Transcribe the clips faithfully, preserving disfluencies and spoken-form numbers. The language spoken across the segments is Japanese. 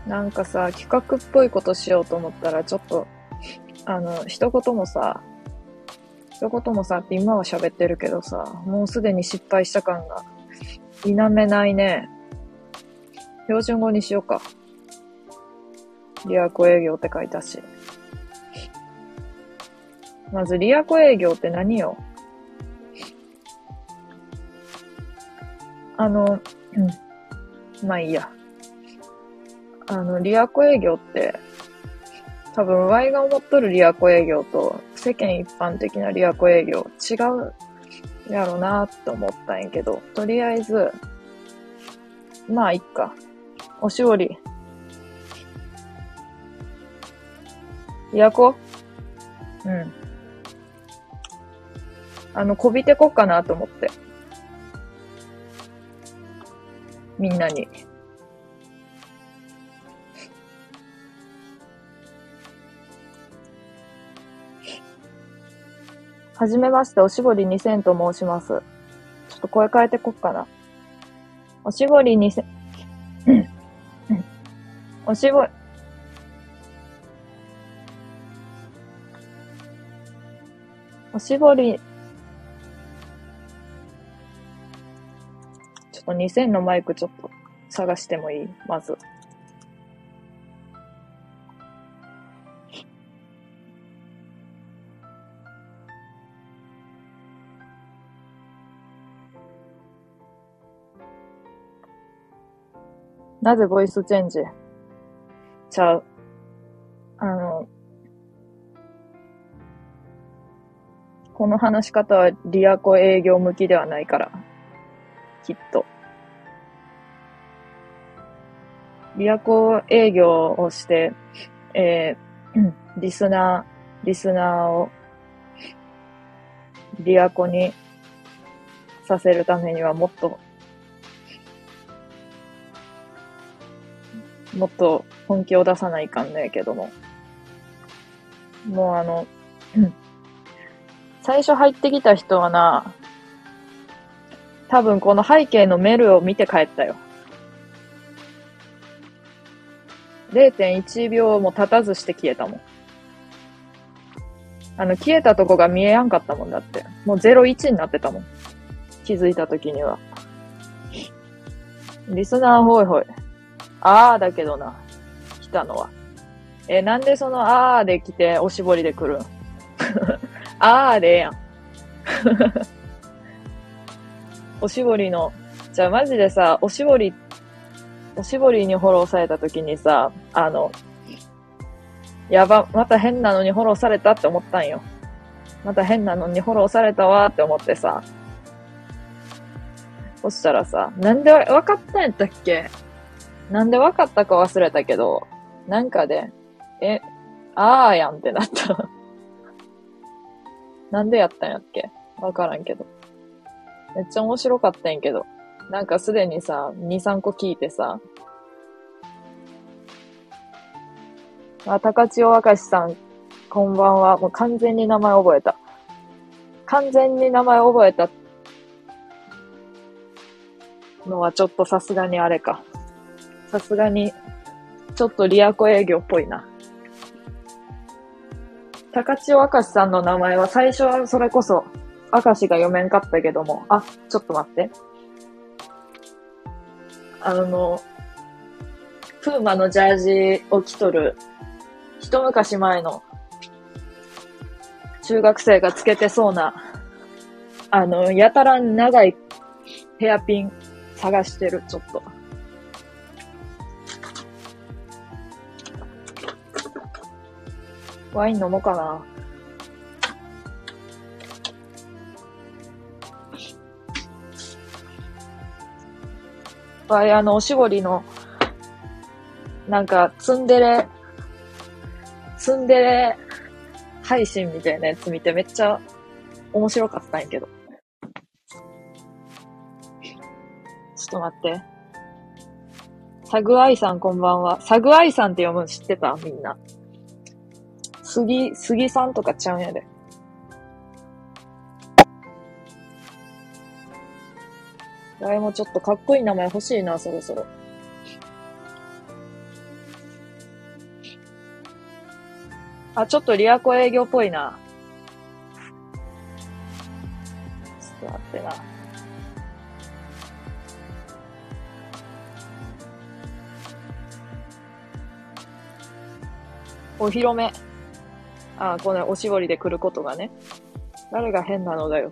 なんかさ、企画っぽいことしようと思ったら、ちょっと、あの、一言もさ、一言もさって今は喋ってるけどさ、もうすでに失敗した感が否めないね。標準語にしようか。リアコ営業って書いたし。まず、リアコ営業って何よ？あの、うん。まあいいや。あの、リアコ営業って、多分、ワイが思っとるリアコ営業と、世間一般的なリアコ営業、違うやろなって思ったんやけど、とりあえず、まあ、いっか。おしぼり。リアコ？うん。あの、こびてこっかなと思って。みんなに。はじめまして、おしぼりにせんと申します。ちょっと声変えてこっかな。おしぼりにせん、おしぼり、おしぼり、ちょっとにせんのマイクちょっと探してもいい？まず。なぜボイスチェンジちゃう。あの、この話し方はリアコ営業向きではないから。きっと。リアコ営業をして、えー、リスナー、リスナーをリアコにさせるためにはもっと、もっと本気を出さないかんねえけども。もうあの、最初入ってきた人はな、多分この背景のメールを見て帰ったよ。れいてんいちびょうも経たずして消えたもん。あの、消えたとこが見えやんかったもんだって。もうゼロいちになってたもん。気づいた時には。リスナーほいほい。あーだけどな。来たのは。え、なんでそのあーで来ておしぼりで来るんあーでええやん。おしぼりの、じゃあマジでさ、おしぼり、おしぼりにフォローされた時にさ、あの、やば、また変なのにフォローされたって思ったんよ。また変なのにフォローされたわって思ってさ。そしたらさ、なんでわかったんやったっけ？なんでわかったか忘れたけど、なんかで、え、あーやんってなった。なんでやったんやっけ？わからんけど。めっちゃ面白かったんやけど。なんかすでにさ、に、さんこ聞いてさ、あ、高千代明さん、こんばんは。もう完全に名前覚えた。完全に名前覚えたのはちょっとさすがにあれか。さすがに、ちょっとリアコ営業っぽいな。高千代明さんの名前は最初はそれこそ、明石が読めんかったけども、あ、ちょっと待って。あの、プーマのジャージを着とる、一昔前の中学生がつけてそうな、あの、やたら長いヘアピン探してる、ちょっと。ワイン飲もうかな。ワイ、あの、おしぼりの、なんか、ツンデレ、ツンデレ配信みたいなやつ見てめっちゃ面白かったんやけど。ちょっと待って。サグアイさんこんばんは。サグアイさんって読むの知ってた？みんな。杉、杉さんとかちゃうんやで。誰もちょっとかっこいい名前欲しいな、そろそろ。 あ、ちょっとリアコ営業っぽいな。ちょっと待ってな。お披露目。あ、このおしぼりで来ることがね。誰が変なのだよ。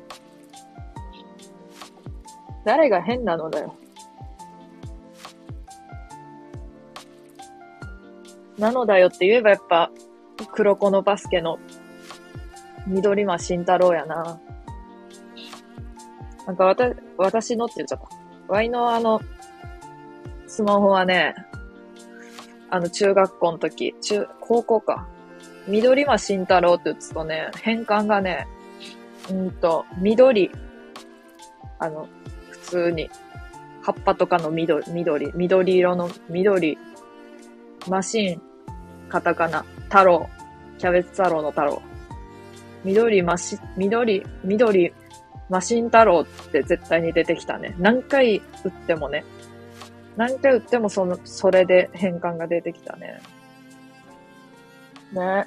誰が変なのだよ。なのだよって言えばやっぱ、黒子のバスケの緑間慎太郎やな。なんかわた、私のって言っちゃった。ワイのあの、スマホはね、あの中学校の時、中、高校か。緑間慎太郎って打つとね、変換がね、うんと、緑、あの、普通に、葉っぱとかの緑、緑、緑色の緑、マシン、カタカナ、太郎、キャベツ太郎の太郎。緑マシ、緑、緑、マシン太郎って絶対に出てきたね。何回打ってもね。何回打ってもその、それで変換が出てきたね。ね。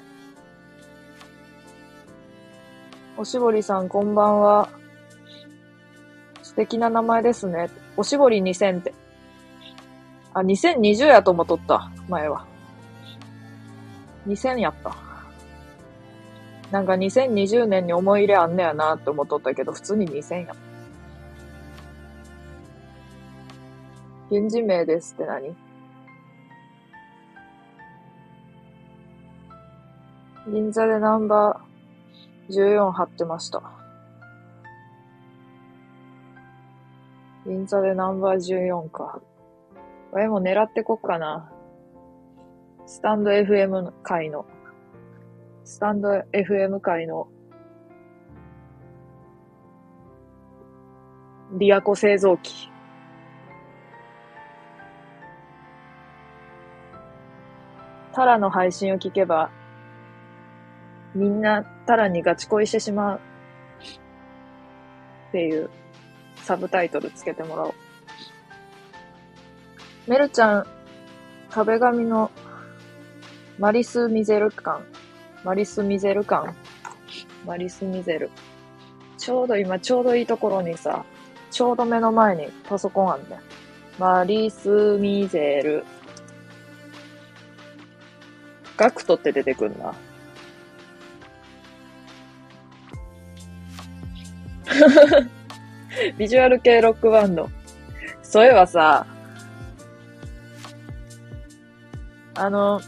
おしぼりさんこんばんは。素敵な名前ですね。おしぼりにせんって。あ、にせんにじゅうやと思っとった。前は。にせんやった。なんかにせんにじゅうねんに思い入れあんねやなって思っとったけど、普通ににせんやった。現地名ですって何？銀座でナンバーじゅうよん貼ってました。銀座でナンバーじゅうよんか。わいも狙ってこっかな。スタンド エフエム 界の、スタンド エフエム 界の、リアコ製造機。タラの配信を聞けば、みんなタラにガチ恋してしまう。っていう、サブタイトルつけてもらおう。メルちゃん、壁紙のマリス・ミゼル感。マリス・ミゼル感。マリス・ミゼル。ちょうど今、ちょうどいいところにさ、ちょうど目の前にパソコンあんねん。マリス・ミゼル。ガクトって出てくんな。ビジュアル系ロックバンド。そういえばさ、あの、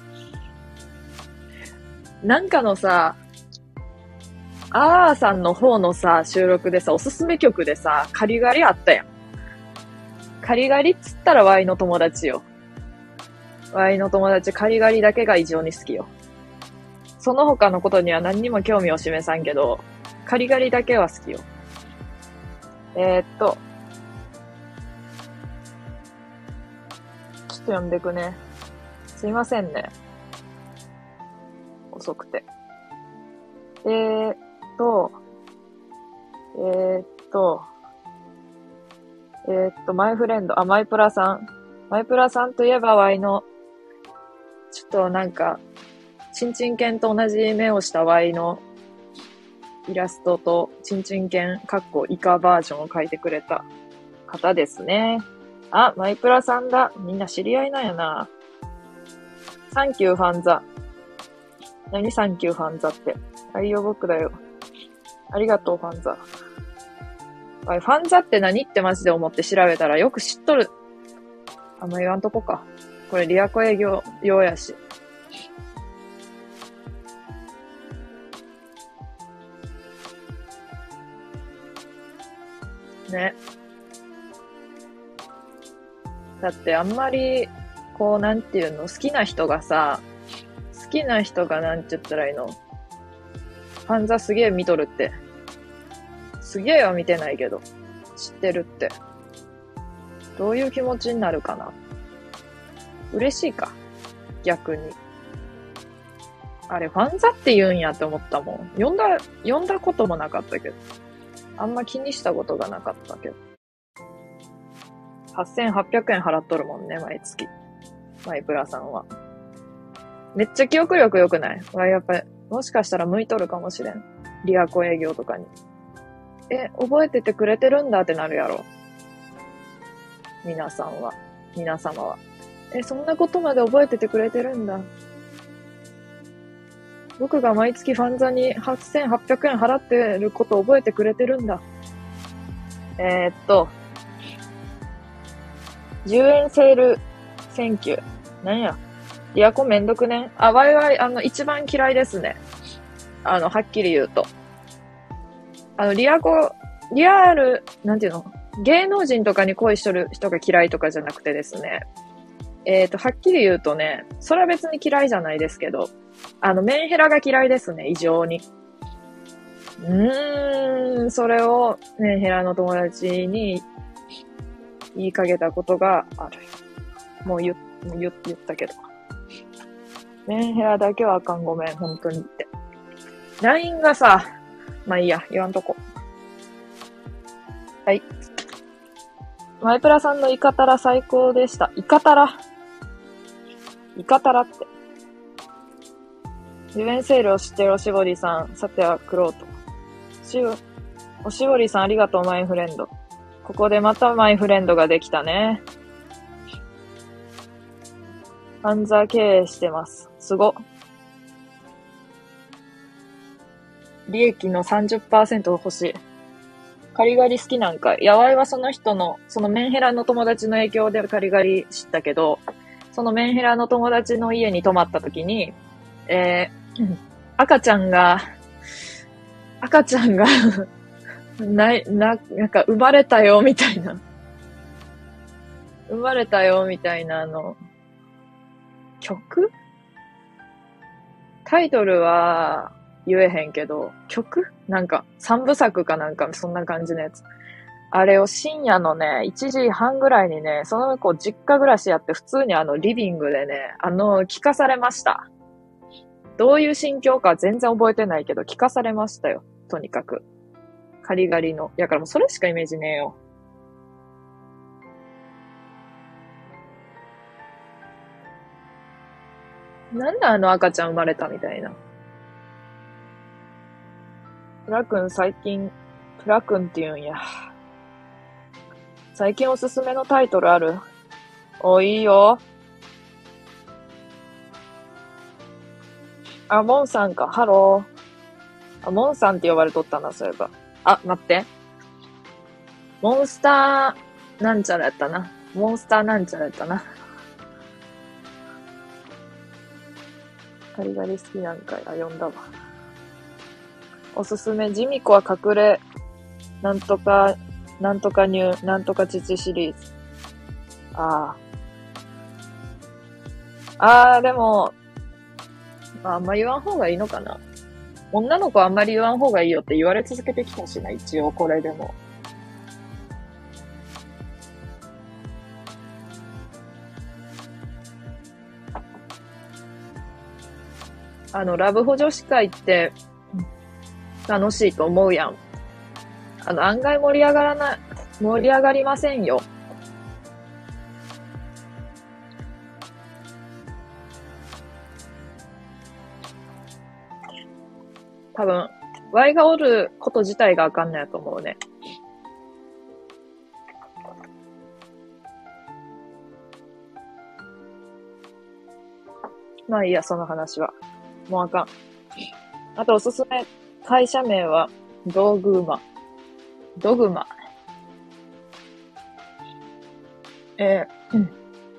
なんかのさ、あーさんの方のさ、収録でさ、おすすめ曲でさ、カリガリあったやん。カリガリっつったらワイの友達よ。ワイの友達カリガリだけが異常に好きよ。その他のことには何にも興味を示さんけど、カリガリだけは好きよ。えー、っと、ちょっと読んでくね。すいませんね。遅くて。えー、っと、えー、っと、えー、っと、マイフレンド、あ、マイプラさん。マイプラさんといえば、ワイの、ちょっとなんか、チンチン犬と同じ目をしたワイのイラストと、チンチン犬、かっこイカバージョンを描いてくれた方ですね。あ、マイプラさんだ。みんな知り合いなんやな。サンキューファンザ。何サンキューファンザって。アイオボックだよ。ありがとうファンザ。あれ、ファンザって何ってマジで思って調べたらよく知っとる。あんま言わんとこか。これリアコ営業用やし。ね。だってあんまり、こうなんていうの、好きな人がさ、好きな人がなんて言ったらいいの。ファンザすげえ見とるって。すげえは見てないけど、知ってるって。どういう気持ちになるかな。嬉しいか。逆に。あれ、ファンザって言うんやって思ったもん。読んだ、読んだこともなかったけど。あんま気にしたことがなかったけど。はっせんはっぴゃくえん払っとるもんね、毎月。マイプラさんは。めっちゃ記憶力良くない？やっぱり、 もしかしたら向いとるかもしれん。リアコ営業とかに。え、覚えててくれてるんだってなるやろ。皆さんは。皆様は。え、そんなことまで覚えててくれてるんだ。僕が毎月ファンザにはっせんはっぴゃくえん払ってること覚えてくれてるんだ。えー、っと、じゅうえんセール選挙。なんや。リアコめんどくね。あ、ワイワイ、あの、一番嫌いですね。あの、はっきり言うと。あの、リアコ、リアル、なんていうの芸能人とかに恋しとる人が嫌いとかじゃなくてですね。えっと、はっきり言うとね、それは別に嫌いじゃないですけど、あの、メンヘラが嫌いですね、異常に。うーん、それをメンヘラの友達に言いかけたことがある。もう言、もう言、言ったけど。メンヘラだけはあかんごめん、本当にって。ライン がさ、まあいいや、言わんとこ。はい。マイプラさんのイカタラ最高でした。イカタライカタラって。じゅうえんセールを知ってるおしぼりさん、さてはクロート。しお、おしぼりさんありがとうマイフレンド。ここでまたマイフレンドができたね。ファンザ経営してます。すご。利益の さんじゅっパーセント 欲しい。カリガリ好きなんか。やわいはその人の、そのメンヘラの友達の影響でカリガリ知ったけど、そのメンヘラの友達の家に泊まった時に、えー、赤ちゃんが、赤ちゃんがな、な、なんか生まれたよみたいな。生まれたよみたいなあの、曲タイトルは言えへんけど、曲なんか三部作かなんかそんな感じのやつ。あれを深夜のね、いちじはんぐらいにね、その子実家暮らしやって普通にあのリビングでね、あの、聞かされました。どういう心境か全然覚えてないけど、聞かされましたよ。とにかく。カリガリの。やからもうそれしかイメージねえよ。なんであの赤ちゃん生まれたみたいな。プラくん最近、プラくんって言うんや。最近おすすめのタイトルある？お、いいよ。あ、モンさんか。ハロー。あ、モンさんって呼ばれとったな、そういえば。あ、待って。モンスター、なんちゃらやったな。モンスターなんちゃらやったな。ガリガリ好きなんかい。あ、読んだわ。おすすめ、ジミコは隠れ、なんとか、なんとかニュー、なんとか父シリーズ。ああ。ああ、でも、まあ、あんま言わん方がいいのかな。女の子はあんまり言わん方がいいよって言われ続けてきたしな、一応これでも。あの、ラブホ女子会って楽しいと思うやん。あの、案外盛り上がらない、盛り上がりませんよ。多分、Y がおること自体があかんのやと思うね。まあいいや、その話は。もうあかん。あとおすすめ、会社名は、ドグマ。ドグマ。えー、うん。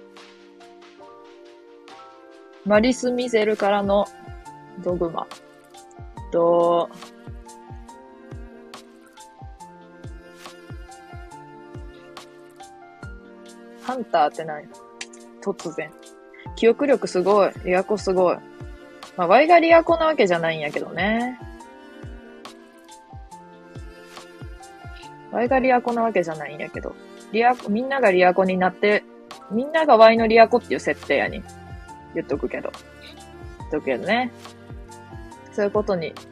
マリス・ミゼルからのドグマ。と、ハンターって何？突然。記憶力すごい。リアコすごい。まあ、ワイがリアコなわけじゃないんやけどね。ワイがリアコなわけじゃないんやけど。リアコ、みんながリアコになって、みんながワイのリアコっていう設定やに。言っとくけど。言っとくけどね。そういうことに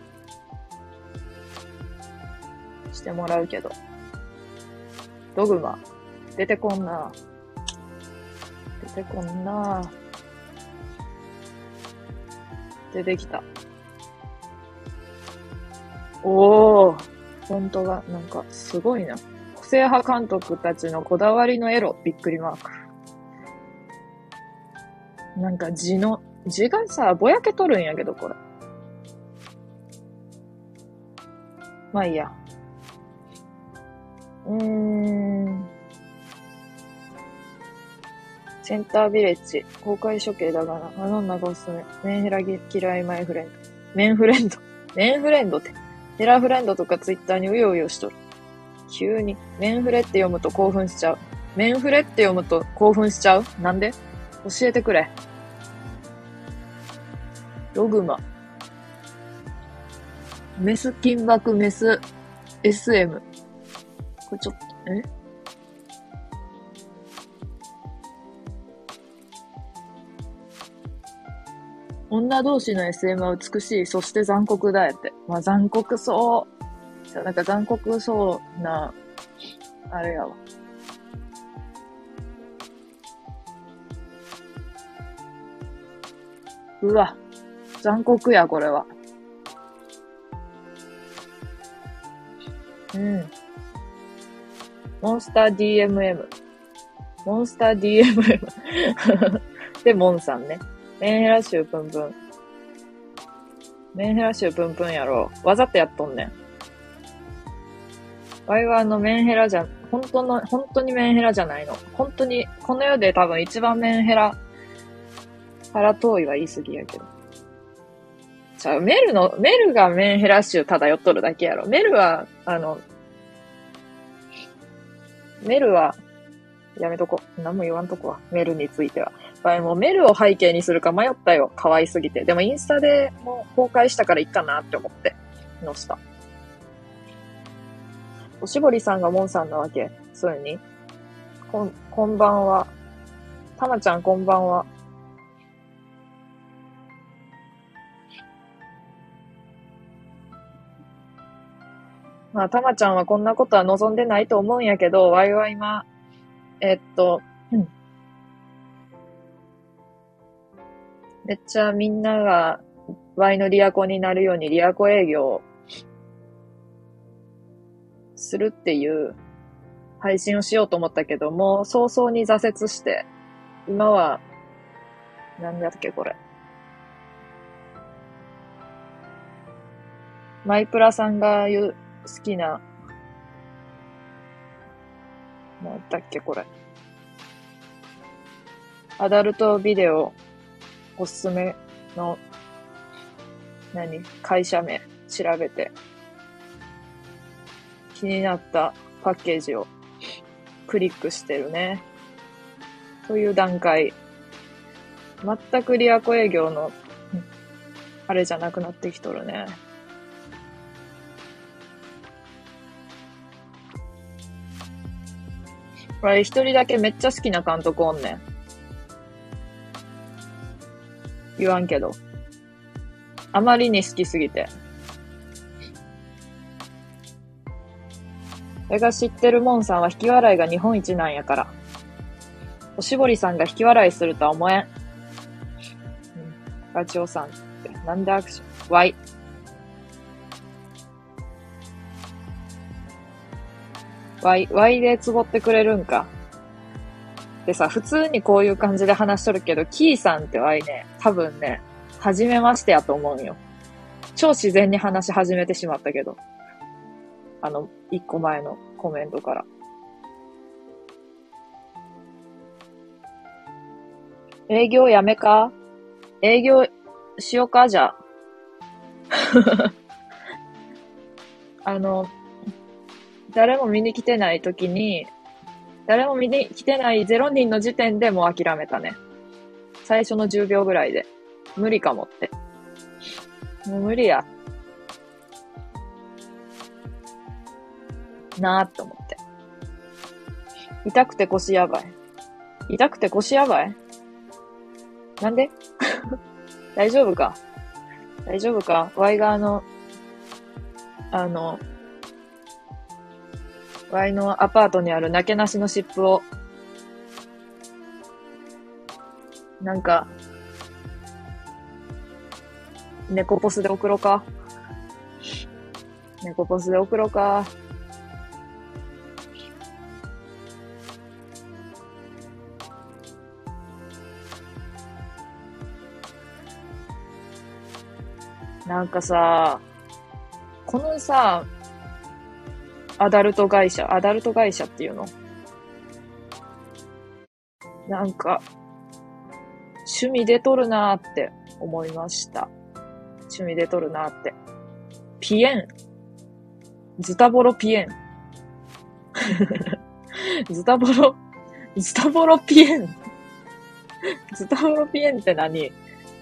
してもらうけど。ドグマ。出てこんな。出てこんな。出てきた。 おー、フォントが、なんか、すごいな。個性派監督たちのこだわりのエロ、びっくりマーク。なんか字の、字がさ、ぼやけとるんやけど、これ。まあいいや。うーん。センタービレッジ。公開処刑だがな。あの女がおすすめ。メンヘラ嫌いマイフレンド。メンフレンド。メンフレンドって。ヘラフレンドとかツイッターにうようよしとる。急に。メンフレって読むと興奮しちゃう。メンフレって読むと興奮しちゃうなんで教えてくれ。ログマ。メス金箔メス エスエム。これちょっと、え女同士の エスエム は美しい、そして残酷だやって。まあ残酷そう。なんか残酷そうな、あれやわ。うわ。残酷や、これは。うん。モンスター ディーエムエム。モンスター ディーエムエム で、モンさんね。メンヘラ臭プンプン。メンヘラ臭プンプンやろ。わざとやっとんねん。ワイはあのメンヘラじゃ、本当の、本当にメンヘラじゃないの。本当に、この世で多分一番メンヘラから遠いは言い過ぎやけど。じゃあ、メルの、メルがメンヘラ臭漂っとるだけやろ。メルは、あの、メルは、やめとこ。何も言わんとこは。メルについては。もうメルを背景にするか迷ったよ。可愛すぎて。でもインスタでもう公開したからいいかなって思って載せた。おしぼりさんがモンさんなわけ。そういうに。こん、こんばんは。たまちゃんこんばんは。まあ、たまちゃんはこんなことは望んでないと思うんやけど、ワイは今、えっと、うん、めっちゃみんながワイのリアコになるようにリアコ営業をするっていう配信をしようと思ったけど、もう早々に挫折して、今は、なんだっけこれ。マイプラさんが言う好きな、なんだっけこれ。アダルトビデオおすすめの、何会社名調べて、気になったパッケージをクリックしてるね。という段階。全くリアコ営業の、あれじゃなくなってきとるね。これ一人だけめっちゃ好きな監督おんねん。言わんけど。あまりに好きすぎて。俺が知ってるモンさんは引き笑いが日本一なんやから。おしぼりさんが引き笑いするとは思えん。うん、ガチオさんって。なんでアクション ?Y。Y、Y でつぼってくれるんか。でさ、普通にこういう感じで話しとるけど、キーさんって Y ね、多分ね、初めましてやと思うんよ。超自然に話し始めてしまったけど。あの、一個前のコメントから。営業やめか営業しようかじゃあ。あの、誰も見に来てない時に、誰も見に来てないゼロにんの時点でもう諦めたね。最初のじゅうびょうぐらいで。無理かもって。もう無理や。なーって思って。痛くて腰やばい。痛くて腰やばいなんで大丈夫か大丈夫かワイがあの、あの、ワイのアパートにあるなけなしの湿布を、なんか、猫ポスで送ろうか猫ポスで送ろうか。なんかさ、このさ、アダルト会社、アダルト会社っていうのなんか、趣味出とるなーって思いました。趣味出とるなーって。ピエン。ズタボロピエン。ズタボロ、ズタボロピエン。ズタボロピエンって何？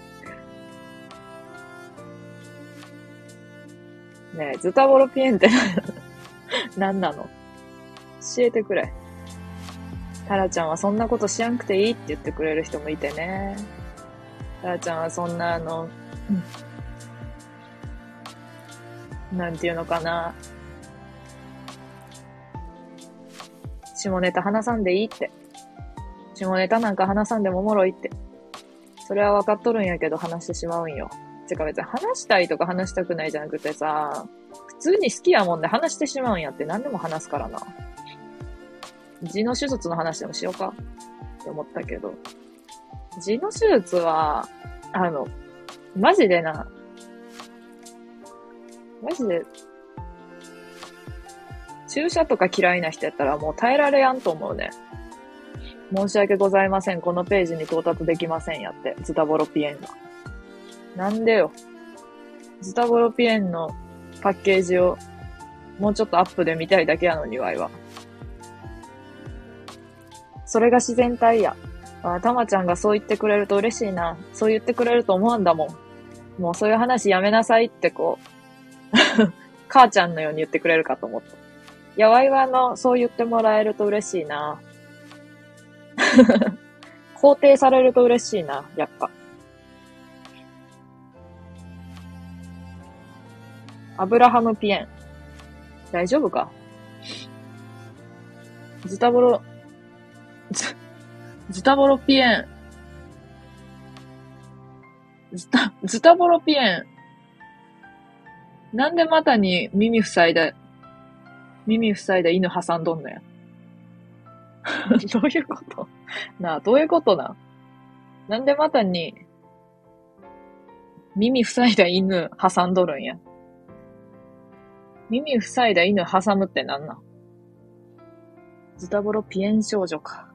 ねえ、ズタボロピエンって何なの？教えてくれ。タラちゃんはそんなことしやんくていいって言ってくれる人もいてね。タラちゃんはそんなあの、うん、なんていうのかな。下ネタ話さんでいいって。下ネタなんか話さんでもおもろいって。それは分かっとるんやけど話してしまうんよ。てか別に話したいとか話したくないじゃなくてさ、普通に好きやもんで話してしまうんやって何でも話すからな。痔の手術の話でもしようかって思ったけど。痔の手術は、あの、マジでな、マジで、注射とか嫌いな人やったらもう耐えられやんと思うね。申し訳ございません。このページに到達できませんやって。ズタボロピエンが。なんでよ。ズタボロピエンのパッケージをもうちょっとアップで見たいだけやのにわいは。それが自然体や。あ、たまちゃんがそう言ってくれると嬉しいな。そう言ってくれると思うんだもん。もうそういう話やめなさいってこう、母ちゃんのように言ってくれるかと思った。いや、わいはあの、そう言ってもらえると嬉しいな。肯定されると嬉しいな、やっぱ。アブラハムピエン。大丈夫か？ズタボロ、ズ、ズタボロピエン。ズタ、ズタボロピエン。なんで股に耳塞いだ、耳塞いだ犬挟んどんのや。どういうことなあ、どういうことな？なんで股に耳塞いだ犬挟んどるんや。耳塞いだ犬挟むってなんなん？ズタボロピエン少女か。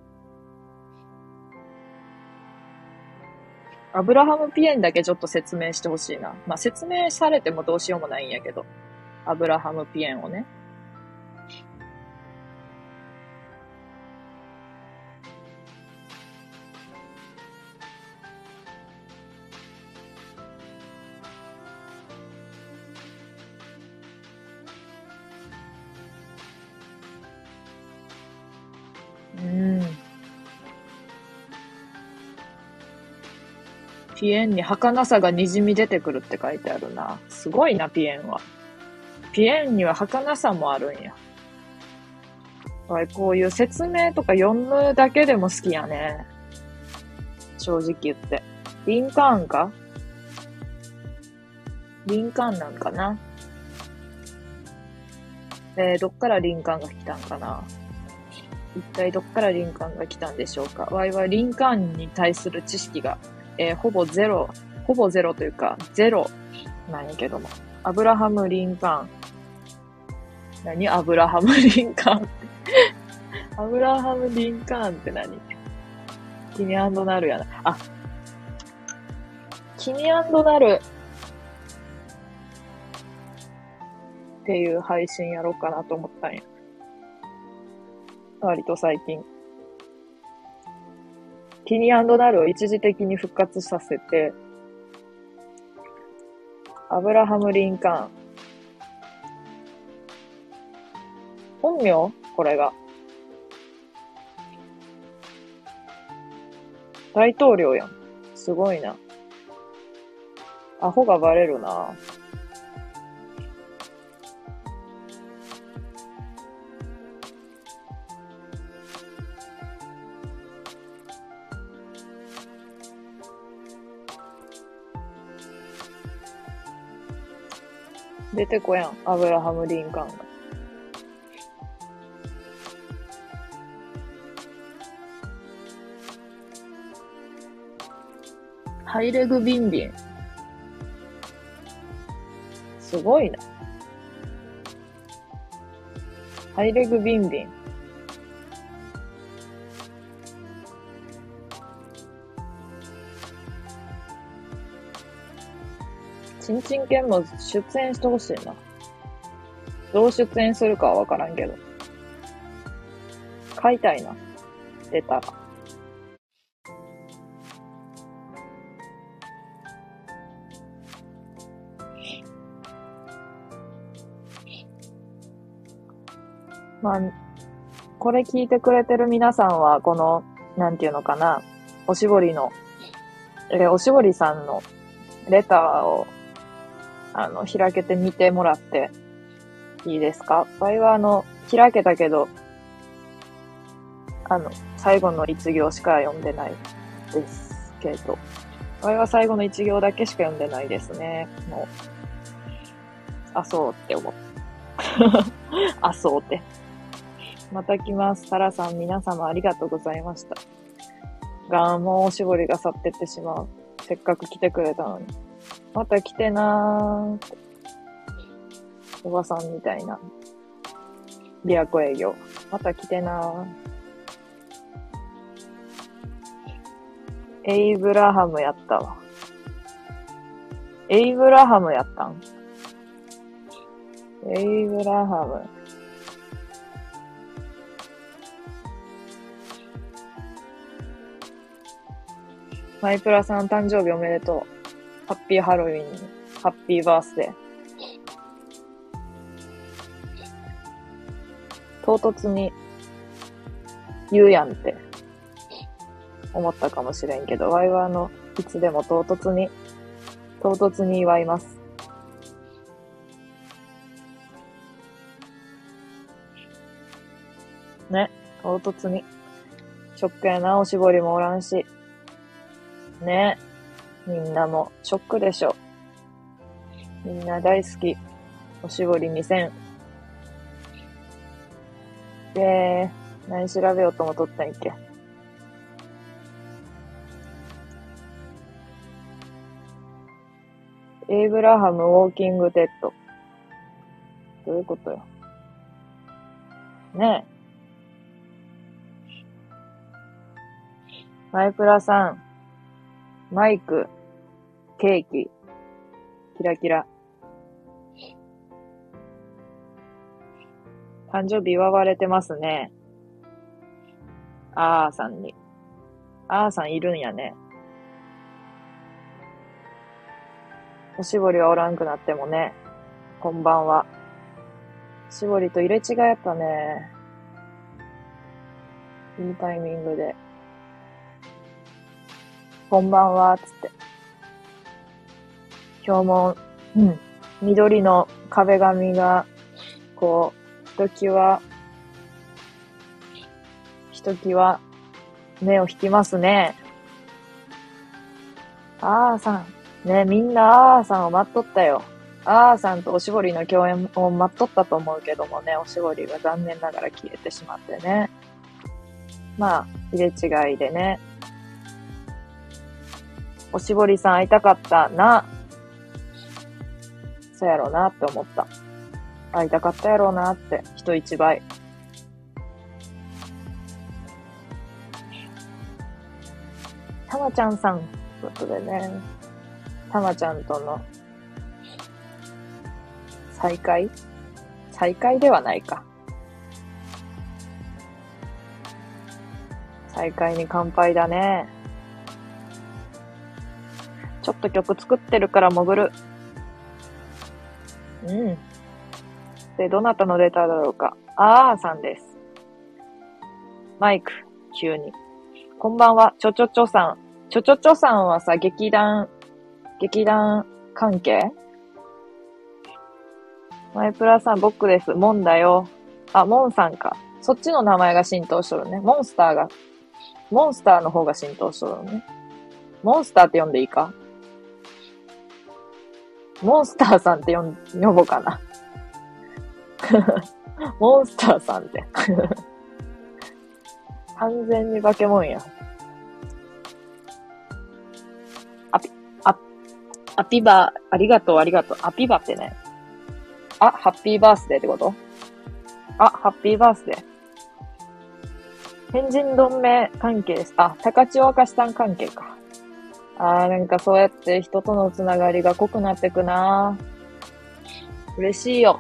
アブラハムピエンだけちょっと説明してほしいな。まあ、説明されてもどうしようもないんやけど。アブラハムピエンをね。うーん。ピエンに儚さが滲み出てくるって書いてあるな。すごいな、ピエンは。ピエンには儚さもあるんや。こういう説明とか読むだけでも好きやね。正直言って。リンカーンか？リンカーンなんかな？えー、どっからリンカーンが来たんかな？一体どっからリンカーンが来たんでしょうか？わいはリンカーンに対する知識が、えー、ほぼゼロ、ほぼゼロというか、ゼロなんやけども。アブラハム・リンカーン。何アブラハム・リンカーンって。アブラハム・リンカーンって何？キニアンドナルやな。あ、キニアンドナルっていう配信やろうかなと思ったんや。割と最近。キニアンドナルを一時的に復活させて、アブラハム・リンカーン。本名？これが。大統領やん。すごいな。アホがバレるな。 出てこやん、アブラハム・リンカーンが。ハイレグ・ビンビン。すごいな。ハイレグ・ビンビン。ちんちん犬も出演してほしいな。どう出演するかはわからんけど。買いたいな。出たら。まあ、これ聞いてくれてる皆さんは、この、なんていうのかな、おしぼりの、え、おしぼりさんのレターを、あの、開けてみてもらっていいですか？場合は、あの、開けたけど、あの、最後の一行しか読んでないですけど、場合は最後の一行だけしか読んでないですね。もう、あ、そうって思って。あ、そうって。また来ます。タラさん、皆様ありがとうございました。が、もうおしぼりが去ってってしまう。せっかく来てくれたのに。また来てなー。おばさんみたいな。琵琶湖営業。また来てなー。エイブラハムやったわ。エイブラハムやったん？エイブラハム。マイプラさん誕生日おめでとう。ハッピーハロウィン。ハッピーバースデー。唐突に言うやんって思ったかもしれんけど、ワイはあの、いつでも唐突に、唐突に祝います。ね、唐突に。ショックやな、おしぼりもおらんし。ね、みんなもショックでしょ。みんな大好き。おしぼりにせん。で、何調べようともとったんやっけ。エイブラハムウォーキングデッド。どういうことよ。ねえ。マイプラさん、マイク、ケーキ、キラキラ。誕生日祝われてますね。あーさんに。あーさんいるんやね。おしぼりはおらんくなってもね。こんばんは。おしぼりと入れ違いやったね。いいタイミングで。こんばんは、つって。今日も、うん、緑の壁紙が、こう、ひときわ、ひときわ、目を引きますね。あーさん。ね、みんなあーさんを待っとったよ。あーさんとおしぼりの共演を待っとったと思うけどもね、おしぼりが残念ながら消えてしまってね。まあ、入れ違いでね。おしぼりさん会いたかったな。そうやろうなって思った。会いたかったやろうなって、人一倍。たまちゃんさん、ということでね。たまちゃんとの再会再会ではないか。再会に乾杯だね。ちょっと曲作ってるから潜る。うん。で、どなたのレターだろうか。あーさんです。マイク、急に。こんばんは、ちょちょちょさん。ちょちょちょさんはさ、劇団、劇団関係？マイプラさん、僕です。モンだよ。あ、モンさんか。そっちの名前が浸透しとるね。モンスターが、モンスターの方が浸透しとるね。モンスターって呼んでいいか？ モンスターさんって呼ん、呼ぼうかな。モンスターさんって。完全に化け物やん。アピ、ア、アピバ、ありがとう、ありがとう。アピバってね。あ、ハッピーバースデーってこと？あ、ハッピーバースデー。天神同盟関係です。あ、高千若さん関係か。あー、なんかそうやって人とのつながりが濃くなってくな。嬉しいよ。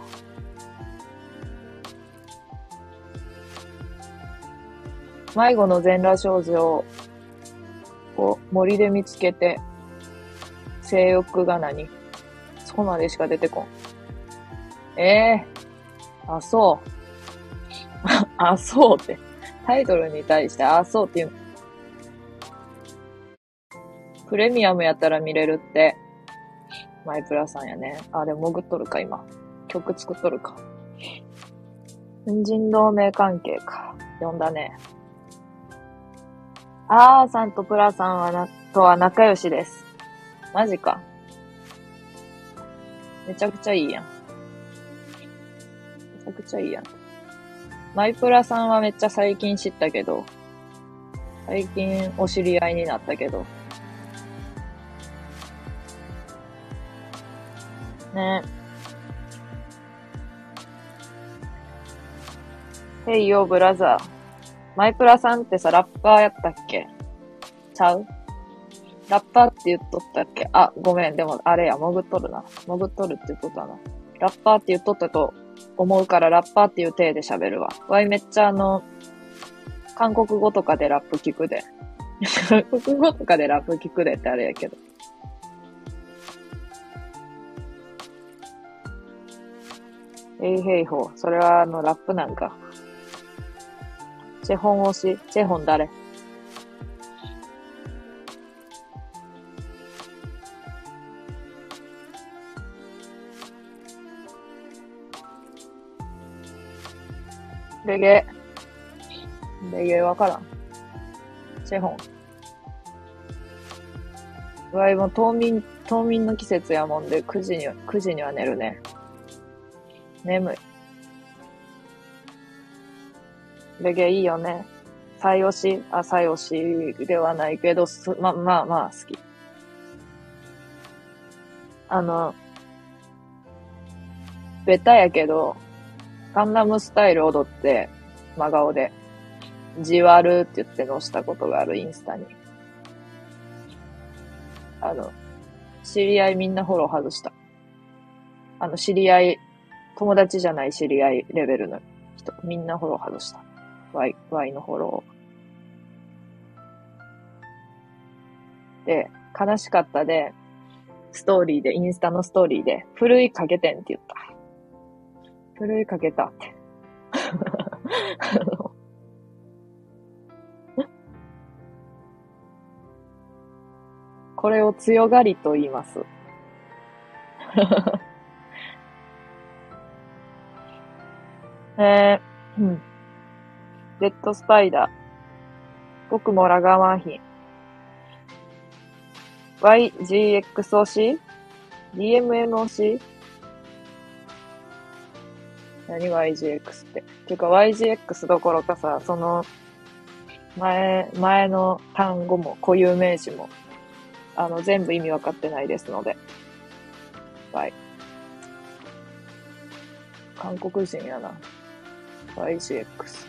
迷子の全裸少女を森で見つけて、性欲が何？そこまでしか出てこん。ええー、あ、そう。あ、そうって。タイトルに対して、あ、そうっていう。プレミアムやったら見れるって。マイプラさんやね。あ、でも潜っとるか、今。曲作っとるか。人同盟関係か。読んだね。あーさんとプラさんはな、とは仲良しです。マジか。めちゃくちゃいいやん。めちゃくちゃいいやん。マイプラさんはめっちゃ最近知ったけど、最近お知り合いになったけど。ね。ヘイヨーブラザー。マイプラさんってさ、ラッパーやったっけ？ちゃう？ラッパーって言っとったっけ？あ、ごめん。でも、あれや、潜っとるな。潜っとるって言っとったな。ラッパーって言っとったと思うからラッパーっていう体で喋るわ。わいめっちゃあの、韓国語とかでラップ聞くで。韓国語とかでラップ聞くでってあれやけど。えいへいほう。それはあの、ラップなんか。チェホン推し？チェホン誰？レゲエ。レゲエわからん。チェホン。わいも冬眠、冬眠の季節やもんで、くじには、くじには寝るね。眠い。レゲエいいよね。最推し？あ、最推しではないけど、す、ま、まあまあ好き。あの、ベタやけど、ガンダムスタイル踊って、真顔で、じわるって言って載したことがある、インスタに。あの、知り合いみんなフォロー外した。あの、知り合い、友達じゃない知り合いレベルの人、みんなフォロー外した。Y、Y のフォロー。で、悲しかったで、ストーリーで、インスタのストーリーで、ふるいかけてんって言った。ふるいかけたって。これを強がりと言います。えー、うん。レッドスパイダー。僕もラガーマンヒン。ワイジーエックス 推し？ ディーエムエム 推し？何 ワイジーエックス って。ていうか ワイジーエックス どころかさ、その、前、前の単語も固有名詞も、あの、全部意味わかってないですので。はい。韓国人やな。ワイジーエックス。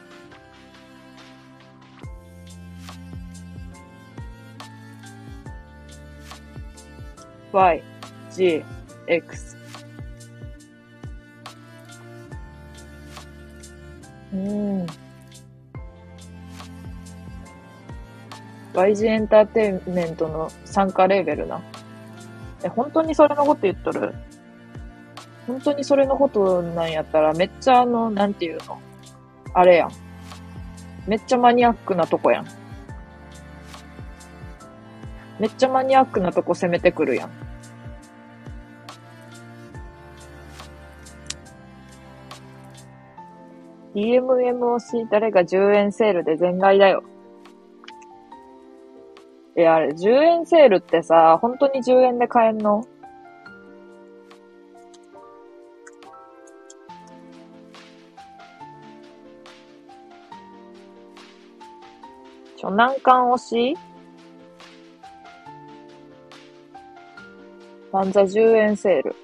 ワイジーエックス。うーん。ワイジー エンターテインメントの参加レーベルな。え、本当にそれのこと言っとる？本当にそれのことなんやったら、めっちゃあの、なんていうの？あれやん。めっちゃマニアックなとこやん。めっちゃマニアックなとこ攻めてくるやん。ディーエムエム 推し、誰がじゅうえんセールで全買いだよ。いや、あれ、じゅうえんセールってさ、本当にじゅうえんで買えんの？ ちょ、難関推しバンザじゅうえんセール。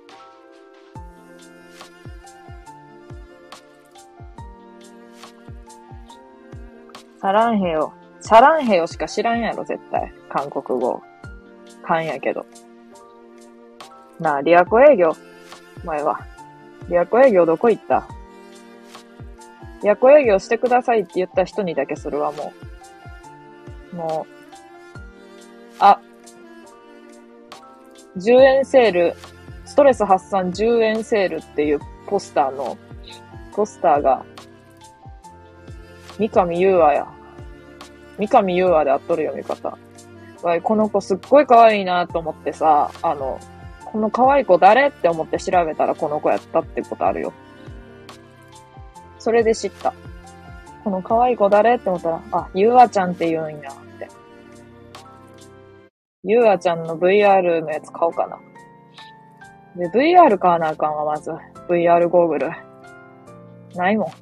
サランヘヨ。サランヘヨしか知らんやろ、絶対。韓国語。勘やけど。なあ、リアコ営業。前は。リアコ営業どこ行った？リアコ営業してくださいって言った人にだけするわ、もう。もう。あ。じゅうえんセール。ストレス発散じゅうえんセールっていうポスターの、ポスターが、三上優愛や。三上優愛であっとる読み方。わい、この子すっごい可愛いなと思ってさ、あの、この可愛い子誰って思って調べたらこの子やったってことあるよ。それで知った。この可愛い子誰って思ったら、あ、ゆうあちゃんって言うんやって。ゆうあちゃんの ブイアール のやつ買おうかな。で、ブイアール 買わなあかんわ、まず。ブイアール ゴーグル。ないもん。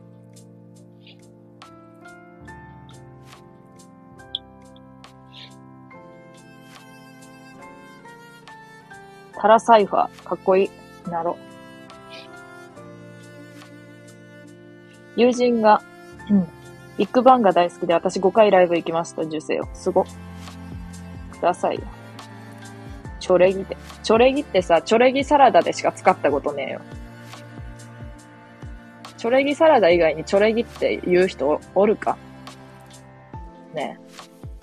タラサイファー。かっこいい。なろ。友人が、うん。ビッグバンが大好きで私ごかいライブ行きました、受精を。すご。くださいよ。チョレギって。チョレギってさ、チョレギサラダでしか使ったことねえよ。チョレギサラダ以外にチョレギって言う人おるかねえ。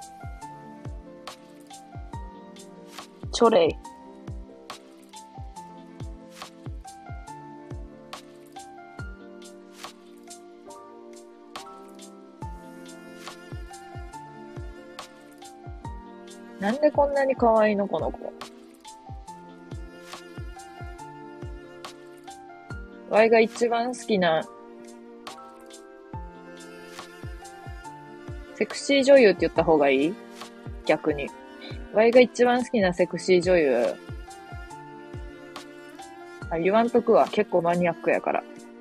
チョレイ。なんでこんなに可愛いのこの子。わいが一番好きな、セクシー女優って言った方がいい？逆に。わいが一番好きなセクシー女優。あ、言わんとくわ。結構マニアックやから。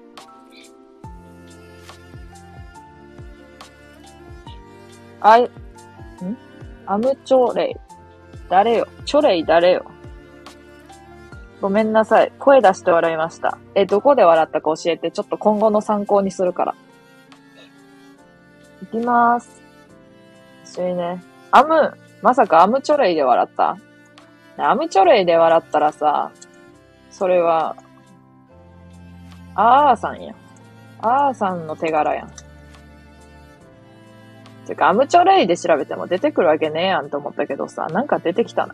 あい、んアムチョレイ。誰よ？チョレイ誰よ？ごめんなさい。声出して笑いました。え、どこで笑ったか教えて。ちょっと今後の参考にするから。いきまーす。一緒にね。アム、まさかアムチョレイで笑った？アムチョレイで笑ったらさ、それは、あーさんや。あーさんの手柄やん。てか、アムチョレイで調べても出てくるわけねえやんと思ったけどさ、なんか出てきたな。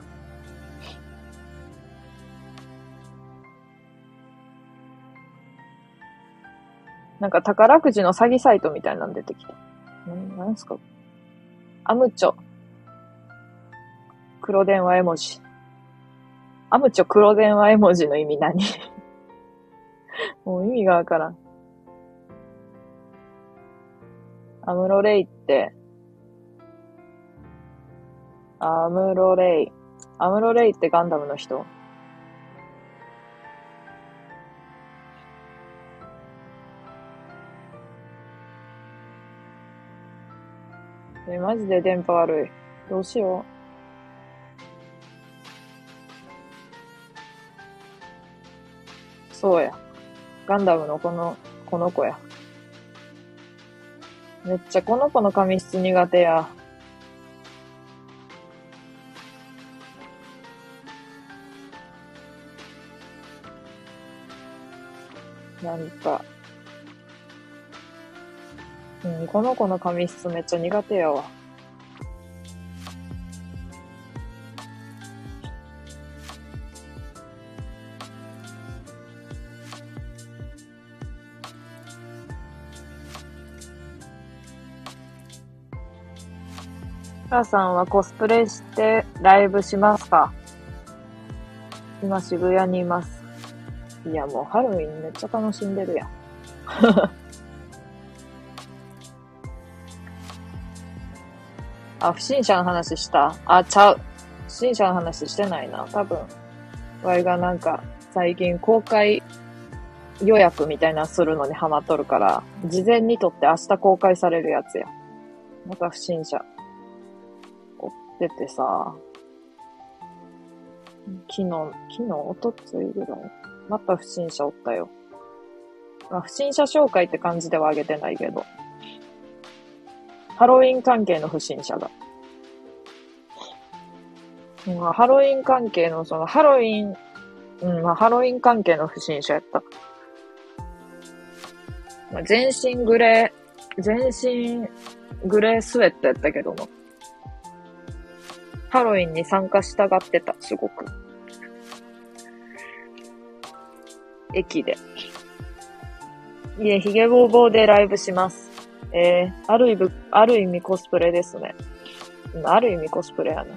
なんか宝くじの詐欺サイトみたいなの出てきた。んなんすか？アムチョ。黒電話絵文字。アムチョ黒電話絵文字の意味何？もう意味がわからん。アムロレイって、アムロレイ。アムロレイってガンダムの人？え、マジで電波悪い。どうしよう。そうや。ガンダムのこの、この子や。めっちゃこの子の髪質苦手や。なんか、うん、この子の髪質めっちゃ苦手やわ。母さんはコスプレしてライブしますか？今渋谷にいます。いや、もうハロウィンめっちゃ楽しんでるやん。あ、不審者の話した？あ、ちゃう。不審者の話してないな。多分、ワイがなんか最近公開予約みたいなするのにハマっとるから、事前にとって明日公開されるやつや。 また不審者追っててさ、昨日、昨日、おとついぐらい、また不審者おったよ。まあ、不審者紹介って感じではあげてないけど、ハロウィン関係の不審者が。うん、ハロウィン関係の、その、ハロウィン、うん、まあ、ハロウィン関係の不審者やった。まあ、全身グレー、全身グレースウェットやったけども、ハロウィンに参加したがってた、すごく。駅で。いえ、ヒゲボーボーでライブします。えー、ある意味、ある意味コスプレですね。ある意味コスプレやね。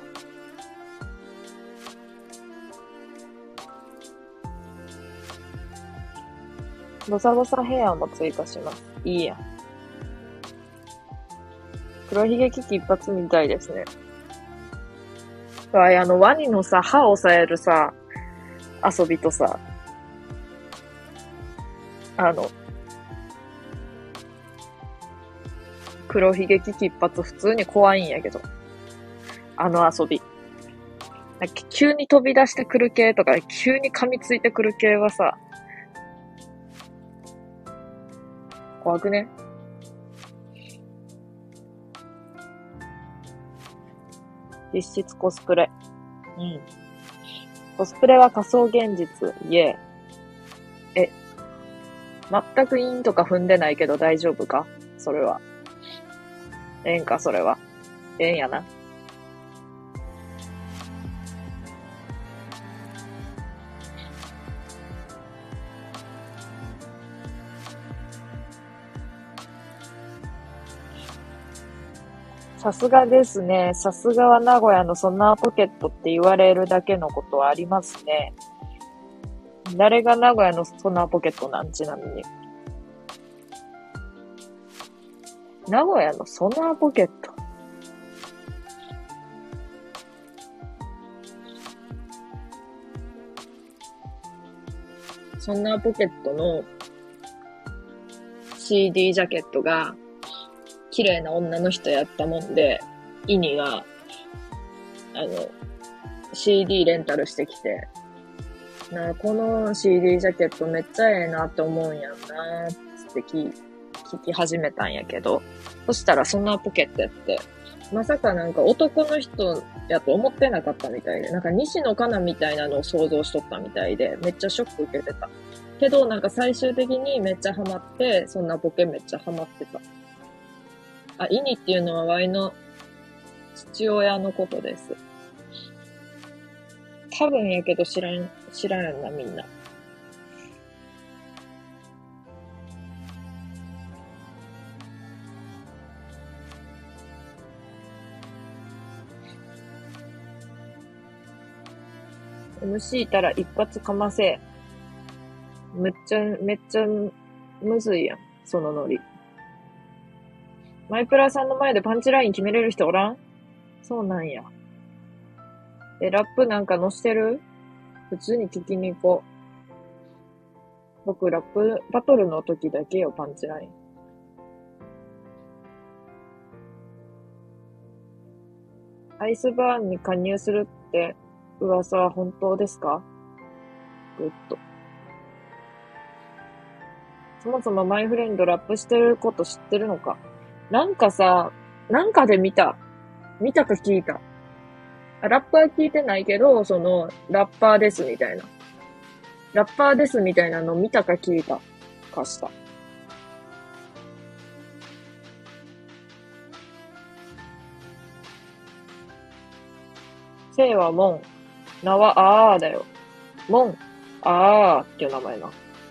ボサボサヘアも追加します。いいや。黒ひげ危機一発みたいですね。あの、ワニのさ、歯を押さえるさ、遊びとさ、あの、黒ひげ危機一発普通に怖いんやけど。あの遊び。なんか急に飛び出してくる系とか、急に噛みついてくる系はさ、怖くね？実質コスプレ。うん。コスプレは仮想現実。イエー。え、全くインとか踏んでないけど大丈夫か？それは。ええんか、それは。ええんやな。さすがですね。さすがは名古屋のソナーポケットって言われるだけのことはありますね。誰が名古屋のソナーポケットなん？ちなみに。名古屋のソナーポケット。ソナーポケットの シーディー ジャケットが綺麗な女の人やったもんで、イニが、あの、シーディー レンタルしてきて、なあ、この シーディー ジャケットめっちゃええなって思うんやんなーって聞聞き始めたんやけど、そしたらそんなポケットやって、まさかなんか男の人やと思ってなかったみたいで、なんか西野カナみたいなのを想像しとったみたいで、めっちゃショック受けてた。けどなんか最終的にめっちゃハマって、そんなポケめっちゃハマってた。あ、イニっていうのはワイの父親のことです。多分やけど知らん、知らんやんな、みんな。エムシー いたら一発かませ。めっちゃ、めっちゃ、むずいやん、そのノリ。マイプラさんの前でパンチライン決めれる人おらん？そうなんや。え、ラップなんか載してる？普通に聞きに行こう。僕、ラップバトルの時だけよ、パンチライン。アイスバーンに加入するって噂は本当ですか？グッド。そもそもマイフレンドラップしてること知ってるのか？なんかさ、なんかで見た。見たか聞いた。ラップは聞いてないけど、その、ラッパーですみたいな。ラッパーですみたいなの見たか聞いたかした。姓はモン。名はあーだよ。モン、あーっていう名前な。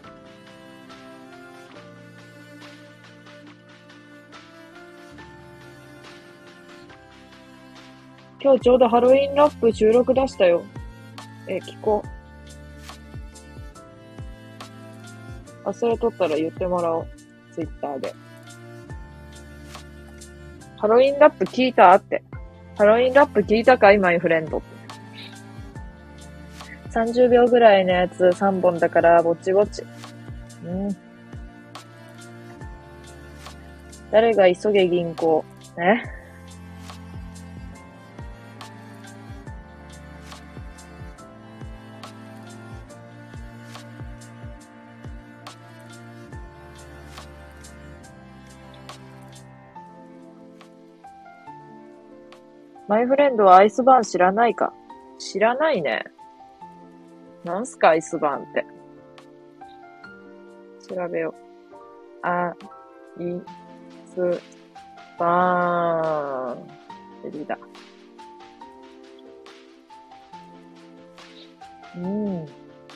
今日ちょうどハロウィンラップ収録出したよ。え、聞こう。忘れとったら言ってもらおう。ツイッターで。ハロウィンラップ聞いたって。ハロウィンラップ聞いたかいマイフレンドって。さんじゅうびょうぐらいのやつさんぼんだからぼちぼち。うん。誰が急げ銀行。 えマイフレンドはアイスバーン知らないか？知らないね。なんすかアイスバーンって。調べよう。アイスバーン。エリだ。うん。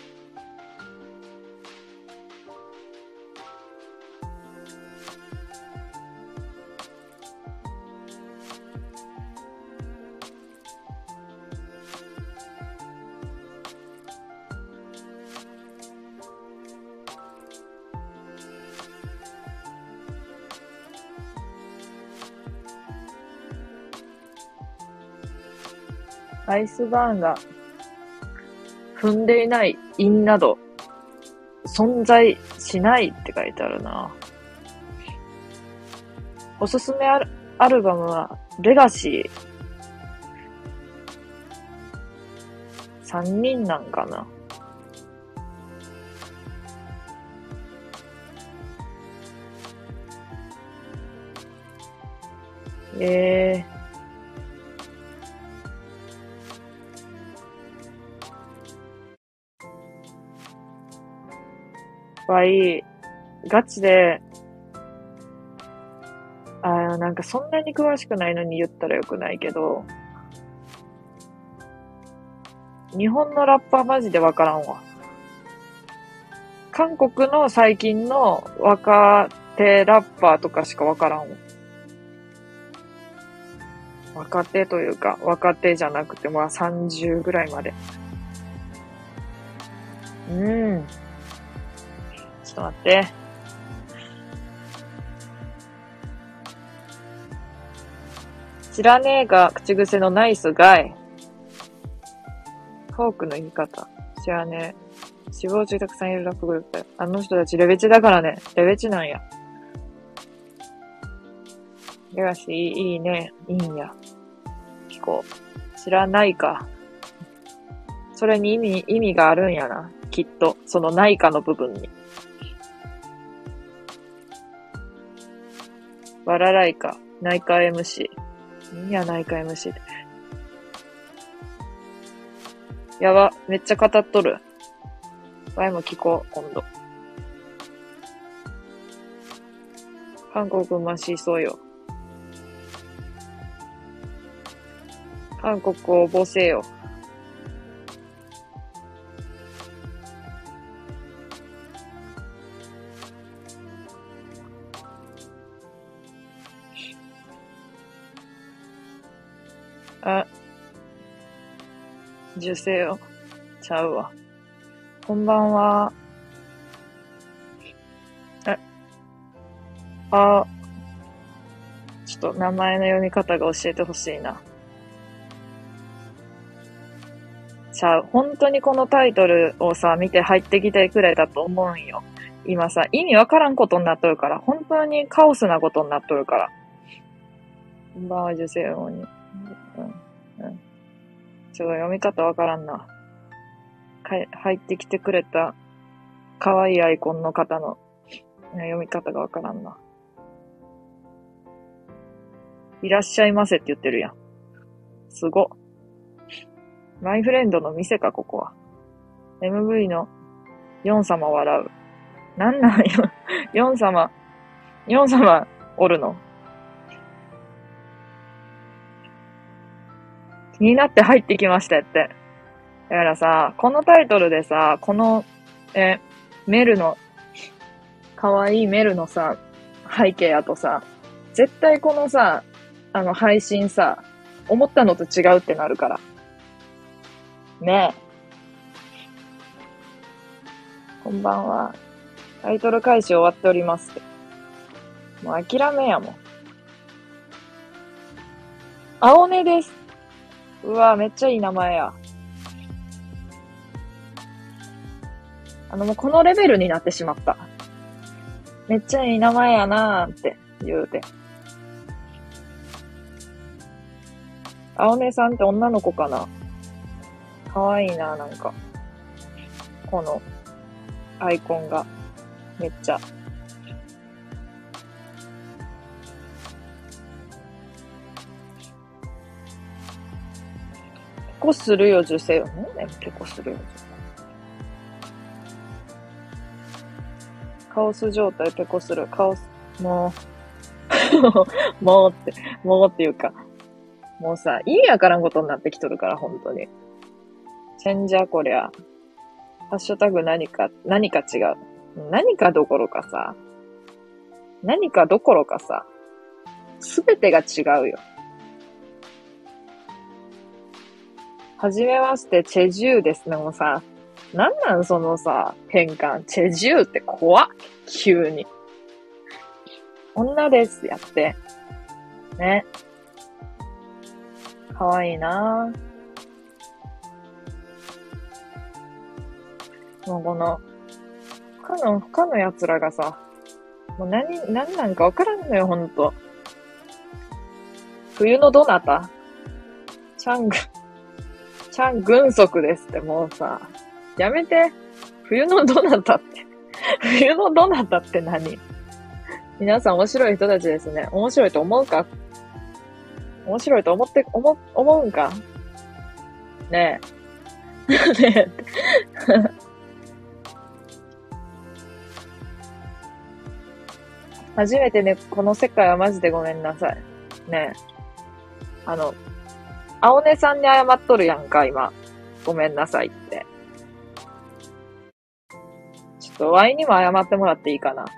アイスバーンが踏んでいない韻など存在しないって書いてあるな。おすすめアル、アルバムはレガシー。さんにんなんかな。えー。わいい。ガチで、あーなんかそんなに詳しくないのに言ったらよくないけど、日本のラッパーマジでわからんわ。韓国の最近の若手ラッパーとかしかわからんわ。若手というか、若手じゃなくて、まあさんじゅうぐらいまで。うん。ちょっと待って。知らねえが口癖のナイスガイ。フォークの言い方。知らねえ。死亡中たくさんいるラップグループだよ。あの人たちレベチだからね。レベチなんや。レガシーいいね。いいんや。聞こう。知らないか。それに意味、意味があるんやな。きっと。そのないかの部分に。バラライカ。内科 エムシー。いや、内科 エムシー って。やば。めっちゃ語っとる。ワイも聞こう、今度。韓国マシそうよ。韓国を応募せよ。あ、受精よ。ちゃうわ。こんばんは。え、あ、ちょっと名前の読み方が教えてほしいな。ちゃう。本当にこのタイトルをさ、見て入ってきてくれたと思うんよ。今さ、意味わからんことになっとるから、本当にカオスなことになっとるから。こんばんは、受精よに。うん、うん。ちょっと読み方わからんな。かい入ってきてくれた、可愛いアイコンの方の、ね、読み方がわからんな。いらっしゃいませって言ってるやん。すご。マイフレンドの店か、ここは。エムブイ のヨン様笑う。なんなんよ。ヨン様、ヨン様おるの。気になって入ってきましたって。だからさ、このタイトルでさ、この、え、メルの、かわいいメルのさ、背景やとさ、絶対このさ、あの配信さ、思ったのと違うってなるから。ねえ。こんばんは。タイトル開始終わっておりますって。もう諦めやもん。青根です。うわめっちゃいい名前や。あのもうこのレベルになってしまった。めっちゃいい名前やなーって言うて。 青音さんって女の子かな？かわいいな、なんか。この、アイコンが。めっちゃ。ペコするよ、受精。なんだよ、ペコするよ、受精。カオス状態、ペコする。カオス、もう、もうって、もうっていうか、もうさ、意味わからんことになってきとるから、本当に。チェンジャーこりゃ、ハッシュタグ何か、何か違う。何かどころかさ、何かどころかさ、すべてが違うよ。はじめまして、チェジューですね、もうさ。なんなんそのさ、変換。チェジューって怖っ。急に。女ですやって。ね。かわいいなぁ。もうこの、他の、他の奴らがさ、もう何、何なんかわからんのよ、ほんと。冬のどなたチャング、チャン軍足ですってもうさ、やめて。冬のどなたって。冬のどなたって何？皆さん面白い人たちですね。面白いと思うか？面白いと思って、思、思うんか？ねえ。ねえ。初めてね、この世界はマジでごめんなさい。ねえ。あの、青音さんに謝っとるやんか、今。ごめんなさいって。ちょっと、ワイにも謝ってもらっていいかな。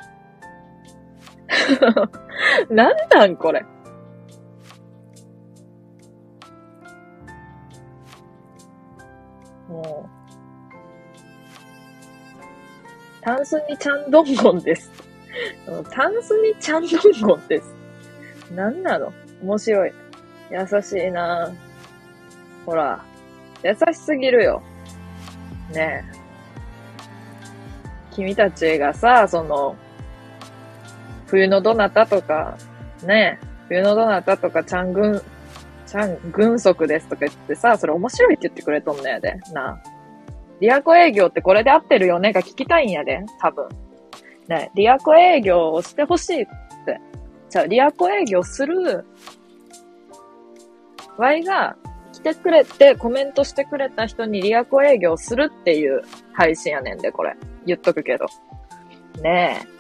なんなんこれ。もう、タンスにちゃんどんごんです。タンスにちゃんどんごんです。なんなの？面白い。優しいなぁ。ほら、優しすぎるよ。ねえ。君たちがさ、その、冬のどなたとか、ねえ、冬のどなたとか、ちゃんぐん、ちゃん、軍足ですとか言ってさ、それ面白いって言ってくれとんのやで。なあ。リアコ営業ってこれで合ってるよねが聞きたいんやで。多分。ねえ、リアコ営業をしてほしいって。じゃあ、リアコ営業する、Y が来てくれてコメントしてくれた人にリアコ営業するっていう配信やねんで、これ。言っとくけど。ねえ。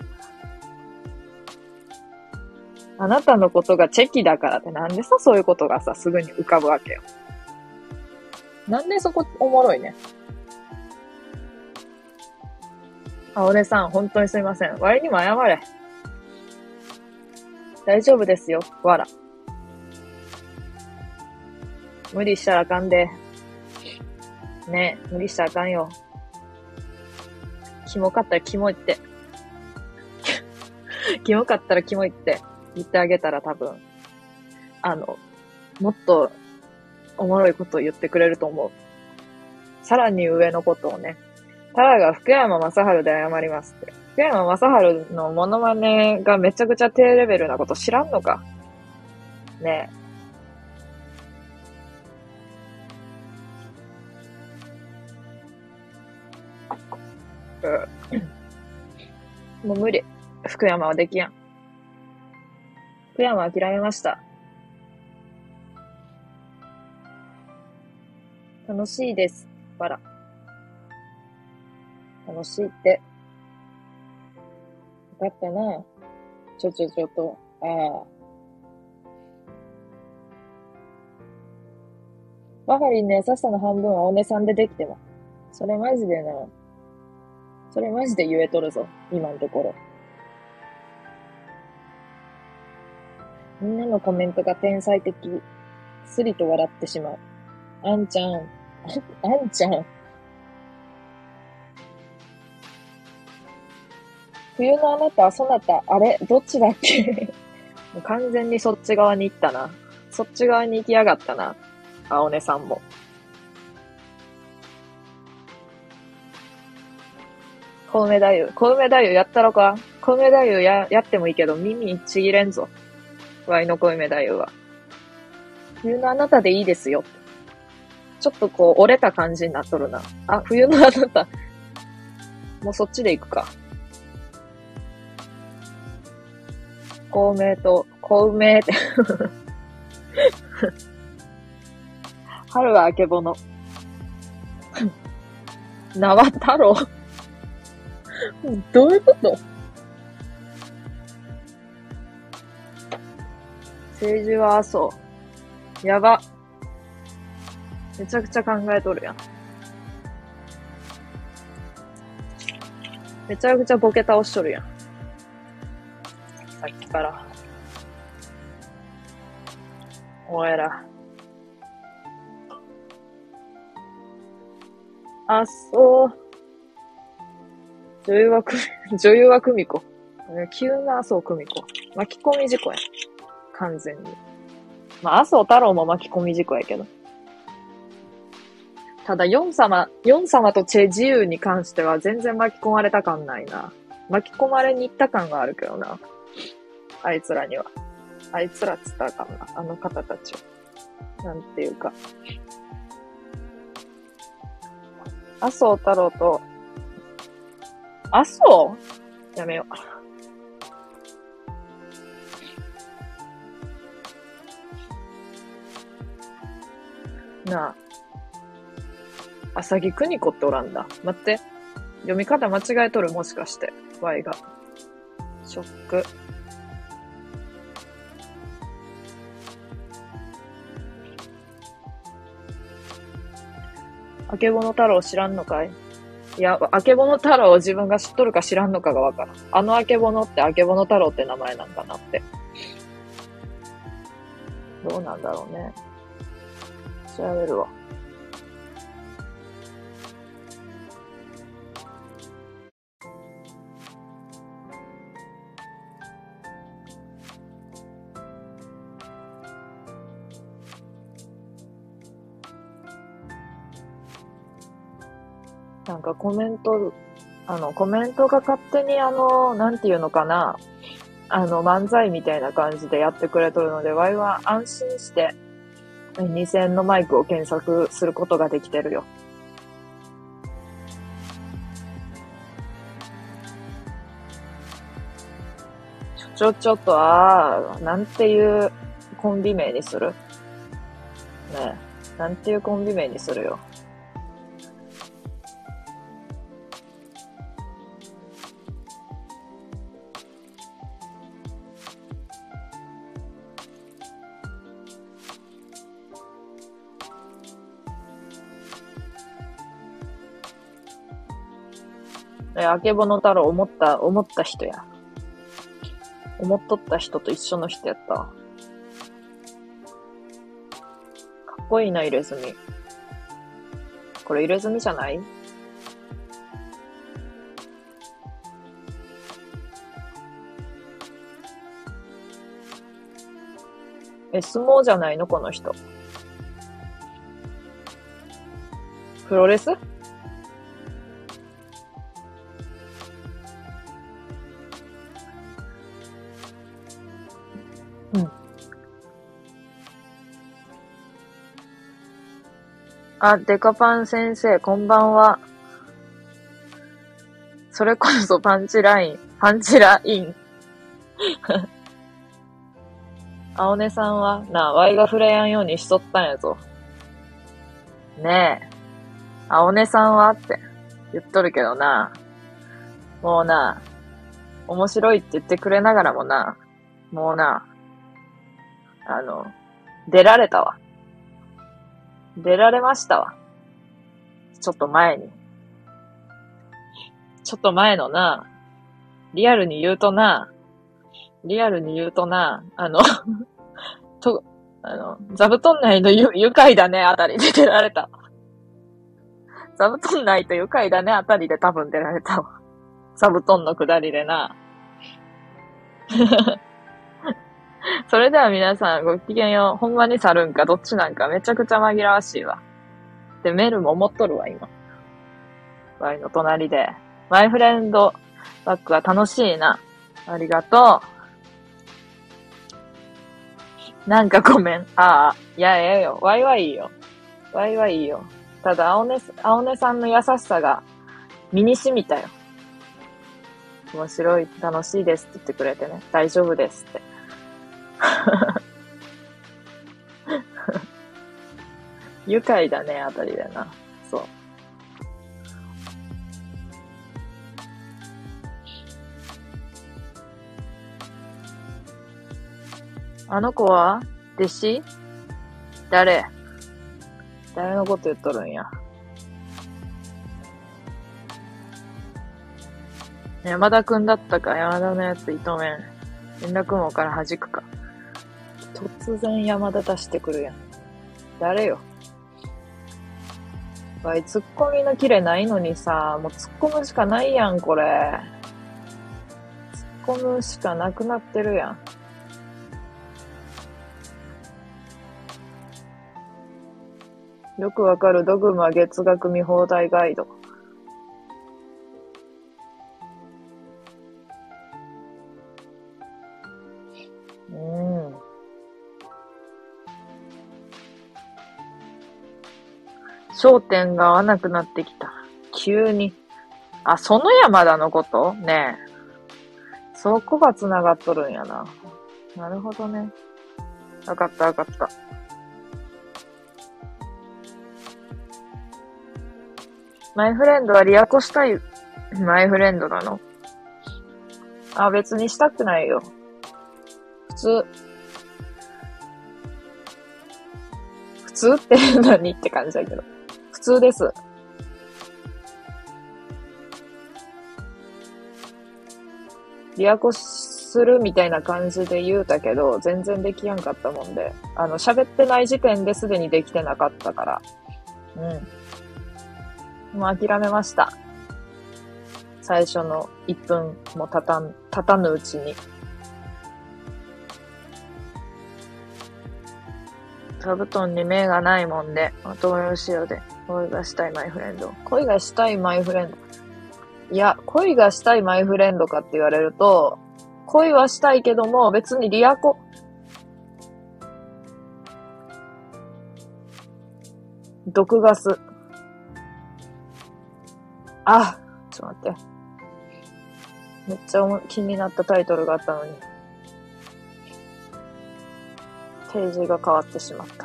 あなたのことがチェキだからってなんでさ、そういうことがさ、すぐに浮かぶわけよ。なんでそこおもろいね。あ、俺さん、本当にすいません。割にも謝れ。大丈夫ですよ。わら。無理したらあかんで。ねえ、無理したらあかんよ。キモかったらキモいって。キモかったらキモいって言ってあげたら多分、あの、もっとおもろいことを言ってくれると思う。さらに上のことをね。ただが福山雅治で謝りますって。福山雅治のモノマネがめちゃくちゃ低レベルなこと知らんのか？ねえ。もう無理。福山はできやん。福山は諦めました。楽しいです。わら。楽しいって。よかったな。ちょちょちょと。ああ。バファリンの優しさの半分はおねさんでできても。それマジでな。それマジで言えとるぞ。今のところ。みんなのコメントが天才的。すりと笑ってしまう。あんちゃん。あんちゃん。冬のあなた、そなた、あれどっちだっけ？もう完全にそっち側に行ったな。そっち側に行きやがったな。あおねさんも。小梅太夫。小梅太夫やったろか？小梅太夫や、やってもいいけど、耳ちぎれんぞ。ワイの小梅太夫は。 冬のあなたでいいですよ。ちょっとこう折れた感じになっとるな。あ、冬のあなた。もうそっちで行くか。公明と、公明って。春はあけぼの。縄太郎。どういうこと？政治は麻生。やば。めちゃくちゃ考えとるやん。めちゃくちゃボケ倒しとるやん。さっきから。お前ら。あ、そう。女優はく、女優は久美子。急な麻生久美子。巻き込み事故や。完全に。まあ、麻生太郎も巻き込み事故やけど。ただ、ヨン様、ヨン様とチェ・ジユに関しては全然巻き込まれた感ないな。巻き込まれに行った感があるけどな。あいつらには。あいつらっつったらかな。あの方たちは。なんていうか。麻生太郎と、麻生？やめよう。なあ。浅木邦子っておらんだ。待って。読み方間違えとる、もしかして。Y が。ショック。あけぼの太郎知らんのかい？いや、あけぼの太郎を自分が知っとるか知らんのかがわからん。あのあけぼのってあけぼの太郎って名前なんかなって。どうなんだろうね。調べるわ。なんかコメント、あの、コメントが勝手にあの、なんていうのかな、あの、漫才みたいな感じでやってくれとるので、ワイは安心して、にせんえんのマイクを検索することができてるよ。ちょ、ちょっと、あー、なんていうコンビ名にする？ねえ、なんていうコンビ名にするよ。え、あけぼの太郎思った、思った人や。思っとった人と一緒の人やった。かっこいいな、入れ墨。これ入れ墨じゃない？え、相撲じゃないのこの人。プロレス？うん。あ、デカパン先生、こんばんは。それこそパンチライン、パンチライン。青根さんは、なあ、ワイが触れやんようにしとったんやぞ。ねえ。青根さんはって言っとるけどな。もうな、面白いって言ってくれながらもな、もうな、あの、出られたわ。出られましたわ。ちょっと前に。ちょっと前のな、リアルに言うとな、リアルに言うとな、あの、と、あの、座布団内のゆ愉快だねあたりで出られた。座布団内と愉快だねあたりで多分出られたわ。座布団の下りでな。それでは皆さんごきげんよう。ほんまに去るんかどっちなんかめちゃくちゃ紛らわしいわ。で、メルも持っとるわ、今。ワイの隣で。マイフレンドバックは楽しいな。ありがとなんかごめん。ああ、いや、ええよ。ワイはいいよ。ワイはいいよ。ただ、青根、青根さんの優しさが身に染みたよ。面白い、楽しいですって言ってくれてね。大丈夫ですって。愉快だね、あたりでな。そう。あの子は弟子誰誰のこと言っとるんや。山田くんだったか、山田のやつ、伊藤面。連絡網から弾くか。突然山田出してくるやん。誰よ。わい、ツッコミのキレないのにさ、もう突っ込むしかないやん、これ。突っ込むしかなくなってるやん。よくわかるドグマ月額見放題ガイド。うーん。焦点が合わなくなってきた。急に。あ、その山田のことねえ。そこが繋がっとるんやな。なるほどね。わかったわかった。マイフレンドはリアコしたいマイフレンドなの？あ、別にしたくないよ。普通。普通って何って感じだけど。普通です。リアコするみたいな感じで言うたけど、全然できやんかったもんで。あの、喋ってない時点ですでにできてなかったから。うん。もう諦めました。最初のいっぷんも経たん、経たぬうちに。座布団に目がないもんで、後後ろで、恋がしたいマイフレンド。恋がしたいマイフレンド。いや、恋がしたいマイフレンドかって言われると、恋はしたいけども、別にリアコ、毒ガス。あ、ちょっと待って。めっちゃ気になったタイトルがあったのに。ページが変わってしまった。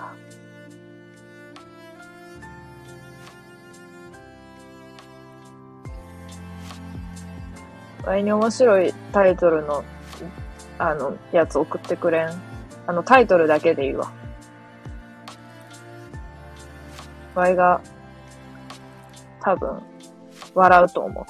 前に面白いタイトルの、あの、やつ送ってくれん。あの、タイトルだけでいいわ。ワイが、多分、笑うと思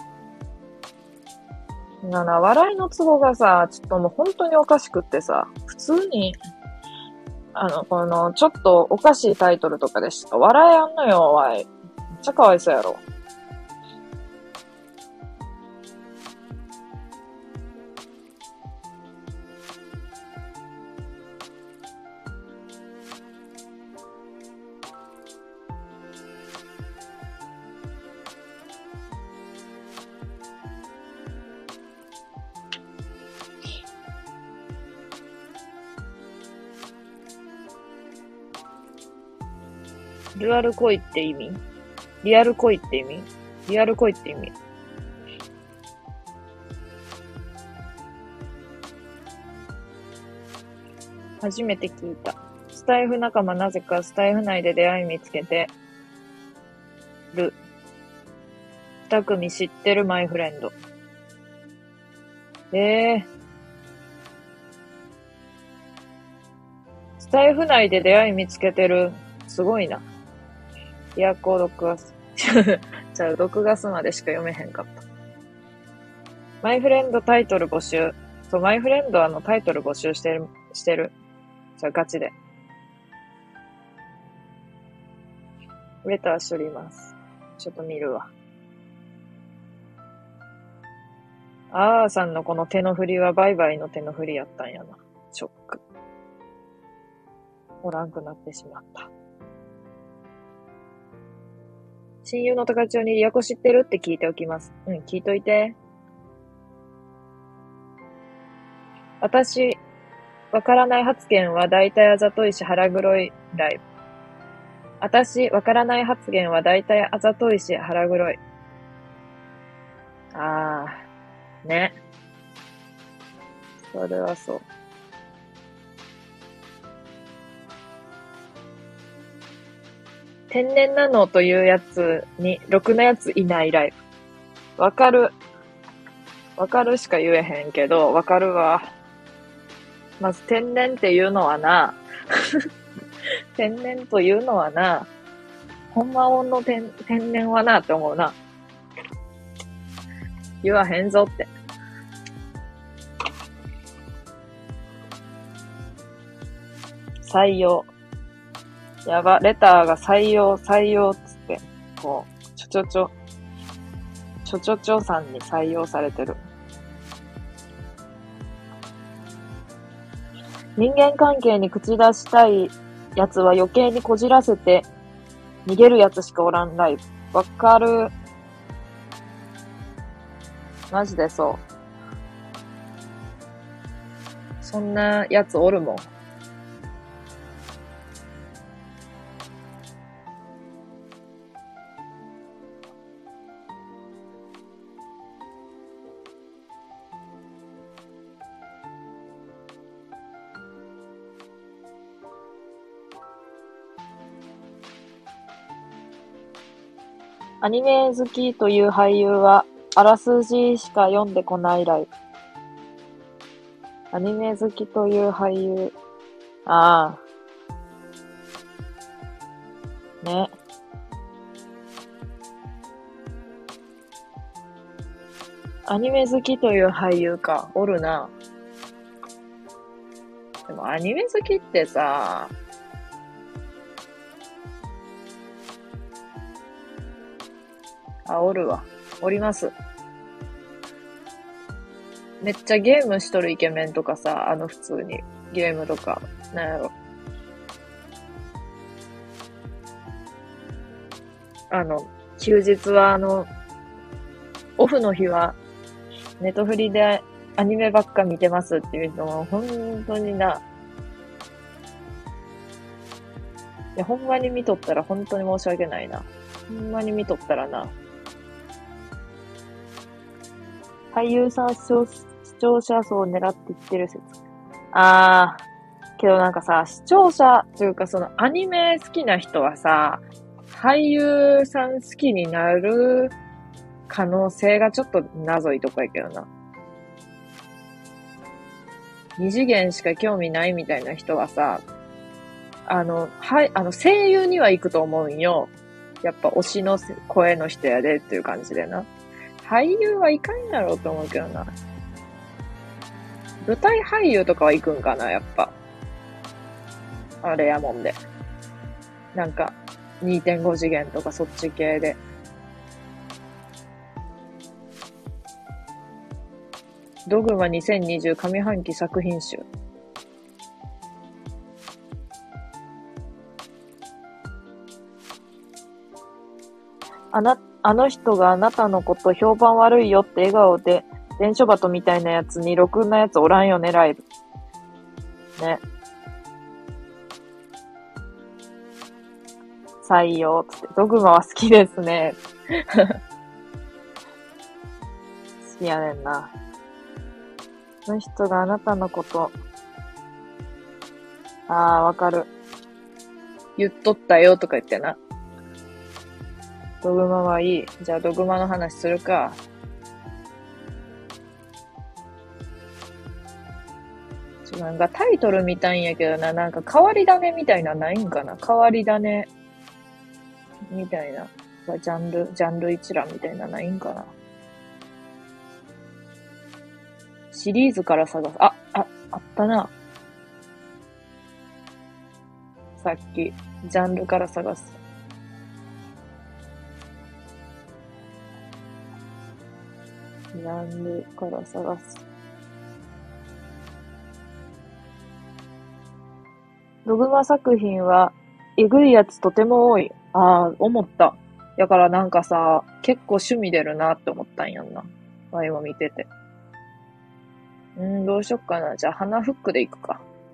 う。なな、笑いのツボがさ、ちょっともう本当におかしくってさ、普通に、あの、この、ちょっとおかしいタイトルとかでしか笑えやんのよ、ワイ。めっちゃかわいそうやろ。リアル恋って意味？リアル恋って意味？リアル恋って意味？初めて聞いた。スタイフ仲間なぜかスタイフ内で出会い見つけてる。二組知ってるマイフレンド。ええー。スタイフ内で出会い見つけてる。すごいな。リアコー毒ガス。じゃあ、毒ガスまでしか読めへんかった。マイフレンドタイトル募集。そう、マイフレンドあのタイトル募集してる、してる。じゃあ、ガチで。レターしとります。ちょっと見るわ。あーさんのこの手の振りはバイバイの手の振りやったんやな。ショック。おらんくなってしまった。親友の高千代にリアコ知ってるって聞いておきます。うん、聞いといて。私、 わからない発言は大体あざといし腹黒いライブ。私、わからない発言は大体あざといし腹黒い。あー、ね。それはそう。天然なのというやつに、ろくなやついないライブ。わかる。わかるしか言えへんけど、わかるわ。まず天然っていうのはな、天然というのはな、ほんまもんの天天然はなって思うな。言わへんぞって。採用。やば、レターが採用、採用っつって、こう、ちょちょちょ、ちょちょちょさんに採用されてる。人間関係に口出したいやつは余計にこじらせて逃げるやつしかおらんライブ。わかる。マジでそう。そんなやつおるもん。アニメ好きという俳優は、あらすじしか読んでこないライブ。アニメ好きという俳優。ああ。ね。アニメ好きという俳優か。おるな。でもアニメ好きってさ、あ、おるわ。おります。めっちゃゲームしとるイケメンとかさ、あの普通にゲームとか、なんやろ。あの、休日はあの、オフの日は、ネトフリでアニメばっか見てますっていう人も、本当にな、いや、ほんまに見とったら本当に申し訳ないな。ほんまに見とったらな。俳優さん視聴視聴者層を狙っていってる説。あー、けどなんかさ、視聴者というかそのアニメ好きな人はさ、俳優さん好きになる可能性がちょっと謎いとこやけどな。二次元しか興味ないみたいな人はさ、あの、はい、あの、声優には行くと思うんよ。やっぱ推しの声の人やでっていう感じでな。俳優はいかんやろうと思うけどな。舞台俳優とかは行くんかな、やっぱ。あれやもんで。なんか、にてんご 次元とかそっち系で。ドグマにせんにじゅう上半期作品集。あな、あの人があなたのこと評判悪いよって笑顔で、伝書バトみたいなやつにろくなやつおらんよね、ライブ。ね。採用つって。ドグマは好きですね。好きやねんな。あの人があなたのこと、あー、わかる。言っとったよとか言ってな。ドグマはいい。じゃあドグマの話するか。ちょ、なんかタイトル見たいんやけどな、なんか変わり種みたいなないんかな、変わり種みたいな。ジャンル、ジャンル一覧みたいなないんかな。シリーズから探す。あ、あ、あったな。さっき、ジャンルから探す。ジャンルから探す。ドグマ作品は、えぐいやつとても多い。ああ、思った。だからなんかさ、結構趣味出るなって思ったんやんな。ワイも見てて。うん、どうしよっかな。じゃあ、花フックでいくか。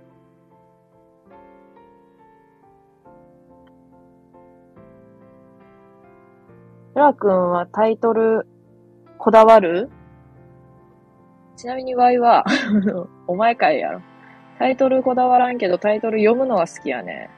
ラくんはタイトルこだわる？ちなみにワイは、お前かいやろ。タイトルこだわらんけどタイトル読むのは好きやね。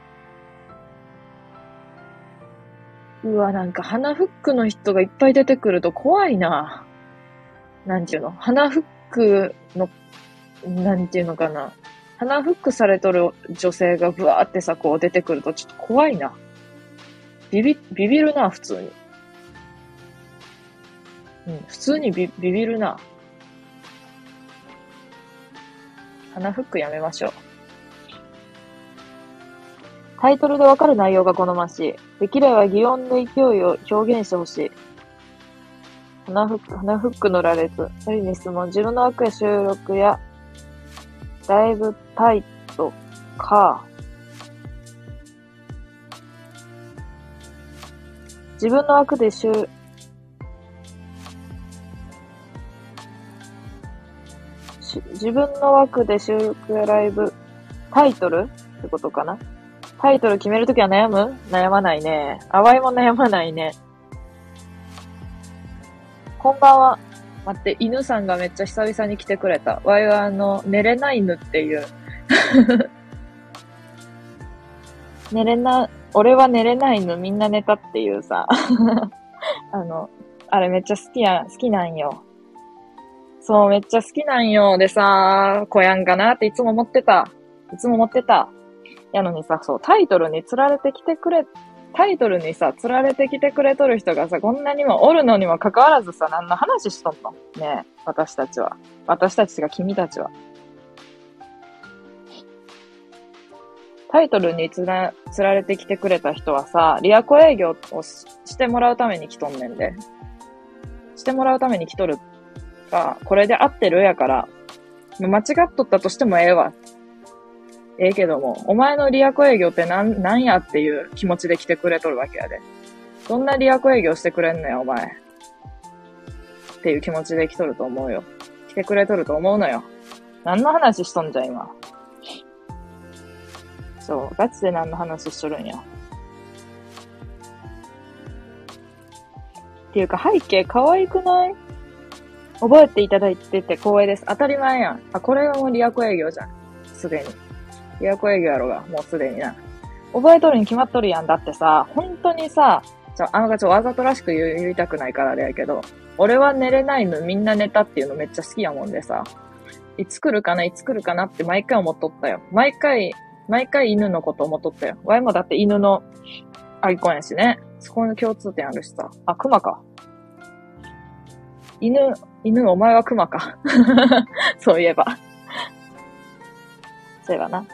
うわ、なんか鼻フックの人がいっぱい出てくると怖いな。なんていうの？鼻フックの、なんていうのかな。鼻フックされとる女性がブワーってさ、こう出てくるとちょっと怖いな。ビビ、ビビるな、普通に。うん、普通にビビビるな。鼻フックやめましょう。タイトルでわかる内容が好ましい。できれば擬音で勢いを表現してほしい。鼻フック、鼻フックの羅列。それに質問。自分の枠や収録やライブタイトか。自分の枠で収、自分の枠で収録やライブタイトルってことかな。タイトル決めるときは悩む？悩まないね。淡いも悩まないね。こんばんは。待って、犬さんがめっちゃ久々に来てくれた。わいはあの、寝れない犬っていう。寝れな、俺は寝れない犬みんな寝たっていうさ。あの、あれめっちゃ好きや、好きなんよ。そう、めっちゃ好きなんよ。でさ、子やんかなっていつも思ってた。いつも思ってた。やのにさ、そう、タイトルに釣られてきてくれ、タイトルにさ、釣られてきてくれとる人がさ、こんなにもおるのにもかかわらずさ、何の話しとんのねえ、私たちは。私たちが君たちは。タイトルにつら、釣られてきてくれた人はさ、リアコ営業を し, してもらうために来とんねんで。してもらうために来とるが、これで合ってるやから、間違っとったとしてもええわ。ええけども、お前のリアコ営業ってなん、なんやっていう気持ちで来てくれとるわけやで。どんなリアコ営業してくれんのや、お前。っていう気持ちで来とると思うよ。来てくれとると思うのよ。何の話しとんじゃ、今。そう、ガチで何の話しとるんや。っていうか、背景可愛くない？覚えていただいてて光栄です。当たり前やん。あ、これがもうリアコ営業じゃん。すでに。リアコ営業やろが、もうすでにな。覚えとるに決まっとるやん。だってさ、本当にさ、ちょ、あのがちょ、わざとらしく言う言いたくないからあれやけど、俺は寝れないのみんな寝たっていうのめっちゃ好きやもんでさ、いつ来るかないつ来るかなって毎回思っとったよ。毎回、毎回犬のこと思っとったよ。ワイもだって犬のアイコンやしね。そこの共通点あるしさ。あ、熊か。犬、犬、お前は熊か。そういえば。そういえばな。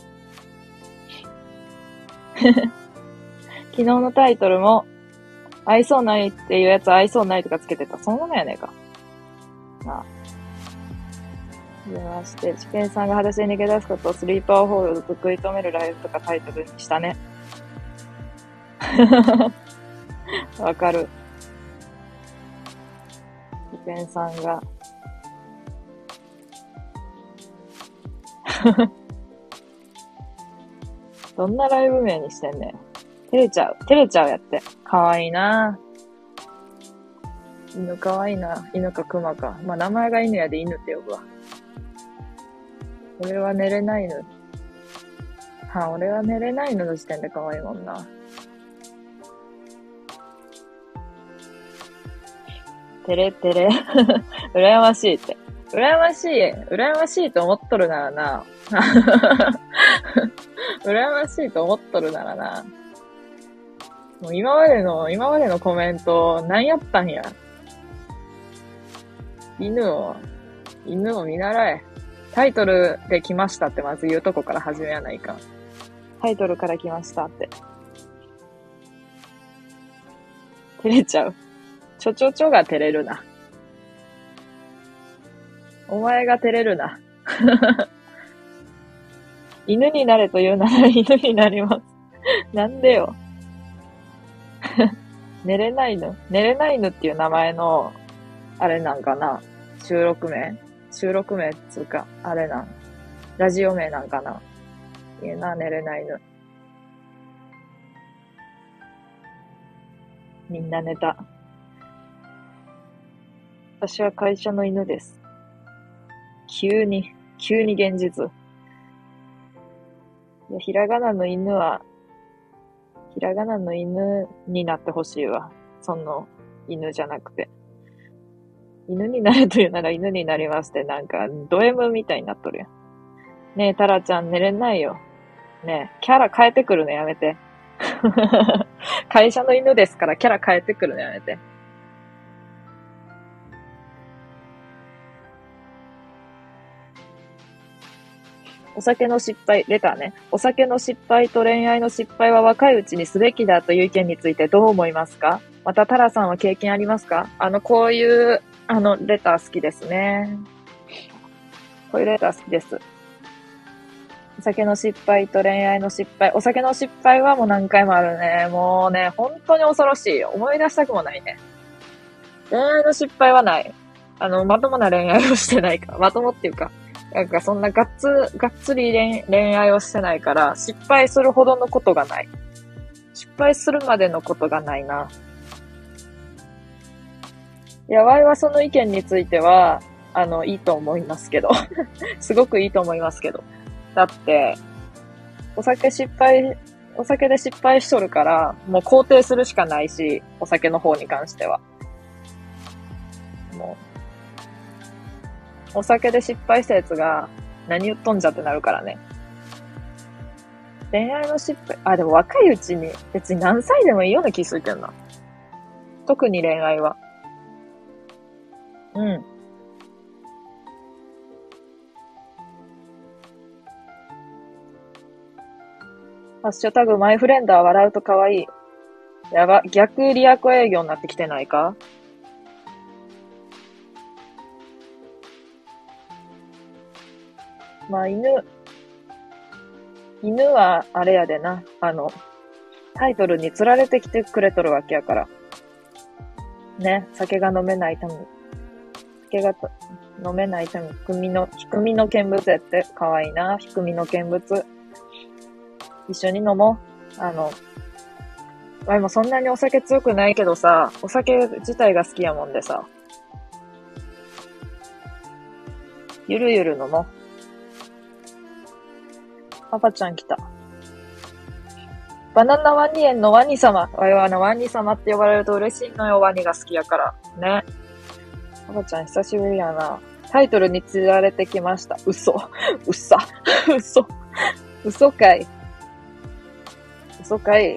昨日のタイトルも、愛想ないっていうやつ愛想ないとかつけてた。そのままやねえか。なあ。はじめまして。チケンさんが裸足で逃げ出すことをスリーパーホールドと食い止めるライブとかタイトルにしたね。わかる。チケンさんが。どんなライブ名にしてんねん。照れちゃう。照れちゃうやって。かわいいな犬かわいいな。犬か熊か。まあ、名前が犬やで犬って呼ぶわ。俺は寝れないの。はあ、俺は寝れないのの時点で可愛いもんな。てれてれ。羨ましいって。羨ましい。羨ましいと思っとるならな。羨ましいと思っとるならな。もう今までの、今までのコメント、何やったんや。犬を、犬を見習え。タイトルで来ましたってまず言うとこから始めやないか。タイトルから来ましたって。照れちゃう。ちょちょちょが照れるな。お前が照れるな。犬になれと言うなら犬になります。なんでよ。寝れないの寝れないのっていう名前の、あれなんかな収録名収録名っつうか、あれなん。ラジオ名なんかないいな、寝れないの。 みんな寝た。私は会社の犬です。急に、急に現実。いや、ひらがなの犬は、ひらがなの犬になってほしいわ。その、犬じゃなくて。犬になるというなら犬になりますって、なんか、ド M みたいになっとるやん。ねえ、タラちゃん寝れないよ。ねえ、キャラ変えてくるのやめて。会社の犬ですからキャラ変えてくるのやめて。お酒の失敗、レターね。お酒の失敗と恋愛の失敗は若いうちにすべきだという意見についてどう思いますか？またタラさんは経験ありますか？あの、こういう、あの、レター好きですね。こういうレター好きです。お酒の失敗と恋愛の失敗。お酒の失敗はもう何回もあるね。もうね、本当に恐ろしいよ。思い出したくもないね。恋愛の失敗はない。あの、まともな恋愛をしてないから。まともっていうか、なんかそんながっつ、がっつり恋、恋愛をしてないから、失敗するほどのことがない。失敗するまでのことがないな。いや、ワイはその意見については、あの、いいと思いますけど。すごくいいと思いますけど。だって、お酒失敗、お酒で失敗しとるから、もう肯定するしかないし、お酒の方に関しては。もう、お酒で失敗したやつが、何言っとんじゃってなるからね。恋愛の失敗、あ、でも若いうちに、別に何歳でもいいような気するけどな。特に恋愛は。うん。ハッシュタグマイフレンドは笑うと可愛い。やば、逆リアコ営業になってきてないか？まあ犬、犬はあれやでな。あの、タイトルに釣られてきてくれとるわけやから。ね、酒が飲めないために。酒が飲めないために、低みの、低みの見物やって可愛いな。低みの見物。一緒に飲もう。あの、わいもそんなにお酒強くないけどさ、お酒自体が好きやもんでさ。ゆるゆる飲もう。パパちゃん来た。バナナワニ園のワニ様。わいはあのワニ様って呼ばれると嬉しいのよ。ワニが好きやから。ね。パパちゃん久しぶりやな。タイトルに釣られてきました。嘘。うっさ。嘘。嘘かい。嘘かい。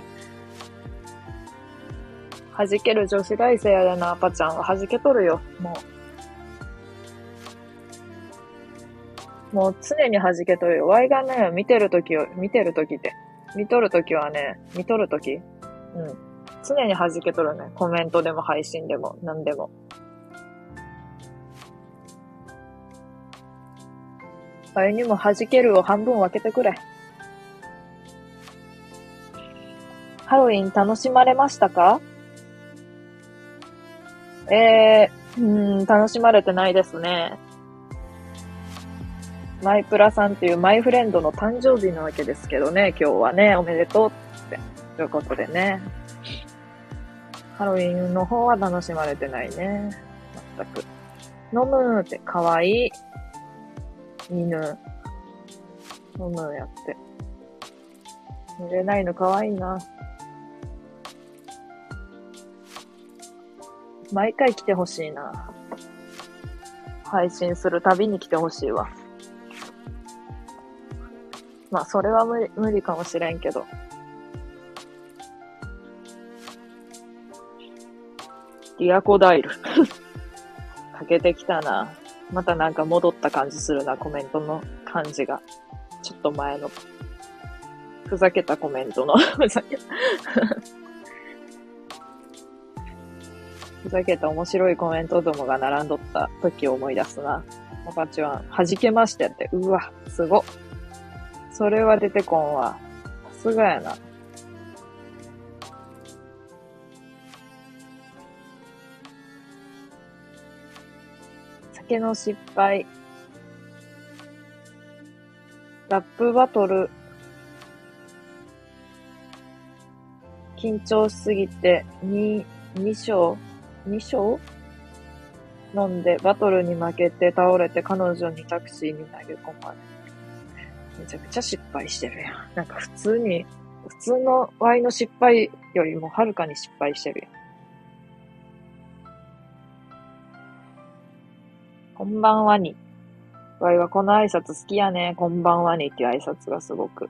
弾ける女子大生やでな、パパちゃんは弾けとるよ。もう。もう常に弾けとるよ。ワイがね、見てるときを、見てるときって。見とるときはね、見とるときうん。常に弾けとるね。コメントでも配信でも、何でも。ワイにも弾けるを半分分けてくれ。ハロウィン楽しまれましたか？えー、うーん、楽しまれてないですね。マイプラさんっていうマイフレンドの誕生日なわけですけどね、今日はね、おめでとうって。ということでね。ハロウィンの方は楽しまれてないね。全く。飲むってかわいい。犬。飲むやって。寝れないのかわいいな。毎回来てほしいな。配信するたびに来てほしいわ。まあ、それは無理、無理かもしれんけど。リアコダイル。かけてきたな。またなんか戻った感じするな、コメントの感じが。ちょっと前の。ふざけたコメントの。ふざけた。ふざけた面白いコメントどもが並んどった時を思い出すな。パパチは弾けましたって。うわ、すごっ。それは出てこんわ。さすがやな。酒の失敗。ラップバトル。緊張しすぎて、に、 に章 ?に 章飲んで、バトルに負けて倒れて彼女にタクシーに投げ込まれ。めちゃくちゃ失敗してるやん。なんか普通に、普通のワイの失敗よりもはるかに失敗してるやん。こんばんはに。ワイはこの挨拶好きやね。こんばんはにっていう挨拶がすごく。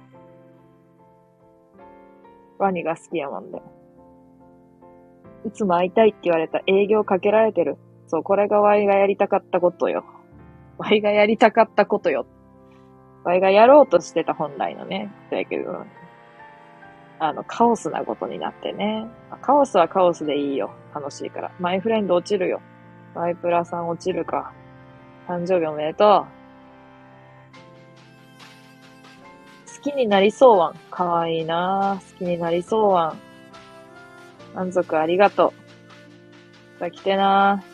ワニが好きやもんで。いつも会いたいって言われた営業かけられてる。そう、これがワイがやりたかったことよ。ワイがやりたかったことよ。ワイがやろうとしてた本来のね、だけど、あの、カオスなことになってね。カオスはカオスでいいよ。楽しいから。マイフレンド落ちるよ。マイプラさん落ちるか。誕生日おめでとう。好きになりそうわん。かわいいなぁ。好きになりそうわん。満足ありがとう。さあ来てな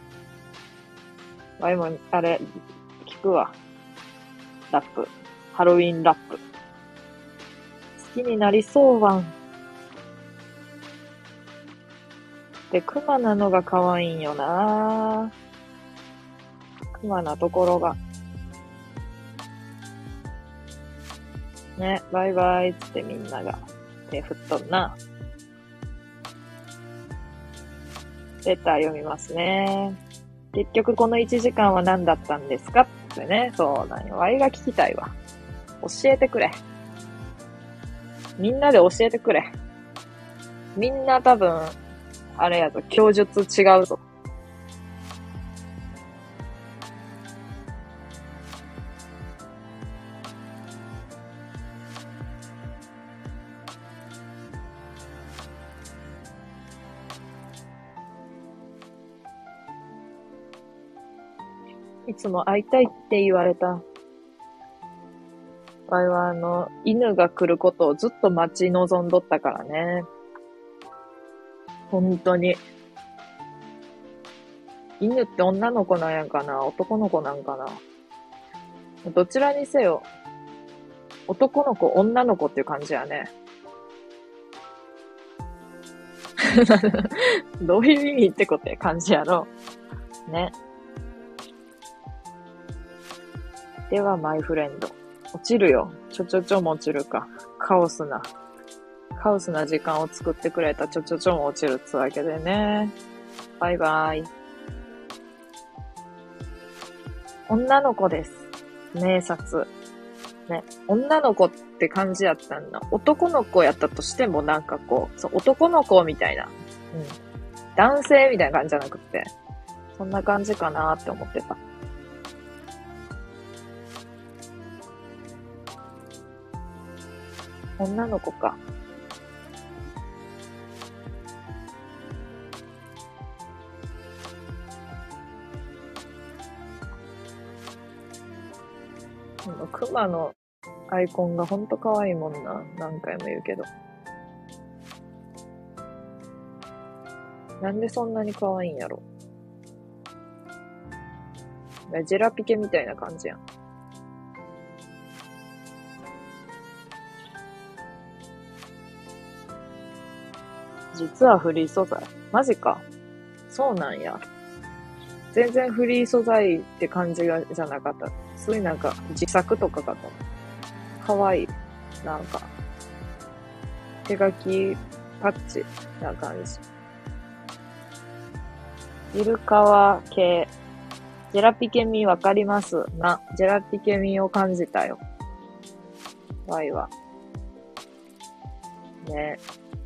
ぁ。ワイも、あれ、聞くわ。ラップ。ハロウィンラップ。好きになりそうわん。で、クマなのが可愛いんよなクマなところが。ね、バイバイっつってみんなが手振っとんな。レター読みますね。結局このいちじかんは何だったんですかってね。そうなんよ。ワイが聞きたいわ。教えてくれ。みんなで教えてくれ。みんな多分、あれやぞ、供述違うぞ。いつも会いたいって言われた。わいはあの、犬が来ることをずっと待ち望んどったからね。本当に。犬って女の子なんやかな男の子なんかなどちらにせよ、男の子、女の子っていう感じやね。どういう意味ってことや感じやろ。ね。では、マイフレンド。落ちるよ。ちょちょちょも落ちるか。カオスな。カオスな時間を作ってくれたちょちょちょも落ちるっつうわけでね。バイバイ。女の子です。名察。ね。女の子って感じやったんだ。男の子やったとしてもなんかこう、そう男の子みたいな。うん。男性みたいな感じじゃなくて、そんな感じかなって思ってた。女の子か。クマのアイコンがほんと可愛いもんな。何回も言うけど。なんでそんなに可愛いんやろ。ジェラピケみたいな感じやん。実はフリー素材。マジか。そうなんや。全然フリー素材って感じがじゃなかった。そういうなんか自作とかかと。かわいい。なんか、手書きパッチな感じ。イルカワ系。ジェラピケミわかりますな。ジェラピケミを感じたよ。ワイは。ね。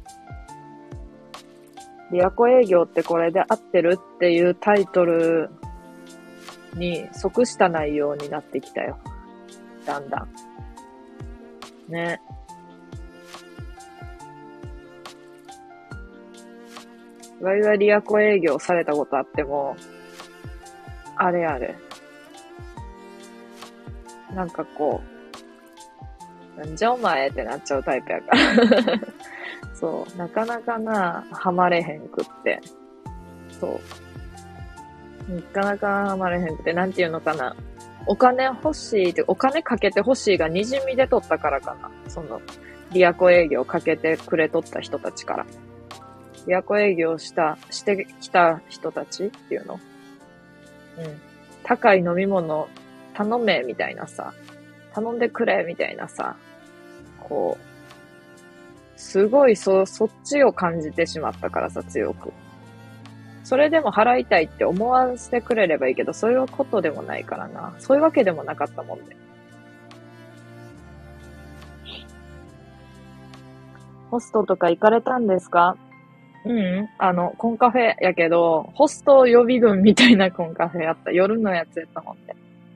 リアコ営業ってこれで合ってるっていうタイトルに即した内容になってきたよ。だんだん。ね。ワイはリアコ営業されたことあっても、あれあれ。なんかこう、なんじゃお前ってなっちゃうタイプやから。そう、なかなかな、ハマれへんくって。そう。なかなかハマれへんくて、なんていうのかな。お金欲しいって、お金かけて欲しいが滲みで取ったからかな。その、リアコ営業かけてくれとった人たちから。 リアコ営業した、してきた人たちっていうの。うん。高い飲み物頼めみたいなさ、頼んでくれみたいなさ、こう、すごいそ、そっちを感じてしまったからさ、強く。それでも払いたいって思わせてくれればいいけど、そういうことでもないからな。そういうわけでもなかったもんね。ホストとか行かれたんですか？うん、あの、コンカフェやけど、ホスト予備軍みたいなコンカフェやった。夜のやつやったもんね。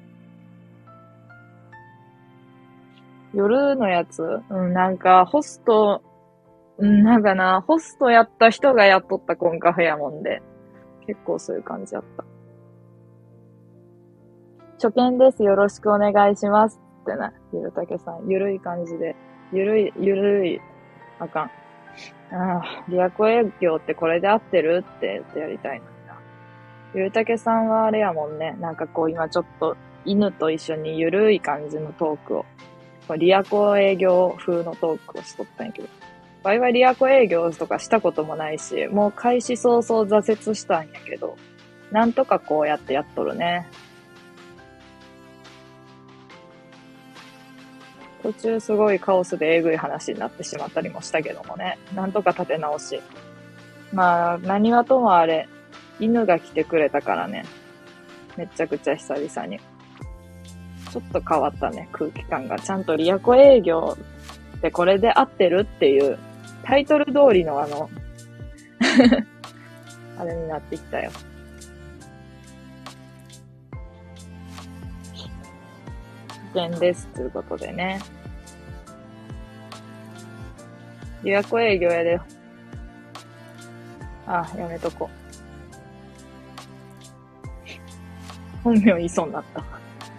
夜のやつうん、なんか、ホスト、うん、なんかな、ホストやった人がやっとったコンカフェやもんで、結構そういう感じだった。初見です。よろしくお願いします。ってな、ゆるたけさん。ゆるい感じで。ゆるい、ゆるい。あかん。ああ、リアコ営業ってこれで合ってるって言ってやりたいのにな。ゆるたけさんはあれやもんね。なんかこう今ちょっと犬と一緒にゆるい感じのトークを。リアコ営業風のトークをしとったんやけど。ワイワイリアコ営業とかしたこともないし、もう開始早々挫折したんやけど、なんとかこうやってやっとるね。途中すごいカオスでえぐい話になってしまったりもしたけどもね。なんとか立て直し。まあ、何はともあれ、犬が来てくれたからね。めっちゃくちゃ久々に。ちょっと変わったね、空気感が。ちゃんとリアコ営業ってこれで合ってるっていうタイトル通りのあの、あれになってきたよ。危険ですということでね。予約営業やで。あ、やめとこ。本名言いそうになった。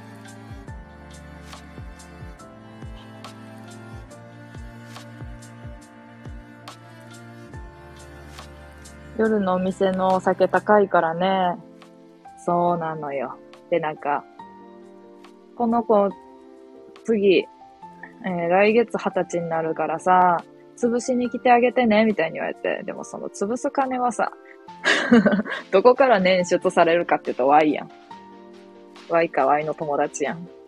夜のお店のお酒高いからね。そうなのよ。で、なんか、この子、次、えー、来月二十歳になるからさ、潰しに来てあげてね、みたいに言われて。でもその潰す金はさ、どこから捻出されるかって言うと Y やん。Y か Y の友達やん。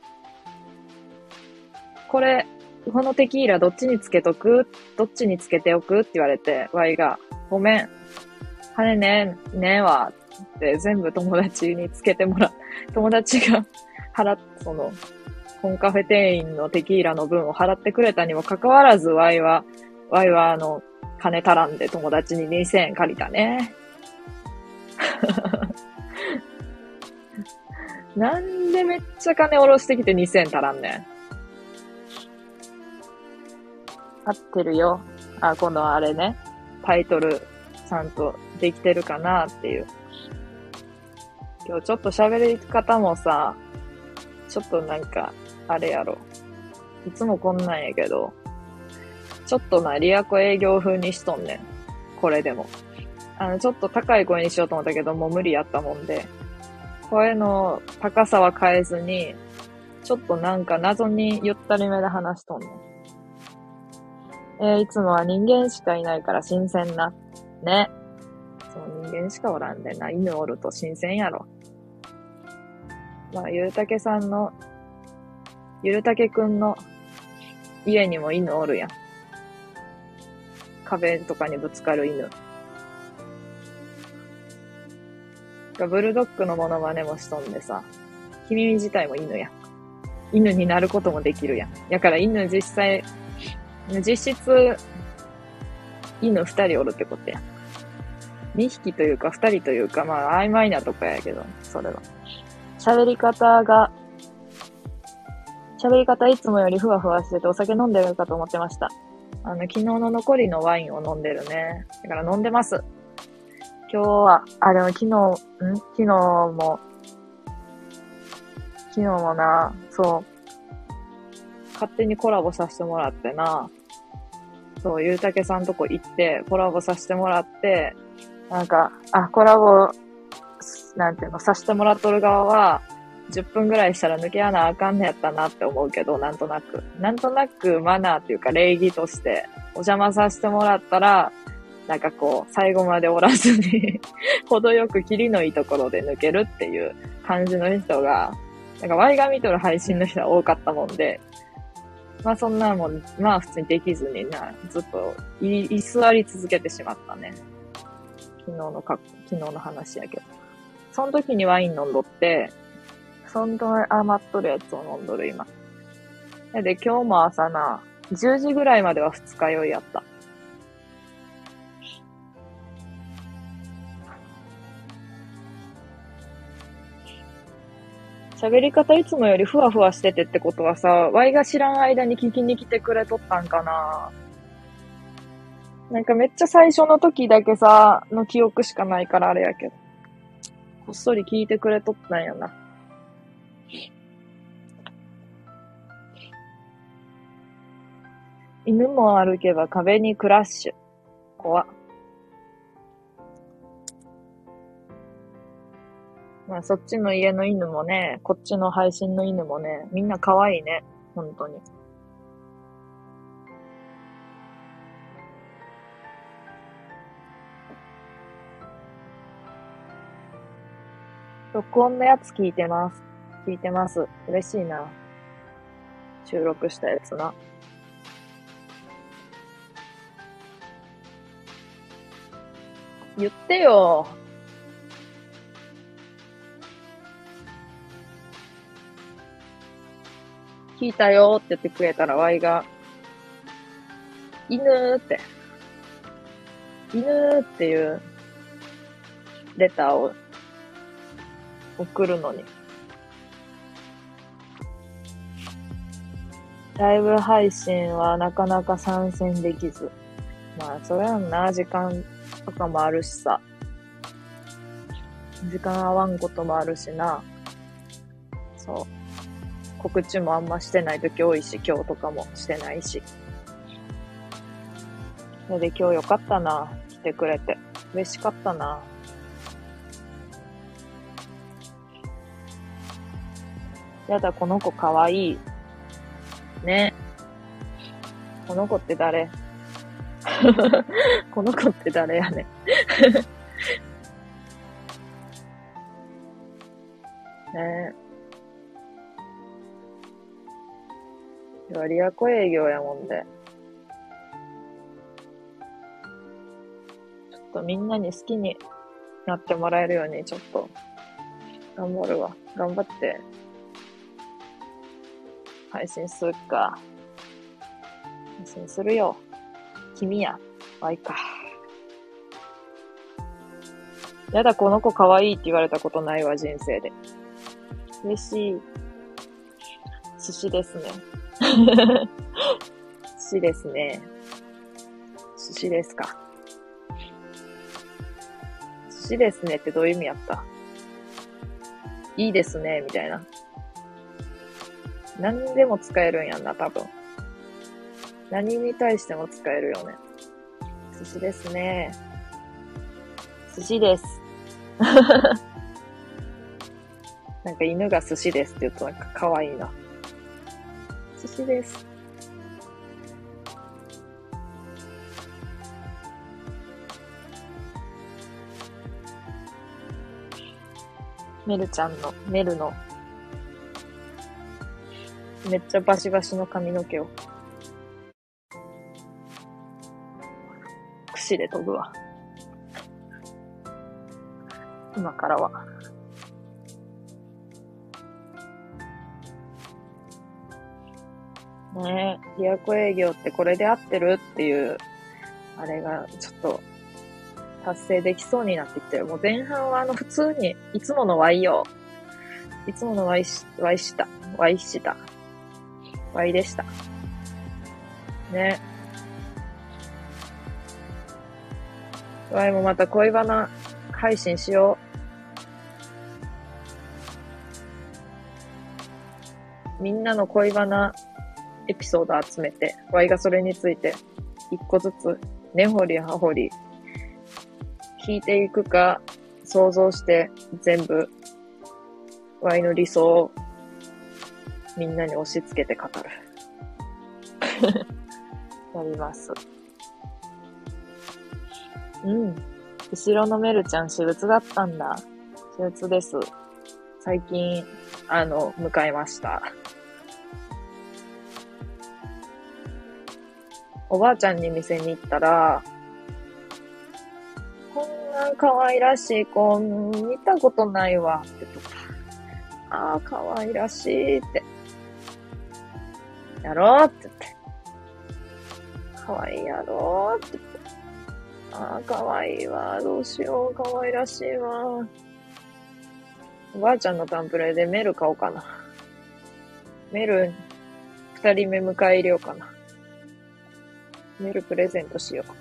これ、このテキーラどっちにつけとく？どっちにつけておくって言われて、Y が、ごめん。金ねえ、ねえわ。って全部友達につけてもらう。友達が払っ、その、コンカフェ店員のテキーラの分を払ってくれたにもかかわらず、ワイは、ワイはあの、金足らんで友達ににせんえん借りたね。なんでめっちゃ金下ろしてきてにせんえん足らんねん。合ってるよ。あ、今度はあれね。タイトル、ちゃんとできてるかなっていう。今日ちょっと喋り方もさ、ちょっとなんか、あれやろ。いつもこんなんやけど、ちょっとな、リアコ営業風にしとんねん。これでも。あの、ちょっと高い声にしようと思ったけど、もう無理やったもんで、声の高さは変えずに、ちょっとなんか謎にゆったりめで話しとんねん。えー、いつもは人間しかいないから新鮮な。ね。そう人間しかおらんでな。犬おると新鮮やろ。まあ、ゆるたけさんの、ゆるたけくんの家にも犬おるやん。壁とかにぶつかる犬。ブルドッグのモノマネもしとんでさ、君自体も犬やん。犬になることもできるやん。やから犬実際、実質、犬二人おるってことやん。二匹というか二人というか、まあ曖昧なとこやけど、それは。喋り方が、喋り方いつもよりふわふわしててお酒飲んでるかと思ってました。あの、昨日の残りのワインを飲んでるね。だから飲んでます。今日は、あ、でも昨日、ん昨日も、昨日もな、そう、勝手にコラボさせてもらってな、そう、ゆうたけさんとこ行って、コラボさせてもらって、なんか、あ、コラボ、なんていうの、させてもらっとる側は、じゅっぷんぐらいしたら抜け穴あかんねやったなって思うけど、なんとなく。なんとなくマナーっていうか礼儀として、お邪魔させてもらったら、 なんかこう、最後までおらずに、程よくキリのいいところで抜けるっていう感じの人が、なんか、ワイが見とる配信の人は多かったもんで、まあそんなもん、まあ普通にできずにな、ずっと居、居座り続けてしまったね。昨日のか、昨日の話やけど。その時にワイン飲んどって、そんと余っとるやつを飲んどる今。で、今日も朝な、じゅうじぐらいまでは二日酔いやった。喋り方いつもよりふわふわしててってことはさ、ワイが知らん間に聞きに来てくれとったんかな。なんかめっちゃ最初の時だけさ、の記憶しかないからあれやけど。こっそり聞いてくれとったんやな。犬も歩けば壁にクラッシュ。怖っ。まあそっちの家の犬もね、こっちの配信の犬もね、みんな可愛いね。本当に。録音のやつ聞いてます。聞いてます。嬉しいな。収録したやつな。言ってよ。聞いたよって言ってくれたら、ワイが、犬ーって、犬ーっていうレターを送るのに。ライブ配信はなかなか参戦できず。まあ、それやんな、時間とかもあるしさ。時間合わんこともあるしな。そう。告知もあんましてない時多いし、今日とかもしてないし。それで今日よかったな。来てくれて。嬉しかったな。やだ、この子かわいい。ね。この子って誰この子って誰やねねえ。いや、リアコ営業やもんで。ちょっとみんなに好きになってもらえるように、ちょっと、頑張るわ。頑張って、配信するか。配信するよ。君や。わいか。やだ、この子かわいいって言われたことないわ、人生で。嬉しい。寿司ですね。寿司ですね。寿司ですか。寿司ですねってどういう意味やった？いいですね、みたいな。何でも使えるんやんな、多分。何に対しても使えるよね。寿司ですね。寿司です。なんか犬が寿司ですって言うとなんか可愛いな。寿司です。メルちゃんの、メルの、めっちゃバシバシの髪の毛を、櫛で飛ぶわ。今からは。ねえ、リアコ営業ってこれで合ってるっていう、あれがちょっと達成できそうになってきてる。もう前半はあの普通に、いつもの Y よ。いつもの Y し、Y した。Y した。Y でした。ね。Y もまた恋バナ配信しよう。みんなの恋バナエピソード集めて、Y がそれについて一個ずつ根掘り葉掘り聞いていくか想像して全部 Y の理想をみんなに押し付けて語る。やります。 うん。後ろのメルちゃん私物だったんだ。私物です。最近、あの、迎えました。おばあちゃんに店に行ったら、こんな可愛らしい子、見たことないわってとか。ああ、可愛らしいって。やろうって言って。可愛いやろうって言って。ああ、可愛いわ。どうしよう。可愛らしいわ。おばあちゃんのタンプレでメル買おうかな。メル、二人目迎え入れようかな。メルプレゼントしよう。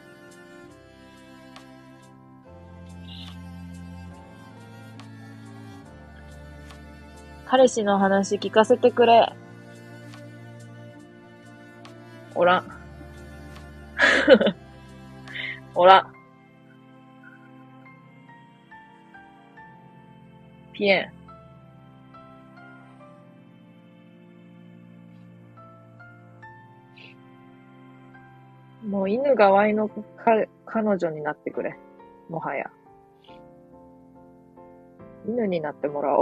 彼氏の話聞かせてくれ。おらん。おらん。ピエン。もう犬がワイのか彼女になってくれ。もはや。犬になってもらおう。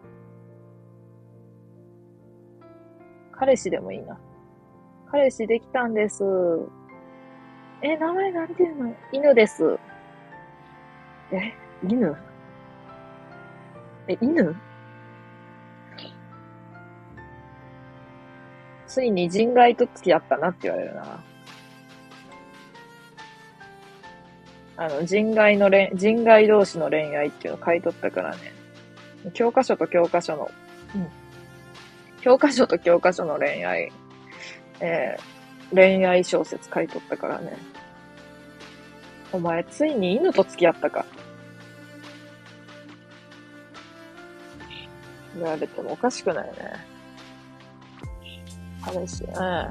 彼氏でもいいな。彼氏できたんです。え、名前なんていうの？犬です。え、犬？え、犬？ついに人外と付き合ったなって言われるな。あの、人外の恋、人外同士の恋愛っていうの書いとったからね。教科書と教科書の、うん。教科書と教科書の恋愛、えー、恋愛小説書いとったからね。お前、ついに犬と付き合ったか。言われてもおかしくないね。彼氏、うん。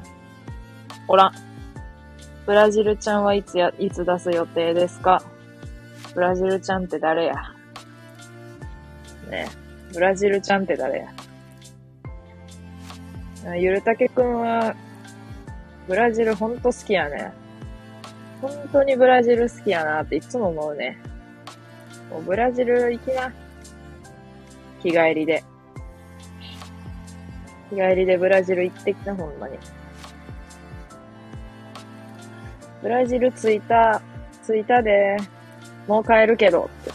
おらん。ブラジルちゃんはいつや、いつ出す予定ですか？ブラジルちゃんって誰や？ねえ。ブラジルちゃんって誰や？ゆるたけくんは、ブラジルほんと好きやね。本当にブラジル好きやなっていつも思うね。もうブラジル行きな。日帰りで。日帰りでブラジル行ってきた、ほんまに。ブラジル着いた、着いたで、もう帰るけど、って言って。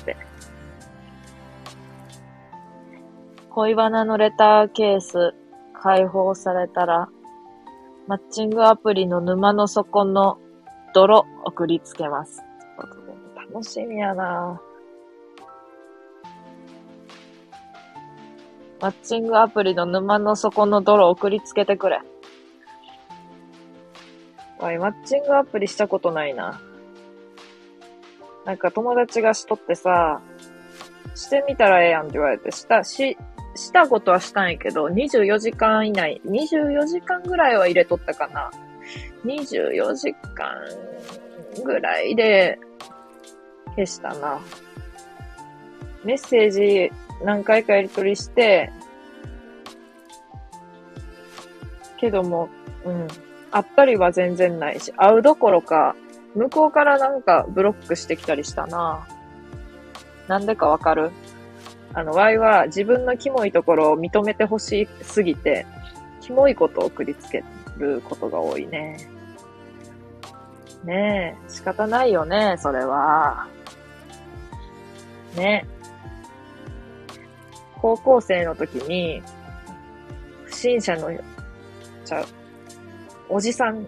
恋バナのレターケース解放されたら、マッチングアプリの沼の底の泥送りつけます。楽しみやな。マッチングアプリの沼の底の泥送りつけてくれ。おい、マッチングアプリしたことないな。なんか友達がしとってさ、してみたらええやんって言われて、した、し、したことはしたんやけど、にじゅうよじかん以内、にじゅうよじかんぐらいは入れとったかな。にじゅうよじかんぐらいで消したな。メッセージ何回かやり取りして、けども、うん。会ったりは全然ないし、会うどころか、向こうからなんかブロックしてきたりしたな。なんでかわかる？あの、Y は自分のキモいところを認めてほしすぎて、キモいことを送りつけることが多いね。ねえ、仕方ないよね、それは。ね。高校生の時に、不審者の、ちゃう、おじさん、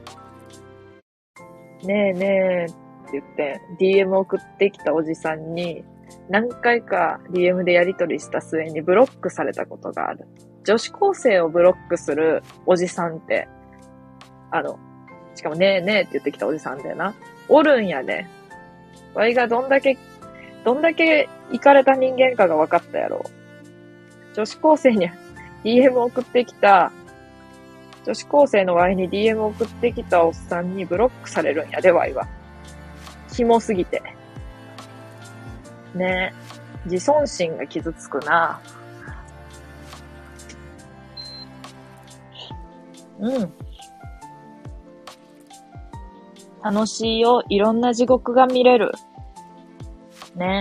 ねえねえって言って、ディーエム 送ってきたおじさんに、何回か ディーエム でやり取りした末にブロックされたことがある。女子高生をブロックするおじさんって、あの、しかもねえねえって言ってきたおじさんだよな。おるんやね。わいがどんだけ、どんだけイカれた人間かが分かったやろ。女子高生に ディーエム 送ってきた、女子高生のワイに ディーエム 送ってきたおっさんにブロックされるんやで、ワイは。キモすぎて。ねえ。自尊心が傷つくな。うん。 楽しいよ。いろんな地獄が見れる。ね。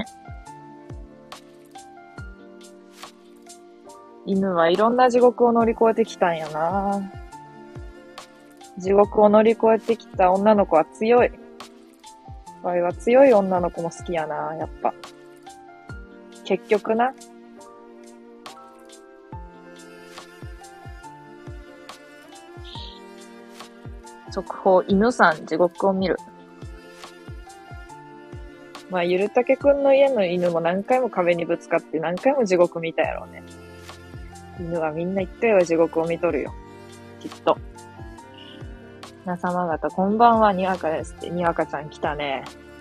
犬はいろんな地獄を乗り越えてきたんやな。地獄を乗り越えてきた女の子は強い。わいは強い女の子も好きやな、やっぱ。結局な。速報、犬さん地獄を見る。まあ、ゆるたけくんの家の犬も何回も壁にぶつかって何回も地獄見たやろうね。犬はみんな一回は地獄を見とるよ。きっと。皆様方、こんばんは、にわかですって。にわかちゃん来たね。